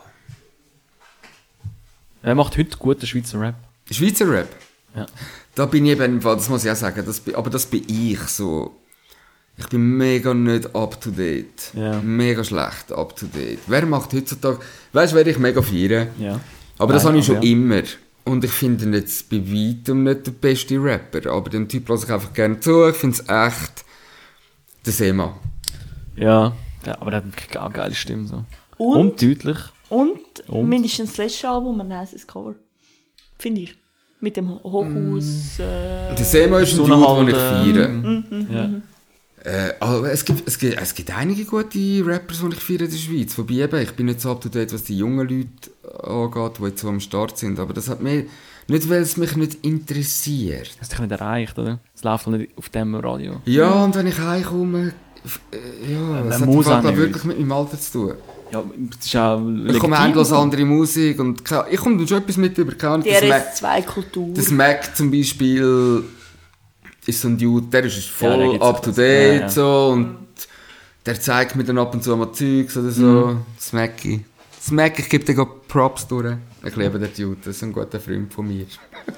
Wer macht heute guten Schweizer Rap? Schweizer Rap? Ja. Da bin ich eben, das muss ich auch sagen, das, aber das bin ich so. Ich bin mega nicht up to date. Ja. Mega schlecht up to date. Wer macht heutzutage... Weißt du, wer ich mega feiere? Ja. Aber das Nein, habe ich schon ja. immer. Und ich finde ihn jetzt bei weitem nicht der beste Rapper. Aber den Typ lasse ich einfach gerne zu. Ich finde es echt... Der Sema. Ja. Ja, aber der hat wirklich eine geile Stimme. So. Und? Und deutlich. Und, Und? mindestens das letzte Album ein nices Cover. Finde ich. Mit dem Hochhaus... Äh, der Sema ist ein Dude, den ich feiere. Mhm. Ja. Äh, aber es gibt, es, gibt, es gibt einige gute Rappers, die ich feiere in der Schweiz. Wobei eben, ich bin nicht so up to date, was die jungen Leute angeht, die jetzt so am Start sind. Aber das hat mir nicht, weil es mich nicht interessiert. Das ist dich nicht erreicht, oder? Es läuft nicht auf dem Radio. Ja, und wenn ich heimkomme, äh, ja, das hat muss einfach wirklich mit meinem Alter zu tun. Ja, das ist auch legitim. Ich komme endlos andere Musik und ich komme dann schon etwas mit über. Die R S zwei Kultur. Das Mac zum Beispiel ist so ein Dude, der ist voll ja, up to date ja, ja. so und der zeigt mir dann ab und zu mal Zeugs oder so. Mhm. Das Mackie. Das Mac, ich gebe dir gerade Props durch. Ich liebe den Dude, das ist ein guter Freund von mir.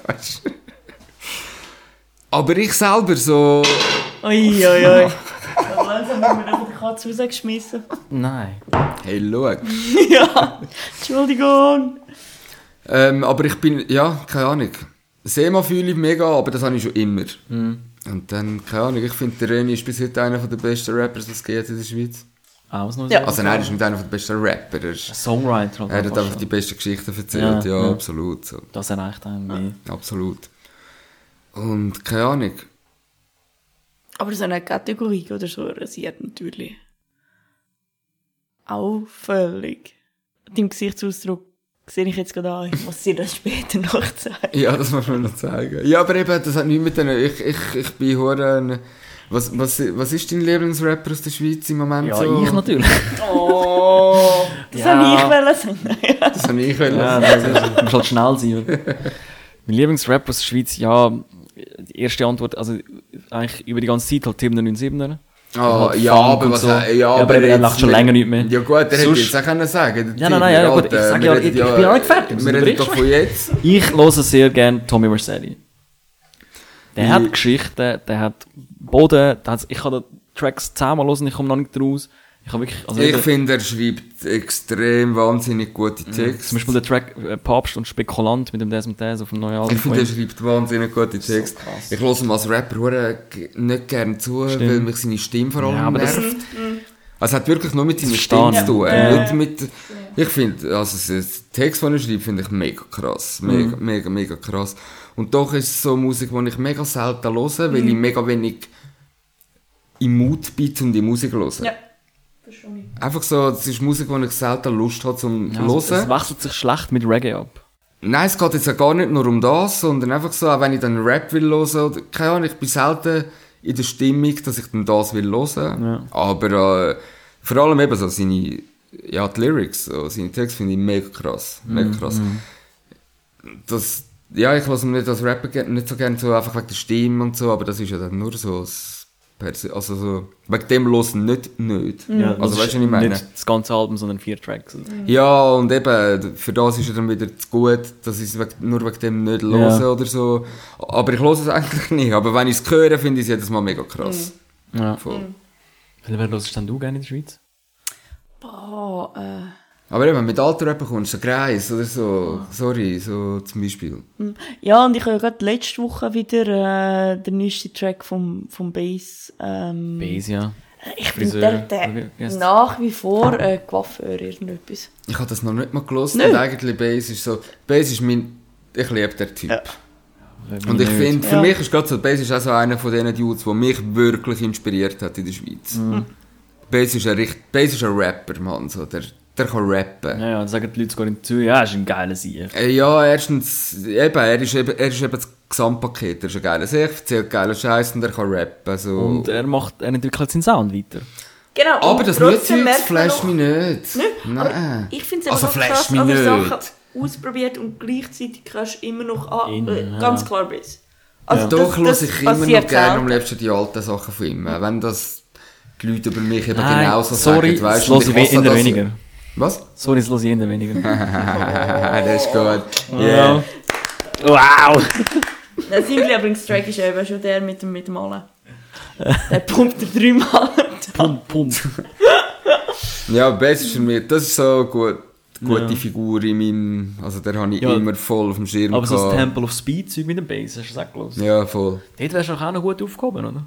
Aber ich selber so... Ui, ui, ui. Langsam haben wir die Katze rausgeschmissen. Nein. Hey, schau. Ja, Entschuldigung. Ähm, aber ich bin, ja, keine Ahnung. Sema fühle ich mega, aber das habe ich schon immer. Mhm. Und dann, keine Ahnung, ich finde, der René ist bis heute einer der besten Rappers, was es geht in der Schweiz. Ausnahmsweise. Ja. Also nein, er ist nicht einer der besten Rapper. Er ist, Songwriter. Er hat einfach die besten Geschichten erzählt, ja, ja, ja. absolut. So. Das erreicht einen mehr. Absolut. Und keine Ahnung. Aber so eine Kategorie oder so rasiert natürlich auch völlig. Deinem Gesichtsausdruck sehe ich jetzt gerade an. Ich muss dir das später noch zeigen. Ja, das muss man noch zeigen. Ja, aber eben, das hat nichts mit denen... Ich, ich, ich bin hure ein Was, was, was ist dein Lieblingsrapper aus der Schweiz im Moment Ja, so? ich natürlich. Oh, das Ja. habe ich wollen sagen. Das habe ich wollen. Ja, das ist, du musst halt schnell sein. Oder? Mein Lieblingsrapper aus der Schweiz, ja, die erste Antwort, also eigentlich über die ganze Zeit halt Tim der neunundsiebziger. Ah, Halt ja, Funk aber und was... so. Ja, Ja, aber er jetzt lacht schon nicht- länger nicht mehr. Ja gut, der hätte Sonst- jetzt auch können sagen. Ja, nein, nein, ja, gut, ich sag ja, ich- ich bin ja nicht fertig, wir Wir sind reden doch doch von jetzt. Ich höre sehr gerne Tommy Vercetti. Der Wie- hat Geschichten, der hat Boden, der hat, ich kann den Tracks zehnmal hören, ich komme noch nicht raus. Ich habe wirklich, also Ich eben- finde, er schreibt extrem wahnsinnig gute Texte. zum Beispiel der Track äh, Papst und Spekulant mit dem Des und Des auf dem neuen Album. Ich finde, er von ihm. schreibt wahnsinnig gute Texte. krass. Ich höre ihm als Rapper hure g- nicht gerne zu, Stimmt. weil mich seine Stimme vor allem Ja, aber das- nervt. Also es hat wirklich nur mit seiner Das Stimme verstehe zu tun. ich. Ja. Nicht mit, ich finde, also den Text, den er schreibt, finde ich mega krass. Mega, Mhm. mega, mega krass. Und doch ist es so Musik, die ich mega selten höre, weil ich mega wenig im Mut bin, um die Musik zu hören. Ja, verstehe ich. Einfach so, das ist Musik, die ich selten Lust habe zum Ja, hören. es, es wechselt sich schlecht mit Reggae ab. Nein, es geht jetzt ja gar nicht nur um das, sondern einfach so, auch wenn ich dann Rap will hören, oder, keine Ahnung, ich bin selten in der Stimmung, dass ich dann das will hören. Ja. Aber äh, vor allem eben so seine, ja, die Lyrics, so, seine Texte finde ich mega krass, mega krass. Das, ja, ich höre nicht als Rapper ge- nicht so gerne so, einfach wegen der Stimme und so, aber das ist ja dann nur so, das Perse- also so, wegen dem hören nicht, nicht. Ja, Also das weißt du, ist was ich meine? Nicht das ganze Album, sondern vier Tracks. Ja, und eben, für das ist er dann wieder zu gut, dass ich es weg, nur wegen dem nicht höre Ja. oder so. Aber ich höre es eigentlich nicht. Aber wenn ich es höre, finde ich es jedes Mal mega krass. Ja. Voll. Wer hörst denn du gerne in der Schweiz? Boah, äh... Aber eben, mit alten Rapper kommst du so Greis oder so. Sorry, so zum Beispiel. Ja, und ich habe ja gerade letzte Woche wieder äh, den neuesten Track vom, vom Bass. Ähm, Bass, ja. Ich finde Friseur, der, oder der wie heißt's? nach wie vor äh, Coiffeur irgendetwas. Ich habe das noch nicht mal gelesen. Nö. Und eigentlich Bass ist so... Bass ist mein... Ich liebe den Typ. Ja. Und ich finde, für Ja. mich ist gerade so, Bass ist auch so einer von diesen Dudes, der mich wirklich inspiriert hat in der Schweiz. Mhm. Bass ist ein richt, Bass ist ein Rapper, Mann, so, der, der kann rappen. Ja, ja, dann sagen die Leute sogar in Zürich, ja, ist ein geiler Sieg. Äh, Ja, erstens, eben, er ist eben, er ist eben das Gesamtpaket, er ist ein geiler Sieg, erzählt geilen Scheiß und er kann rappen, so. Und er macht, er entwickelt seinen Sound weiter. Genau, aber und das trotzdem Nützlich merkt man flasht noch- mich nicht. Nicht? Nein. Aber ich finde es Also einfach flasht krass, mich aber nicht. Sachen ausprobiert und gleichzeitig kannst du immer noch an, In, äh, ja. ganz klar Bass. Also Doch das- höre das ich immer noch passiert gerne am selten. liebsten die alten Sachen von ihm. Auch wenn das die Leute über mich eben Nein, genauso sorry, sagen, weißt das du. höre ich we- eher weniger. Was? Sorry, das höre ich eher weniger. Das ist gut. Ja. Wow! Sein Lieblingstrack ist eben schon der mit dem, mit dem Malen. Der pumpt er dreimal. Pump, pump. Ja, Bass ist für mich, das ist so gut, gute Ja. Figur in meinem, also der habe ich Ja. immer voll auf dem Schirm Aber so das gehabt. Temple of Speed Zeug mit dem Bass, hast du das auch gelesen? Ja, voll. Dort wärst du auch noch gut aufgehoben, oder?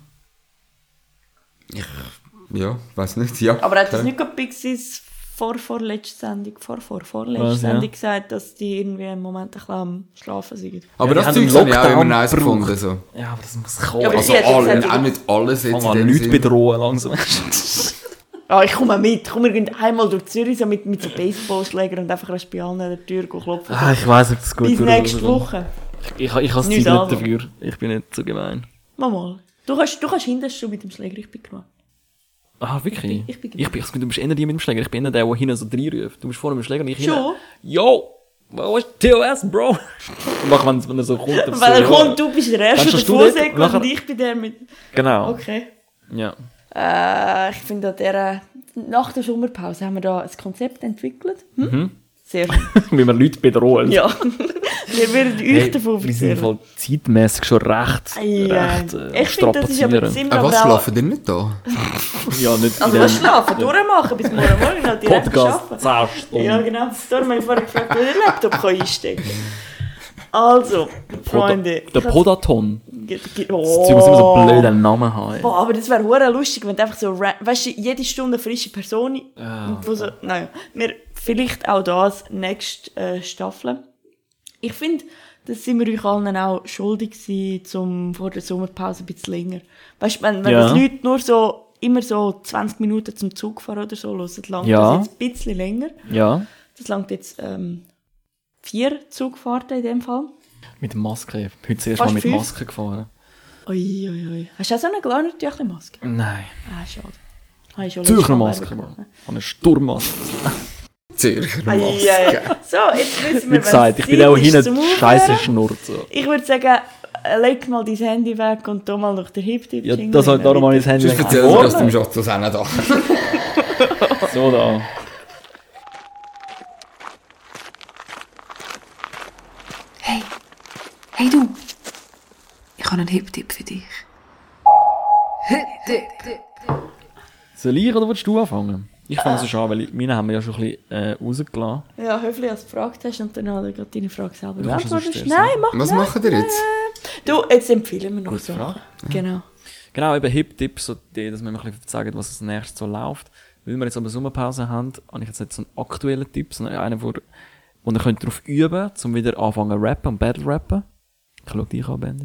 Ja, weiß nicht, ja. Aber hat das Okay. nicht gerade Pixies vor, vor letzter Sendung, vor, vor, vorletzte Was, ja? Sendung gesagt, dass die irgendwie im Moment ein bisschen am Schlafen sind? Aber Ja, die das haben Zeug habe ich auch Lockdown immer nice gebraucht. gefunden. So. Ja, aber das muss kommen. Ja, aber Also sie hat ja alle, gesagt, auch nicht alles jetzt Fang in an, dem nichts Sinn. bedrohen langsam. Ah, ich komme mit. Komm, wir gehen einmal durch Zürich so mit, mit so Baseballschlägern und einfach erst bei allen an der Tür klopfen. Ah, ich weiss, ob das gut Bis wird nächste oder so. Woche. Ich, ich, ich habe Nichts Zeit nicht anderes. dafür. Ich bin nicht so gemein. Mal mal. Du kannst, du kannst hinten schon mit dem Schläger, ich bin gemacht. Ah, wirklich? Ich bin- ich bin ich bin, du bist eher die mit dem Schläger. Ich bin eher der, der hinten so reinruft. Du bist vorne mit dem Schläger und ich Schon? hinten. Yo! Wo ist T O S, Bro? Und nachher, wenn, wenn er so kommt... dann Weil er so, kommt, du bist der Erste, Dann der stehst du dort Vorsäge und nachher- und ich bin der mit... Genau. Okay. Ja. Äh, ich finde, an der, nach der Sommerpause haben wir da ein Konzept entwickelt. Hm? Sehr schön. Wie wir Leute bedrohen. Ja. Wir würden euch Hey, davon wir sind erzählen. voll zeitmässig schon recht, Ja, recht äh, ich finde, das ist aber strapazieren. ziemlich... Ah, was, aber auch- schlafen die nicht da? Ja, nicht Also in was dem schlafen, durchmachen bis morgen Morgen noch direkt Podcast arbeiten. zehn Stunden. Ja, genau. Darum habe ich vorher gefragt, wo ihr Laptop kann einstecken kann. Also, Freunde. Der Podaton. Ge- ge- Das Zeug muss immer so Oh. blöden Namen haben. Boah, aber das wäre hure lustig, wenn du einfach so, ra- weißt du, jede Stunde eine frische Person, Ja. wo so, naja, wir, vielleicht auch das nächste äh, Staffel. Ich finde, das sind wir euch allen auch schuldig gewesen, zum, vor der Sommerpause ein bisschen länger. Weißt du, wenn, wenn Ja. das Leute nur so, immer so zwanzig Minuten zum Zug fahren oder so, hören, langt Ja. das jetzt ein bisschen länger. Ja. Das langt jetzt, ähm, vier Zugfahrten in dem Fall. Mit der Maske. Heute zuerst Fast mal mit fünf. Maske gefahren. Ui, ui, ui. Hast du auch so eine Glanertüchli-Maske? Nein. Ah, schade. Habe ich schon Zürcher letztes Mal Maske. gemacht. Eine Sturmmaske. Zürcher Ei, Maske. ei, ei. So, jetzt wissen Wie wir, gesagt, ich Zeit bin auch ist hinten zum scheiße Aufhören. schnurrt. So. Ich würde sagen, äh, leg mal dein Handy weg und tu mal noch den Hip-Tip. Ja, das halt darum habe ich das Handy Sonst weg. erzähl dir, dass du im Schatz auch nicht da. So da. Hey, hey du, ich habe einen Hip-Tipp für dich. Hip-Tipp. Soll ich oder willst du anfangen? Ich fange so an, weil meine haben wir ja schon ein bisschen äh, rausgelassen. Ja, höflich, als du gefragt hast und dann hat er gerade deine Frage selber Du kannst es beantwortet. erst Nein, mach Was nein, machen ihr jetzt? Du, jetzt empfehlen wir noch Gute so. Frage. Genau. Genau, eben Hip-Tipps, so die, dass wir ein bisschen sagen, was als nächstes so läuft. Weil wir jetzt aber Sommerpause haben, habe ich jetzt nicht so einen aktuellen Tipp, sondern einen, wo, wo ihr könnt darauf üben könnt, um wieder anfangen zu rappen und Battle-Rappen. Ich schaue dich an, Bandit.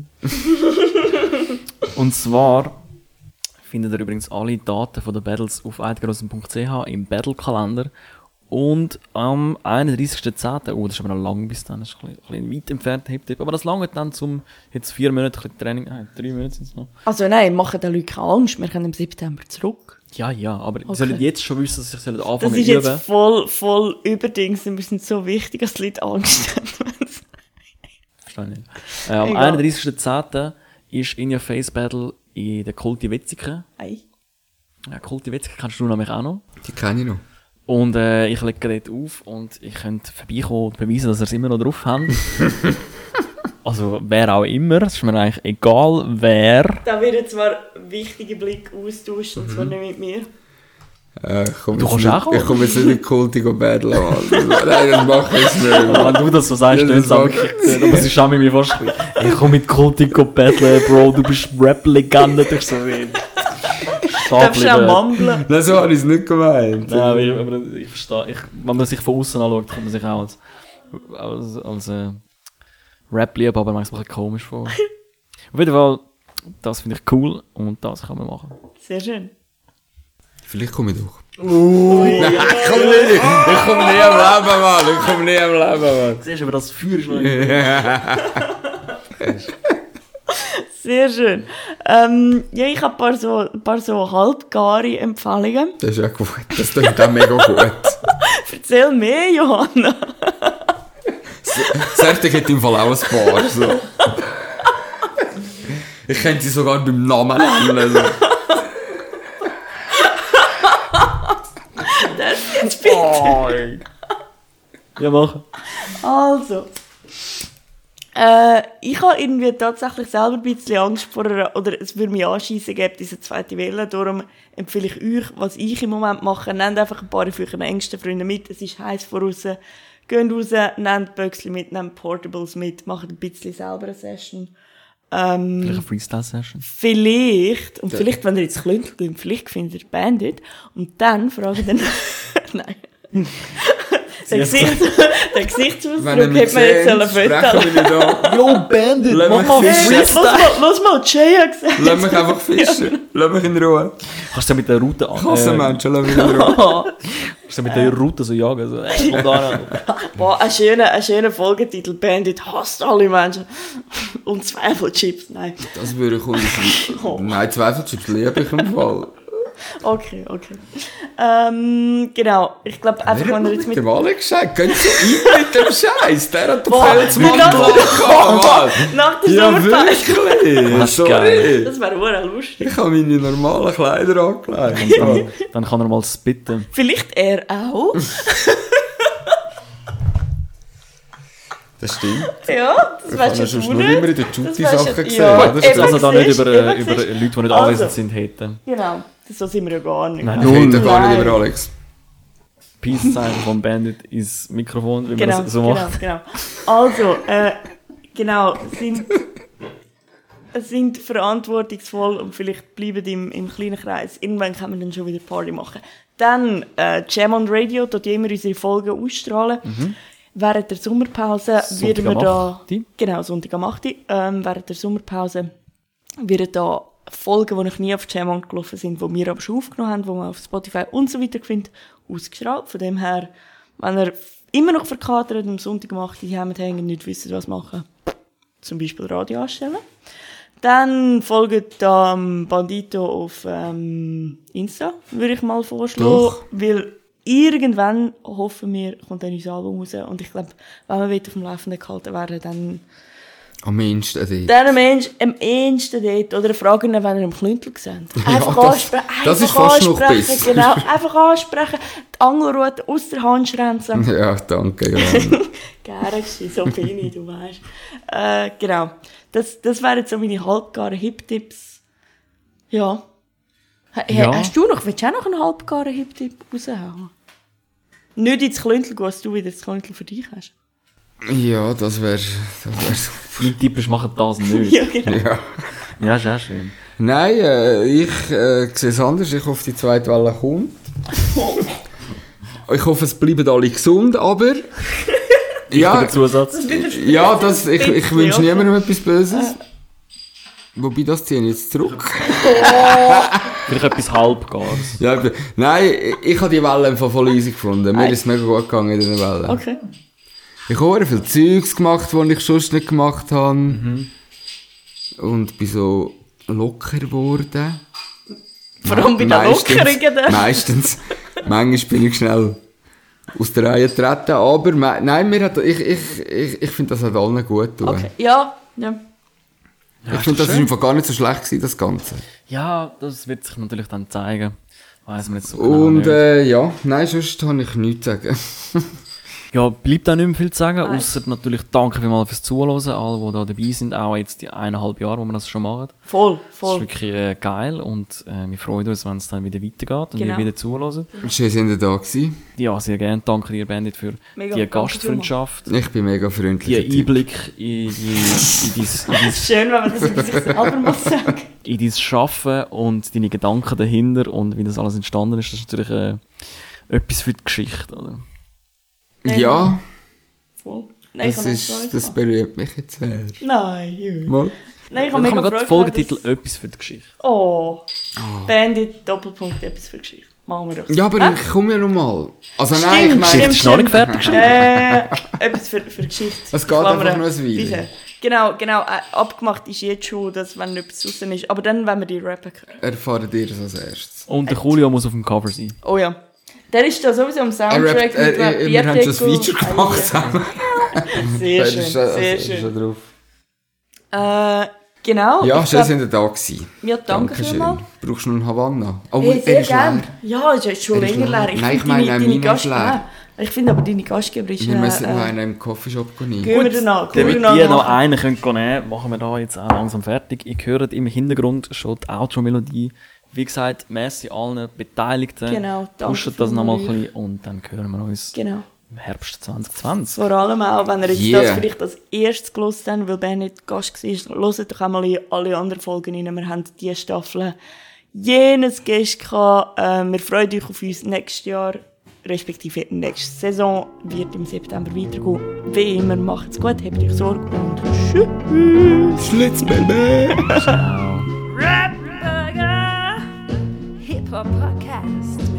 Und zwar findet ihr übrigens alle Daten von den Battles auf eidgrossen punkt c h im Battle-Kalender. Und am einunddreißigsten zehnten Oh, das ist aber noch lang bis dann, das ist ein bisschen, ein bisschen weit entfernt, Hip-Tip. Aber das lange dann zum jetzt vier Monate ein bisschen Training, nein, drei Monate sind es noch. Also nein, machen den Leuten keine Angst, wir kommen im September zurück. Ja, ja, aber Okay. die sollen jetzt schon wissen, dass ich soll anfangen Das zu ist üben. jetzt voll, voll überdings und wir sind so wichtig, dass die Leute Angst haben. Verstehe ich nicht. Äh, am Egal. einunddreißigsten zehnten ist In Your Face Battle in der Kulti Wetzikon. Ei. Ja, Kulti Wetzikon kennst du nämlich auch noch. Die kenne ich noch. Und äh, ich lege dort auf und ich könnte vorbeikommen und beweisen, dass ihr es immer noch drauf habt. Also wer auch immer, es ist mir eigentlich egal, wer. Da wird zwar wichtige Blicke austauscht, und zwar nicht mit mir. Äh, ich komme Du jetzt kannst nicht- auch kommen. Ich komme jetzt nicht in Kulti battlen, Mann. Nein, das mache ich jetzt nicht. Wenn Mann. du das so sagst, Ja, ja, das aber, mag ich. aber es ist auch mit mir fast ein bisschen, ich komme mit Kulti battlen, Bro, du bist Rap-Legende, du bist so wie... Darfst du auch mumblen? Nein, so habe ich es nicht gemeint. Nein, aber ich, aber ich verstehe, ich, wenn man sich von außen anschaut, kommt man sich auch als, als, als äh, Rap-Liebhaber manchmal ein bisschen komisch vor. Auf jeden Fall, das finde ich cool und das kann man machen. Sehr schön. Vielleicht komme ich doch. Nein, ich komme nicht. Ich komme nie am Leben, Mann. Ich komme nie am Leben, Mann. Siehst du, aber das Feuer ist noch Sehr schön. Ähm, ja, ich habe ein paar so, ein paar so halbgare Empfehlungen. Das ist ja gut. Das klingt auch mega gut. Erzähl mehr, Johanna. Sertig hat im Fall auch ein paar. So. Ich kenne sie sogar beim Namen nennen. Also. Das jetzt bitte. Ja, machen. Also. Äh, ich habe irgendwie tatsächlich selber ein bisschen Angst vor einer, oder es würde mich anschiessen geben, diese zweite Welle. Darum empfehle ich euch, was ich im Moment mache. Nehmt einfach ein paar von euren engsten Freunden mit. Es ist heiß voraus. Geht raus, nehmt Böckchen mit, nehmt Portables mit, macht ein bisschen selber eine Session. Ähm, Vielleicht eine Freestyle-Session. Vielleicht, und vielleicht, wenn ihr jetzt könnt, vielleicht findet ihr Bandit, und dann fragt ihr dann, nein. Der, Gesicht, der Gesichtsausdruck Wenn ihr hätte mich man jetzt seht, sollen sprechen fotografieren. wir nicht an. Yo, Bandit, Lass mach mich mal fischen. Hey, lass mal, lass mal, Jay hat gesagt. Lass mich einfach fischen. Lass mich in Ruhe. Kannst du mit der Route an... Hasse Menschen, lass mich in Ruhe. Kannst du mit der Route so jagen? So, ey, komm da ran. Boah, ein schöner, ein schöner Folgetitel. Bandit hasst alle Menschen. Und Zweifelchips, nein. Das würde ich uns... Nein, Zweifelchips liebe ich im Fall. Okay, okay. Ähm, genau. Ich glaube, einfach, Wer wenn hat ihr jetzt mit mit... dem Alex gesagt? Gehen Sie ein mit dem Scheiß. Der hat doch Boah, Felsmann wie lange- gemacht. Nach der Ja, Sommerpause. wirklich. Das ist Sorry. geil. Das wäre verdammt lustig. Ich habe meine normalen Kleider angelegt. Dann, dann kann er mal spitten. Vielleicht er auch. Das stimmt. Ja, das Ich weißt habe du schon schon nur nicht. immer in den Das Jutti-Sachen weisst du- gesehen. ja, Das eben. ist Also da nicht siehst, über, eben äh, über siehst. Leute, die nicht Also. anwesend sind, hätten. Genau. So sind wir ja gar nicht. Nein, Ich rede null. gar nicht Nein. über Alex. Peace-Zeichen von Bandit ins Mikrofon, wie Genau, man das so genau, macht. genau. Also, äh, genau, sind, sind verantwortungsvoll und vielleicht bleiben im, im kleinen Kreis. Irgendwann kann man dann schon wieder Party machen. Dann äh, Jam on Radio, dort immer unsere Folgen ausstrahlen. Mhm. Während der Sommerpause Sonntag werden wir am da... achten. Genau, Sonntag am achten Ähm, während der Sommerpause werden da Folgen, die noch nie auf Jam on gelaufen sind, die wir aber schon aufgenommen haben, die man auf Spotify und so weiter findet, ausgestrahlt. Von dem her, wenn ihr immer noch verkatert am Sonntag am achten Uhr hängen, nicht wissen, was machen, zum Beispiel Radio anstellen. Dann folgt ähm, Bandito auf ähm, Insta, würde ich mal vorschlagen. Doch. Weil irgendwann, hoffen wir, kommt ein neues Album raus. Und ich glaube, wenn wir auf dem Laufenden gehalten werden, dann... Am ehesten dort. Dann am ehesten, am ehesten dort. Oder fragen ihn, wenn ihr im Klüntel seht. Einfach das- ansprechen. das ist einfach fast noch ansprechen, besser. Genau, einfach ansprechen. Die Angelrute aus der Hand schrenzen. Ja, danke, ja. Gerne gewesen, so bin ich, du weißt. Äh, genau. Das, das wären so meine halbgaren Hip-Tipps. Ja. Ha, Ja. Hast du noch, willst du auch noch einen halbgaren Hip-Tipp raushauen? Nicht ins Klüntel gehen, dass du wieder das Klüntel für dich hast. Ja, das wäre das wär super. Mein Tipp ist, macht das nicht. Ja, genau. Ja. Ja, ist auch schön. Nein, äh, ich äh, sehe es anders. Ich hoffe, die zweite Welle kommt. Ich hoffe, es bleiben alle gesund, aber... ja, Der Zusatz. ja das, ich, ich Bisschen, wünsche oder? niemandem etwas Böses. Wobei, das ziehe ich jetzt zurück. Vielleicht etwas Halbgares. Ja, ich- nein, ich, ich habe die Welle einfach voll easy gefunden. Mir ist es mega gut gegangen in dieser Welle. Okay. Ich habe auch viel Zeugs gemacht, die ich sonst nicht gemacht habe. Mhm. Und bin so locker geworden. Vor allem bei den Meistens- Lockerungen. da. Meistens. Manchmal bin ich schnell aus der Reihe getreten. Aber me- nein, mir hat, ich, ich, ich, ich finde, das hat allen gut getan. Okay. Ja, ja. Ich finde, das ist einfach gar nicht so schlecht gewesen, das Ganze. Ja, das wird sich natürlich dann zeigen. Weiss man jetzt so genau Und nicht. äh, ja, nein, sonst habe ich nichts zu sagen. Ja, bleibt auch nicht mehr viel zu sagen, Nein. außer natürlich danke vielmals fürs Zuhören, alle, die da dabei sind, auch jetzt die eineinhalb Jahre, wo wir das schon machen. Voll, Das ist voll. wirklich äh, geil und äh, wir freuen uns, wenn es dann wieder weitergeht und Genau. ihr wieder zuhören. Schön, sind ihr da gewesen. Ja, sehr gerne. Danke dir, Bandit, für Mega, die danke Gastfreundschaft, Ich bin mega die freundlich. Einblick in, die, in, dein, in, dein, Schön, wenn man das über sich selber muss sagen. in dein Schaffen und deine Gedanken dahinter und wie das alles entstanden ist. Das ist natürlich äh, etwas für die Geschichte, oder? Ja, Voll. Nein, ich das, habe ist, mega das Freude berührt mich jetzt sehr. gehabt. Nein, jö. Mal. Nein, ich Dann habe kann man mega gerade Freude Folgetitel gehabt, dass- «Etwas für die Geschichte». Oh. Bandit, Doppelpunkt, etwas für Geschichte. Machen wir das. Ja, aber Hä? ich komme ja noch mal. Also nein, Stimmt, ich meine, stimmt. Ist noch nicht fertig? Äh, etwas für, für Geschichte. Es geht Klammern. einfach nur ein Weile. Diese. Genau, genau. Äh, abgemacht ist jetzt schon, dass wenn etwas draussen ist. Aber dann, wenn wir die Rappen hören. erfahren ihr das als erstes. Und der Julio muss auf dem Cover sein. Oh ja. Der ist da sowieso am Er Soundtrack rappt, er, er, wir haben schon ein Feature gemacht zusammen. Sehr Er schön, ist schon- sehr er ist schön. schon drauf. Äh, genau. Ja, ich schön, glaub- sind ihr da gewesen. Ja, danke vielmals. Brauchst du noch einen Havanna? Oh, Hey, er sehr ist gerne. leer. Ja, ist jetzt schon Er ist länger leer. leer. Ich Nein, ich finde meine, deine, meiner deine ist Gast... leer. Äh, ich finde aber deine Gastgeber ist... Wir Äh, müssen noch äh, einen im Coffeeshop nehmen. gehen wir danach. Damit Gehen wir ihr noch danach. einen könnt nehmen, machen wir da jetzt auch langsam fertig. Ihr hört im Hintergrund schon die Outro-Melodie. Wie gesagt, merci allen Beteiligten. Genau, danke Pusht das nochmal ein vielmals. bisschen und dann hören wir uns Genau. im Herbst zwanzig zwanzig. Vor allem auch, wenn ihr jetzt Yeah. das vielleicht als erstes gehört habt, weil Ben nicht Gast war, hört doch einmal in alle anderen Folgen rein. Wir haben diese Staffel jenes Gast gehabt. Äh, wir freuen uns auf uns nächstes Jahr, respektive nächste Saison wird im September weitergehen. Wie immer, macht's gut, habt euch Sorge und tschüss. Schlitz, Baby! Hip Hop Podcast.